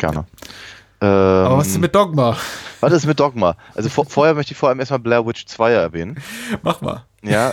Aber was ist mit Dogma? Was ist mit Dogma? Also vorher möchte ich vor allem erstmal Blair Witch 2 erwähnen. Mach mal. Ja,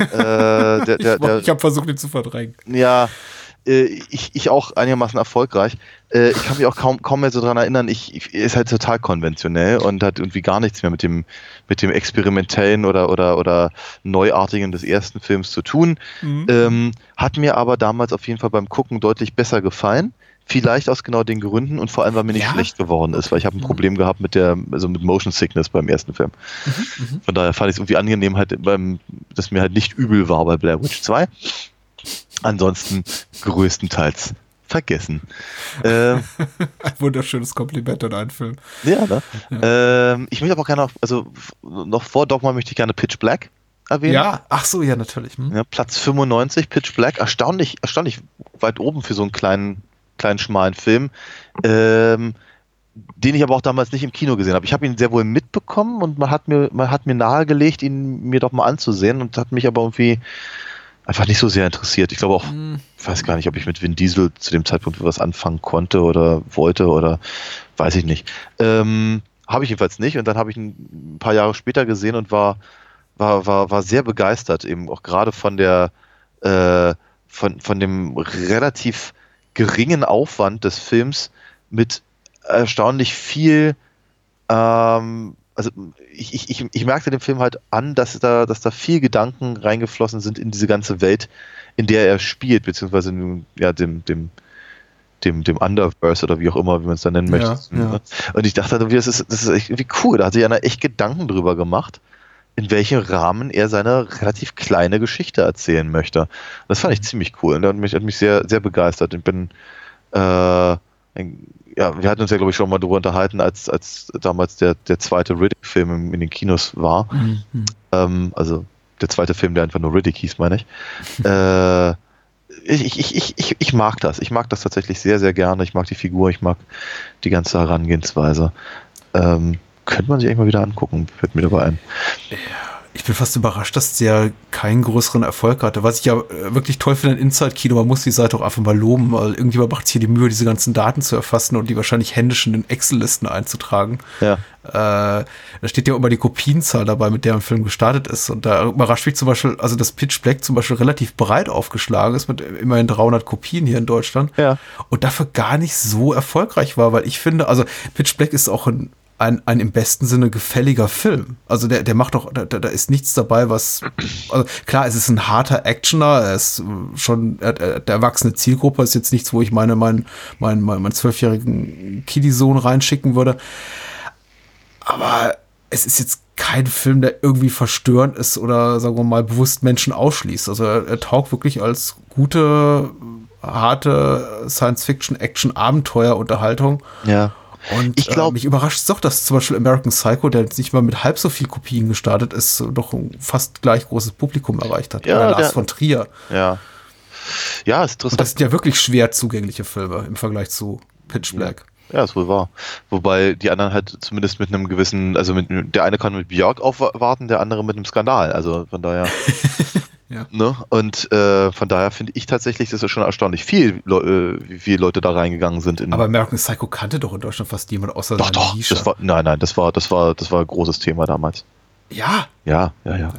ich habe versucht, ihn zu verdrängen. Ja, ich auch einigermaßen erfolgreich. Ich kann mich auch kaum mehr so dran erinnern. Ist halt total konventionell und hat irgendwie gar nichts mehr mit dem Experimentellen oder Neuartigen des ersten Films zu tun. Hat mir aber damals auf jeden Fall beim Gucken deutlich besser gefallen. Vielleicht aus genau den Gründen und vor allem, weil mir nicht schlecht geworden ist, weil ich habe ein Problem gehabt mit Motion Sickness beim ersten Film. Von daher fand ich es irgendwie angenehm, halt dass mir halt nicht übel war bei Blair Witch 2. Ansonsten größtenteils vergessen. Ein wunderschönes Kompliment an einen Film. Ja, ne? Ja. Ich möchte aber gerne noch vor Dogma möchte ich gerne Pitch Black erwähnen. Ja, ach so, ja, natürlich. Ja, Platz 95, Pitch Black, erstaunlich weit oben für so einen kleinen schmalen Film, den ich aber auch damals nicht im Kino gesehen habe. Ich habe ihn sehr wohl mitbekommen und man hat mir nahegelegt, ihn mir doch mal anzusehen und hat mich aber irgendwie einfach nicht so sehr interessiert. Ich glaube auch, ich weiß gar nicht, ob ich mit Vin Diesel zu dem Zeitpunkt was anfangen konnte oder wollte oder weiß ich nicht. Habe ich jedenfalls nicht und dann habe ich ihn ein paar Jahre später gesehen und war sehr begeistert, eben auch gerade von dem relativ geringen Aufwand des Films mit erstaunlich viel, also ich merkte dem Film halt an, dass da viel Gedanken reingeflossen sind in diese ganze Welt, in der er spielt, beziehungsweise dem Underverse oder wie auch immer, wie man es da nennen möchte. Ja. Und ich dachte, das ist echt irgendwie cool, da hat sich einer echt Gedanken drüber gemacht, in welchem Rahmen er seine relativ kleine Geschichte erzählen möchte. Das fand ich ziemlich cool und hat mich sehr, sehr begeistert. Ich bin wir hatten uns ja, glaube ich, schon mal darüber unterhalten, als damals der zweite Riddick-Film in den Kinos war. Also der zweite Film, der einfach nur Riddick hieß, meine ich. Ich mag das. Ich mag das tatsächlich sehr, sehr gerne. Ich mag die Figur, ich mag die ganze Herangehensweise. Könnte man sich eigentlich mal wieder angucken, fällt mir dabei ein. Ich bin fast überrascht, dass der keinen größeren Erfolg hatte. Was ich ja wirklich toll finde in Inside-Kino, man muss die Seite auch einfach mal loben, weil irgendjemand macht sich hier die Mühe, diese ganzen Daten zu erfassen und die wahrscheinlich händisch in den Excel-Listen einzutragen. Ja. Da steht ja immer die Kopienzahl dabei, mit der ein Film gestartet ist. Und da überrascht mich zum Beispiel, also dass Pitch Black zum Beispiel relativ breit aufgeschlagen ist, mit immerhin 300 Kopien hier in Deutschland. Ja. Und dafür gar nicht so erfolgreich war, weil ich finde, also Pitch Black ist auch ein ein im besten Sinne gefälliger Film. Also der macht doch, da ist nichts dabei, was, also klar, es ist ein harter Actioner, er ist schon, der erwachsene Zielgruppe ist jetzt nichts, wo ich meinen 12-jährigen Kiddie-Sohn reinschicken würde. Aber es ist jetzt kein Film, der irgendwie verstörend ist oder, sagen wir mal, bewusst Menschen ausschließt. Also er taugt wirklich als gute, harte Science-Fiction-Action-Abenteuer-Unterhaltung. Ja. Und ich glaube, mich überrascht es doch, dass zum Beispiel American Psycho, der jetzt nicht mal mit halb so viel Kopien gestartet ist, doch ein fast gleich großes Publikum erreicht hat. Ja, oder Lars von Trier. Ja. Ja, ist interessant. Und das sind ja wirklich schwer zugängliche Filme im Vergleich zu Pitch Black. Ja, ist wohl wahr. Wobei die anderen halt zumindest mit einem gewissen, also der eine kann mit Björk aufwarten, der andere mit einem Skandal. Also von daher. Ja. Ne? Und von daher finde ich tatsächlich, das ist schon erstaunlich wie viele Leute da reingegangen sind. Aber American Psycho kannte doch in Deutschland fast niemand außer Doch, Nische. das war ein großes Thema damals. Ja. Ja.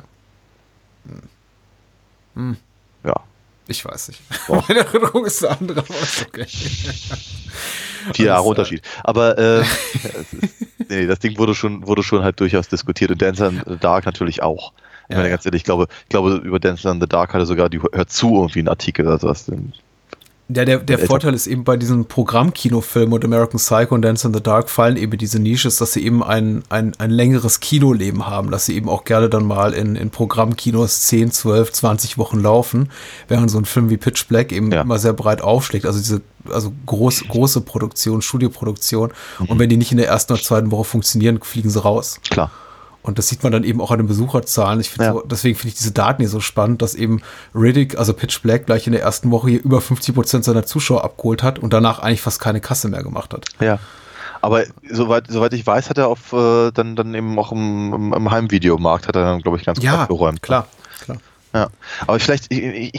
Hm. Ja. Ich weiß nicht. Meine Erinnerung ist eine andere, aber ist okay. 4 Jahre Unterschied. Aber das Ding wurde schon halt durchaus diskutiert und Dancer in the Dark natürlich auch. Ich meine, ganz ehrlich, ich glaube, über Dancer in the Dark hatte sogar die Hört zu irgendwie einen Artikel oder sowas. Ja, der Vorteil ist eben bei diesen Programmkinofilmen und American Psycho und Dance in the Dark fallen eben diese Nisches, dass sie eben ein längeres Kinoleben haben, dass sie eben auch gerne dann mal in Programmkinos 10, 12, 20 Wochen laufen, während so ein Film wie Pitch Black eben immer sehr breit aufschlägt. Also große Produktion, Studioproduktion. Und wenn die nicht in der ersten oder zweiten Woche funktionieren, fliegen sie raus. Klar. Und das sieht man dann eben auch an den Besucherzahlen. Deswegen finde ich diese Daten hier so spannend, dass eben Riddick, also Pitch Black, gleich in der ersten Woche hier über 50% seiner Zuschauer abgeholt hat und danach eigentlich fast keine Kasse mehr gemacht hat. Ja, aber soweit ich weiß, hat er dann eben auch im Heimvideomarkt hat er dann, glaube ich, ganz gut abgeräumt. Klar. Ja, aber vielleicht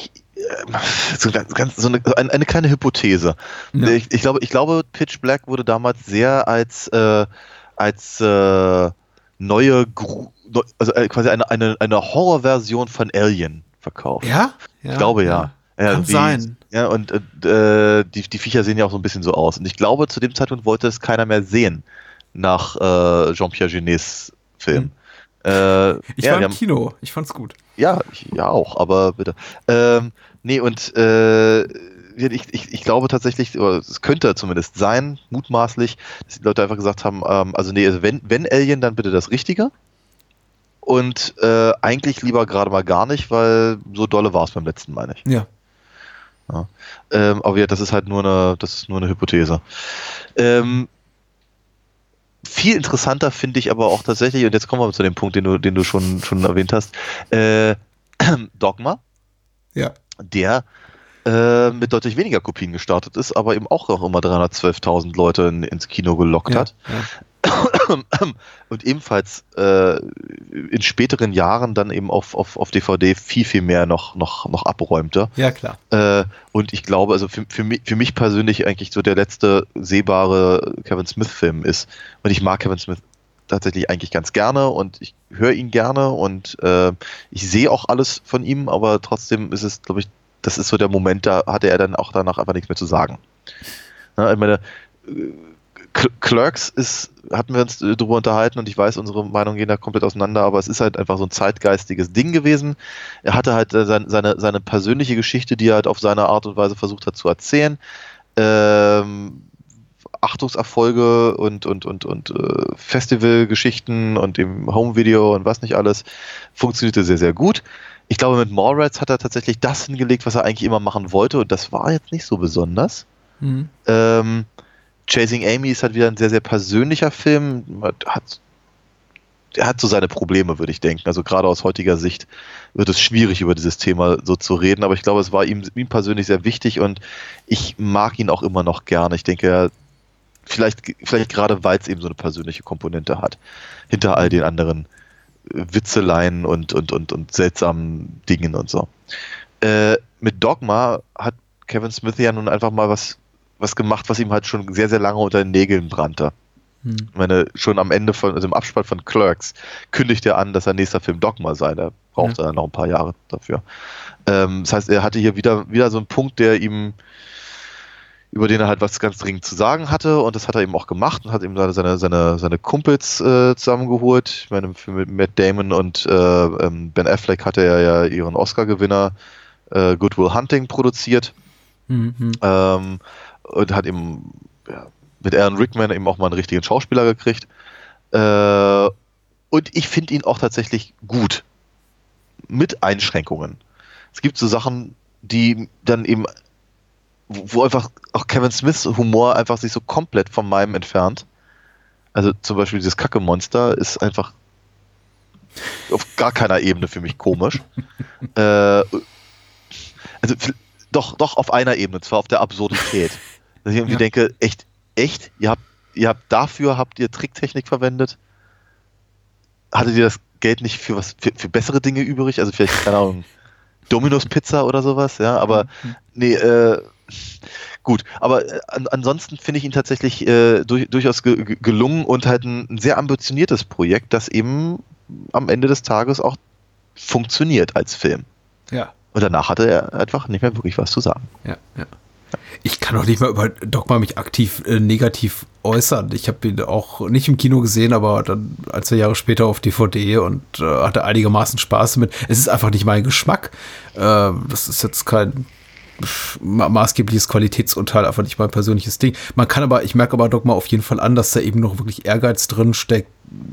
eine kleine Hypothese. Ja. Ich glaube, Pitch Black wurde damals sehr als neue, also quasi eine Horrorversion von Alien verkauft. Ja? Ich glaube, ja. Kann sein. Ja, und die Viecher sehen ja auch so ein bisschen so aus. Und ich glaube, zu dem Zeitpunkt wollte es keiner mehr sehen nach Jean-Pierre Genets Film. Ich war im Kino. Ich fand's gut. Ja, ich auch, aber bitte. Ich glaube tatsächlich, oder es könnte zumindest sein, mutmaßlich, dass die Leute einfach gesagt haben, wenn Alien, dann bitte das Richtige. Und eigentlich lieber gerade mal gar nicht, weil so dolle war es beim letzten Mal nicht. Ja. Aber ja, das ist halt nur eine Hypothese. Viel interessanter finde ich aber auch tatsächlich, und jetzt kommen wir zu dem Punkt, den du schon erwähnt hast, Dogma. Ja. Der mit deutlich weniger Kopien gestartet ist, aber eben auch noch immer 312.000 Leute ins Kino gelockt hat. Ja. Und ebenfalls in späteren Jahren dann eben auf DVD viel mehr noch abräumte. Ja, klar. Und ich glaube, also für mich persönlich eigentlich so der letzte sehbare Kevin Smith-Film ist. Und ich mag Kevin Smith tatsächlich eigentlich ganz gerne und ich höre ihn gerne und ich sehe auch alles von ihm, aber trotzdem ist es, glaube ich, das ist so der Moment, da hatte er dann auch danach einfach nichts mehr zu sagen. Ja, ich meine, Clerks hatten wir uns drüber unterhalten und ich weiß, unsere Meinungen gehen da komplett auseinander, aber es ist halt einfach so ein zeitgeistiges Ding gewesen. Er hatte halt seine persönliche Geschichte, die er halt auf seine Art und Weise versucht hat zu erzählen. Achtungserfolge und Festivalgeschichten und dem Home-Video und was nicht alles funktionierte sehr, sehr gut. Ich glaube, mit Mallrats hat er tatsächlich das hingelegt, was er eigentlich immer machen wollte und das war jetzt nicht so besonders. Mhm. Chasing Amy ist halt wieder ein sehr, sehr persönlicher Film. Er hat so seine Probleme, würde ich denken. Also gerade aus heutiger Sicht wird es schwierig, über dieses Thema so zu reden, aber ich glaube, es war ihm persönlich sehr wichtig und ich mag ihn auch immer noch gerne. Ich denke, vielleicht gerade, weil es eben so eine persönliche Komponente hat, hinter all den anderen Witzeleien und seltsamen Dingen und so. Mit Dogma hat Kevin Smith ja nun einfach mal was gemacht, was ihm halt schon sehr, sehr lange unter den Nägeln brannte. Ich meine, schon am Ende im Abspann von Clerks kündigt er an, dass sein nächster Film Dogma sei. Der braucht dann noch ein paar Jahre dafür. Das heißt, er hatte hier wieder so einen Punkt, der ihm über den er halt was ganz dringend zu sagen hatte, und das hat er eben auch gemacht und hat eben seine Kumpels zusammengeholt. Ich meine, mit Matt Damon und Ben Affleck hatte er ja ihren Oscar-Gewinner Good Will Hunting produziert. Und hat eben mit Alan Rickman eben auch mal einen richtigen Schauspieler gekriegt. Und ich finde ihn auch tatsächlich gut. Mit Einschränkungen. Es gibt so Sachen, die dann eben, wo einfach auch Kevin Smiths Humor einfach sich so komplett von meinem entfernt. Also zum Beispiel dieses Kacke-Monster ist einfach auf gar keiner Ebene für mich komisch. Also doch auf einer Ebene, zwar auf der Absurdität. Dass ich irgendwie denke, echt? Habt ihr Tricktechnik verwendet? Hattet ihr das Geld nicht für bessere Dinge übrig? Also vielleicht, keine Ahnung, Domino's Pizza oder sowas, ja, aber nee, gut. Aber ansonsten finde ich ihn tatsächlich durchaus gelungen und halt ein sehr ambitioniertes Projekt, das eben am Ende des Tages auch funktioniert als Film. Ja. Und danach hatte er einfach nicht mehr wirklich was zu sagen. Ja. Ich kann auch nicht mal über Dogma mich aktiv negativ äußern. Ich habe ihn auch nicht im Kino gesehen, aber dann, als er Jahre später auf DVD und hatte einigermaßen Spaß damit. Es ist einfach nicht mein Geschmack. Das ist jetzt kein maßgebliches Qualitätsurteil, einfach nicht mein persönliches Ding. Ich merke aber Dogma auf jeden Fall an, dass da eben noch wirklich Ehrgeiz drin steckt,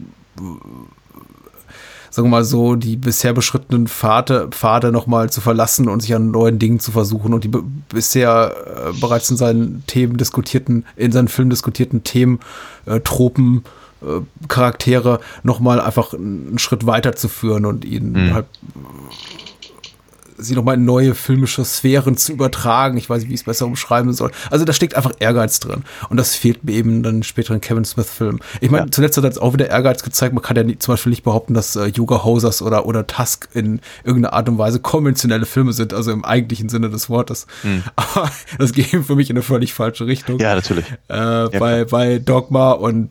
sagen wir mal so, die bisher beschrittenen Pfade nochmal zu verlassen und sich an neuen Dingen zu versuchen und die bisher bereits in seinen Film diskutierten Themen, Tropen, Charaktere nochmal einfach einen Schritt weiter zu führen und ihnen halt sie nochmal in neue filmische Sphären zu übertragen. Ich weiß nicht, wie ich es besser umschreiben soll. Also da steckt einfach Ehrgeiz drin. Und das fehlt mir eben dann späteren Kevin Smith-Filmen. Ich meine, zuletzt hat er jetzt auch wieder Ehrgeiz gezeigt. Man kann ja zum Beispiel nicht behaupten, dass Yoga Hosers oder Tusk in irgendeiner Art und Weise konventionelle Filme sind, also im eigentlichen Sinne des Wortes. Aber das geht für mich in eine völlig falsche Richtung. Ja, natürlich. Bei Dogma und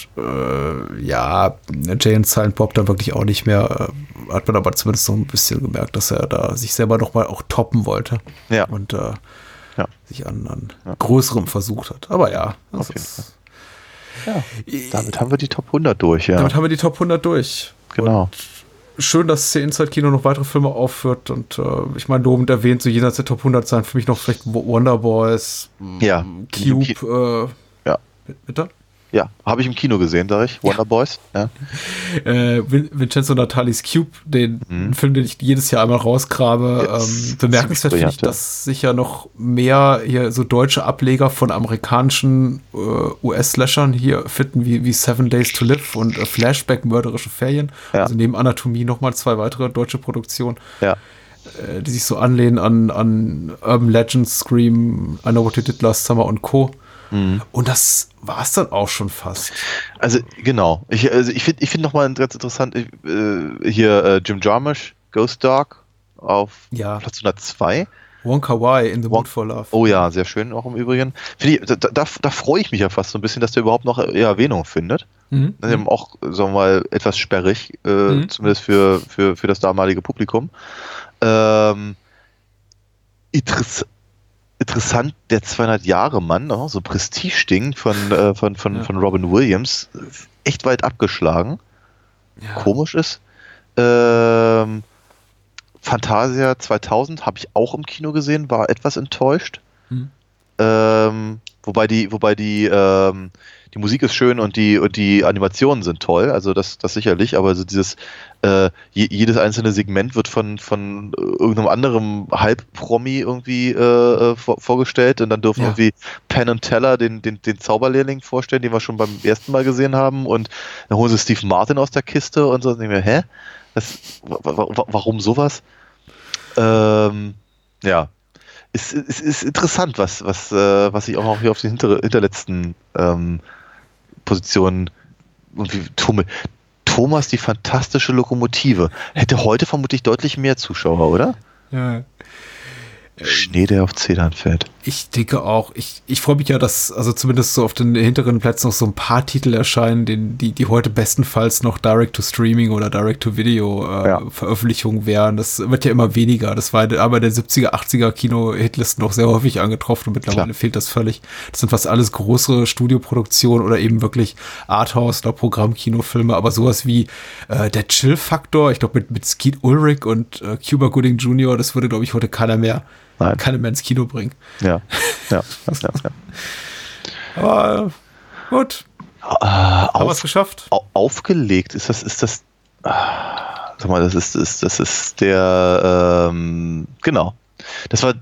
Jay und Silent Bob dann wirklich auch nicht mehr, hat man aber zumindest so ein bisschen gemerkt, dass er da sich selber noch mal auch toppen wollte und sich an Größerem versucht hat. Aber das ist, damit haben wir die Top 100 durch. Ja. Damit haben wir die Top 100 durch. Genau. Und schön, dass Inside Kino noch weitere Filme aufführt und ich meine, lobend erwähnt, so jenseits der Top 100 sein für mich noch vielleicht Wonder Boys, Cube, bitte? Ja, habe ich im Kino gesehen, sage ich. Wonder Boys. Ja. Vincenzo Natalis Cube, den Film, den ich jedes Jahr einmal rausgrabe. Bemerkenswert finde ich, dass sich ja noch mehr hier so deutsche Ableger von amerikanischen US-Slashern hier finden, wie 7 Days to Live und Flashback, mörderische Ferien. Ja. Also neben Anatomie nochmal 2 weitere deutsche Produktionen. Ja. Die sich so anlehnen an Urban Legends, Scream, I Know What You Did Last Summer und Co. Und das war es dann auch schon fast. Also genau. Ich finde nochmal ganz interessant, hier Jim Jarmusch, Ghost Dog auf Platz 102. Wonka Wai in the Mood for Love. Oh ja, sehr schön auch im Übrigen. Da freue ich mich ja fast so ein bisschen, dass der überhaupt noch Erwähnung findet. Das ist eben auch, sagen wir mal, etwas sperrig, zumindest für das damalige Publikum. Interessant, der 200-Jahre-Mann, so Prestige-Ding von Robin Williams, echt weit abgeschlagen. Ja. Komisch ist. Fantasia 2000 habe ich auch im Kino gesehen, war etwas enttäuscht. Wobei die Musik ist schön und die Animationen sind toll, also das sicherlich, aber so dieses jedes einzelne Segment wird von irgendeinem anderen Halbpromi irgendwie vorgestellt und dann dürfen irgendwie Penn und Teller den Zauberlehrling vorstellen, den wir schon beim ersten Mal gesehen haben, und dann holen sie Steve Martin aus der Kiste und so, und denken wir, warum sowas? Es ist interessant, was ich auch noch hier auf die hinterletzten Positionen irgendwie tummel. Thomas, die fantastische Lokomotive. Hätte heute vermutlich deutlich mehr Zuschauer, oder? Ja. Schnee, der auf Zedern fällt. Ich denke auch. Ich freue mich ja, dass also zumindest so auf den hinteren Plätzen noch so ein paar Titel erscheinen, die heute bestenfalls noch Direct-to-Streaming oder Direct-to-Video Veröffentlichungen wären. Das wird ja immer weniger. Das war aber der 70er, 80er Kino-Hitlisten noch sehr häufig angetroffen und mittlerweile fehlt das völlig. Das sind fast alles größere Studioproduktionen oder eben wirklich Arthouse- oder Programmkinofilme, aber sowas wie der Chill-Faktor, ich glaube mit Skeet Ulrich und Cuba Gooding Jr., das würde, glaube ich, heute keiner mehr ins Kino bringen. Ja. Aber gut. Haben wir es geschafft? Aufgelegt ist das. Sag mal, das ist der. Genau. Das war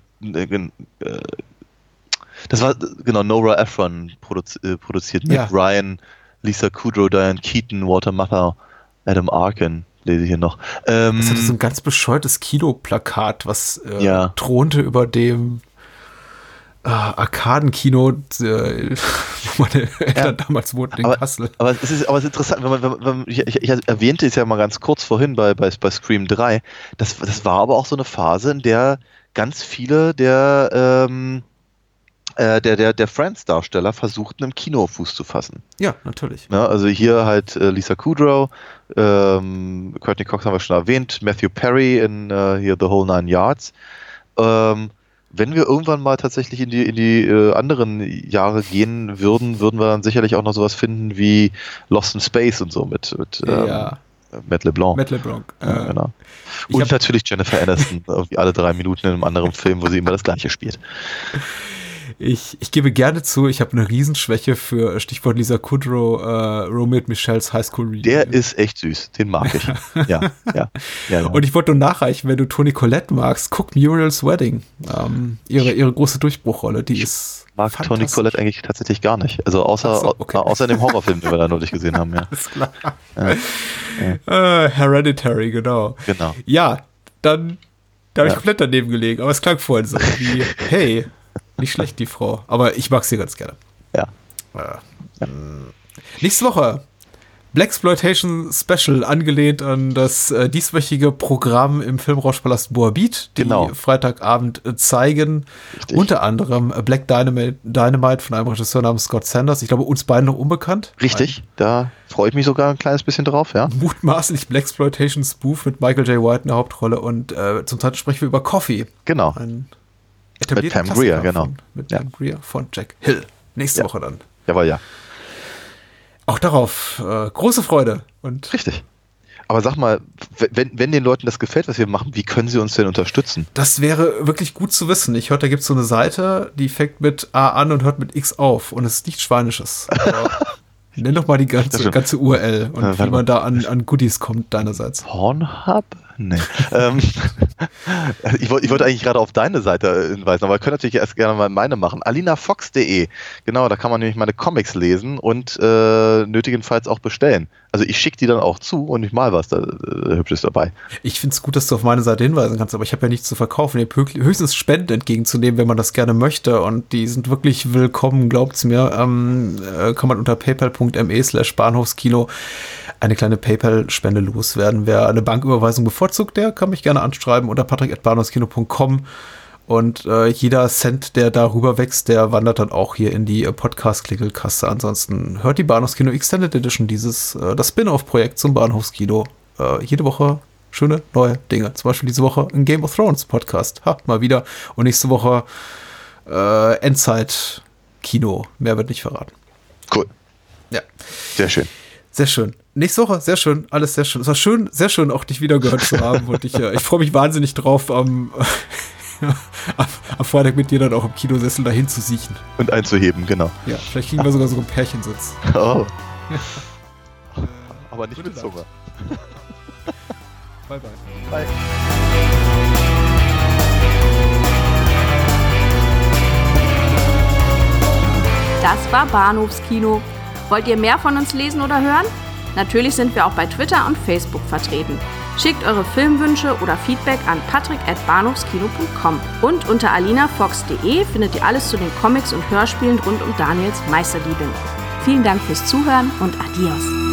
Nora Ephron produziert mit Ryan, Lisa Kudrow, Diane Keaton, Walter Matthau, Adam Arkin. Lese ich hier noch. Das hatte so ein ganz bescheuertes Kinoplakat, was thronte über dem Arkadenkino, wo meine Eltern damals wohnten in Kassel. Aber es ist interessant, wenn ich erwähnte es ja mal ganz kurz vorhin bei Scream 3, das war aber auch so eine Phase, in der ganz viele der Friends-Darsteller versuchten, im Kino Fuß zu fassen. Ja, natürlich. Ja, also hier halt Lisa Kudrow, Courtney Cox haben wir schon erwähnt, Matthew Perry in hier The Whole Nine Yards. Wenn wir irgendwann mal tatsächlich in die anderen Jahre gehen würden wir dann sicherlich auch noch sowas finden wie Lost in Space und so mit Matt LeBlanc. Genau. Und natürlich Jennifer Aniston, irgendwie alle 3 Minuten in einem anderen Film, wo sie immer das Gleiche spielt. Ich gebe gerne zu, ich habe eine Riesenschwäche für Stichwort Lisa Kudrow, Romeo und Michelles High School Reunion. Der ist echt süß, den mag ich. Ja. Und ich wollte nur nachreichen, wenn du Toni Collette magst, guck Muriel's Wedding. Ihre große Durchbruchrolle, die ist mag Toni Collette eigentlich tatsächlich gar nicht. Also außer in dem Horrorfilm, den wir da neulich gesehen haben. Ja. Alles klar. Hereditary, genau. Ja, dann habe ich komplett daneben gelegen, aber es klang vorhin so wie, hey, nicht schlecht, die Frau. Aber ich mag sie ganz gerne. Ja. Nächste Woche Blaxploitation Special, angelehnt an das dieswöchige Programm im Filmrauschpalast Moabit, die Freitagabend zeigen. Richtig. Unter anderem Black Dynamite von einem Regisseur namens Scott Sanders. Ich glaube, uns beiden noch unbekannt. Richtig, da freue ich mich sogar ein kleines bisschen drauf, ja. Mutmaßlich Blaxploitation Spoof mit Michael J. White in der Hauptrolle und zum Teil sprechen wir über Coffee. Genau. Mit Pam Grier, mit Pam Grier von Jack Hill. Nächste Woche dann. Jawohl, ja. Auch darauf große Freude. Und richtig. Aber sag mal, wenn den Leuten das gefällt, was wir machen, wie können sie uns denn unterstützen? Das wäre wirklich gut zu wissen. Ich höre, da gibt es so eine Seite, die fängt mit A an und hört mit X auf. Und es ist nichts Schweinisches. Nenn doch mal die ganze URL und wie man da an Goodies kommt deinerseits. Pornhub? Nee. Ich wollte eigentlich gerade auf deine Seite hinweisen, aber wir können natürlich erst gerne mal meine machen. alinafox.de. Genau, da kann man nämlich meine Comics lesen und nötigenfalls auch bestellen. Also ich schicke die dann auch zu und ich mal was da Hübsches dabei. Ich finde es gut, dass du auf meine Seite hinweisen kannst, aber ich habe ja nichts zu verkaufen. Ich habe höchstens Spenden entgegenzunehmen, wenn man das gerne möchte, und die sind wirklich willkommen, glaubt's mir. Kann man unter paypal.me/Bahnhofskino eine kleine PayPal-Spende loswerden. Wer eine Banküberweisung bevorzugt, der kann mich gerne anschreiben unter patrick@bahnhofskino.com. Und jeder Cent, der darüber wächst, der wandert dann auch hier in die Podcast-Klingelkasse. Ansonsten hört die Bahnhofskino Extended Edition, das Spin-off-Projekt zum Bahnhofskino. Jede Woche schöne neue Dinge. Zum Beispiel diese Woche ein Game of Thrones Podcast. Mal wieder. Und nächste Woche Endzeit-Kino. Mehr wird nicht verraten. Cool. Ja. Sehr schön. Sehr schön. Nächste Woche, sehr schön, alles sehr schön. Es war schön, sehr schön, auch dich wieder gehört zu haben. Und ich freue mich wahnsinnig drauf, am Freitag mit dir dann auch im Kinosessel dahin zu siechen. Und einzuheben, genau. Ja, vielleicht kriegen wir sogar so einen Pärchensitz. Oh. Aber nicht mit Zunge. Bye, bye. Bye. Das war Bahnhofskino. Wollt ihr mehr von uns lesen oder hören? Natürlich sind wir auch bei Twitter und Facebook vertreten. Schickt eure Filmwünsche oder Feedback an patrick@bahnhofskino.com. Und unter alinafox.de findet ihr alles zu den Comics und Hörspielen rund um Daniels Meisterliebe. Vielen Dank fürs Zuhören und adios.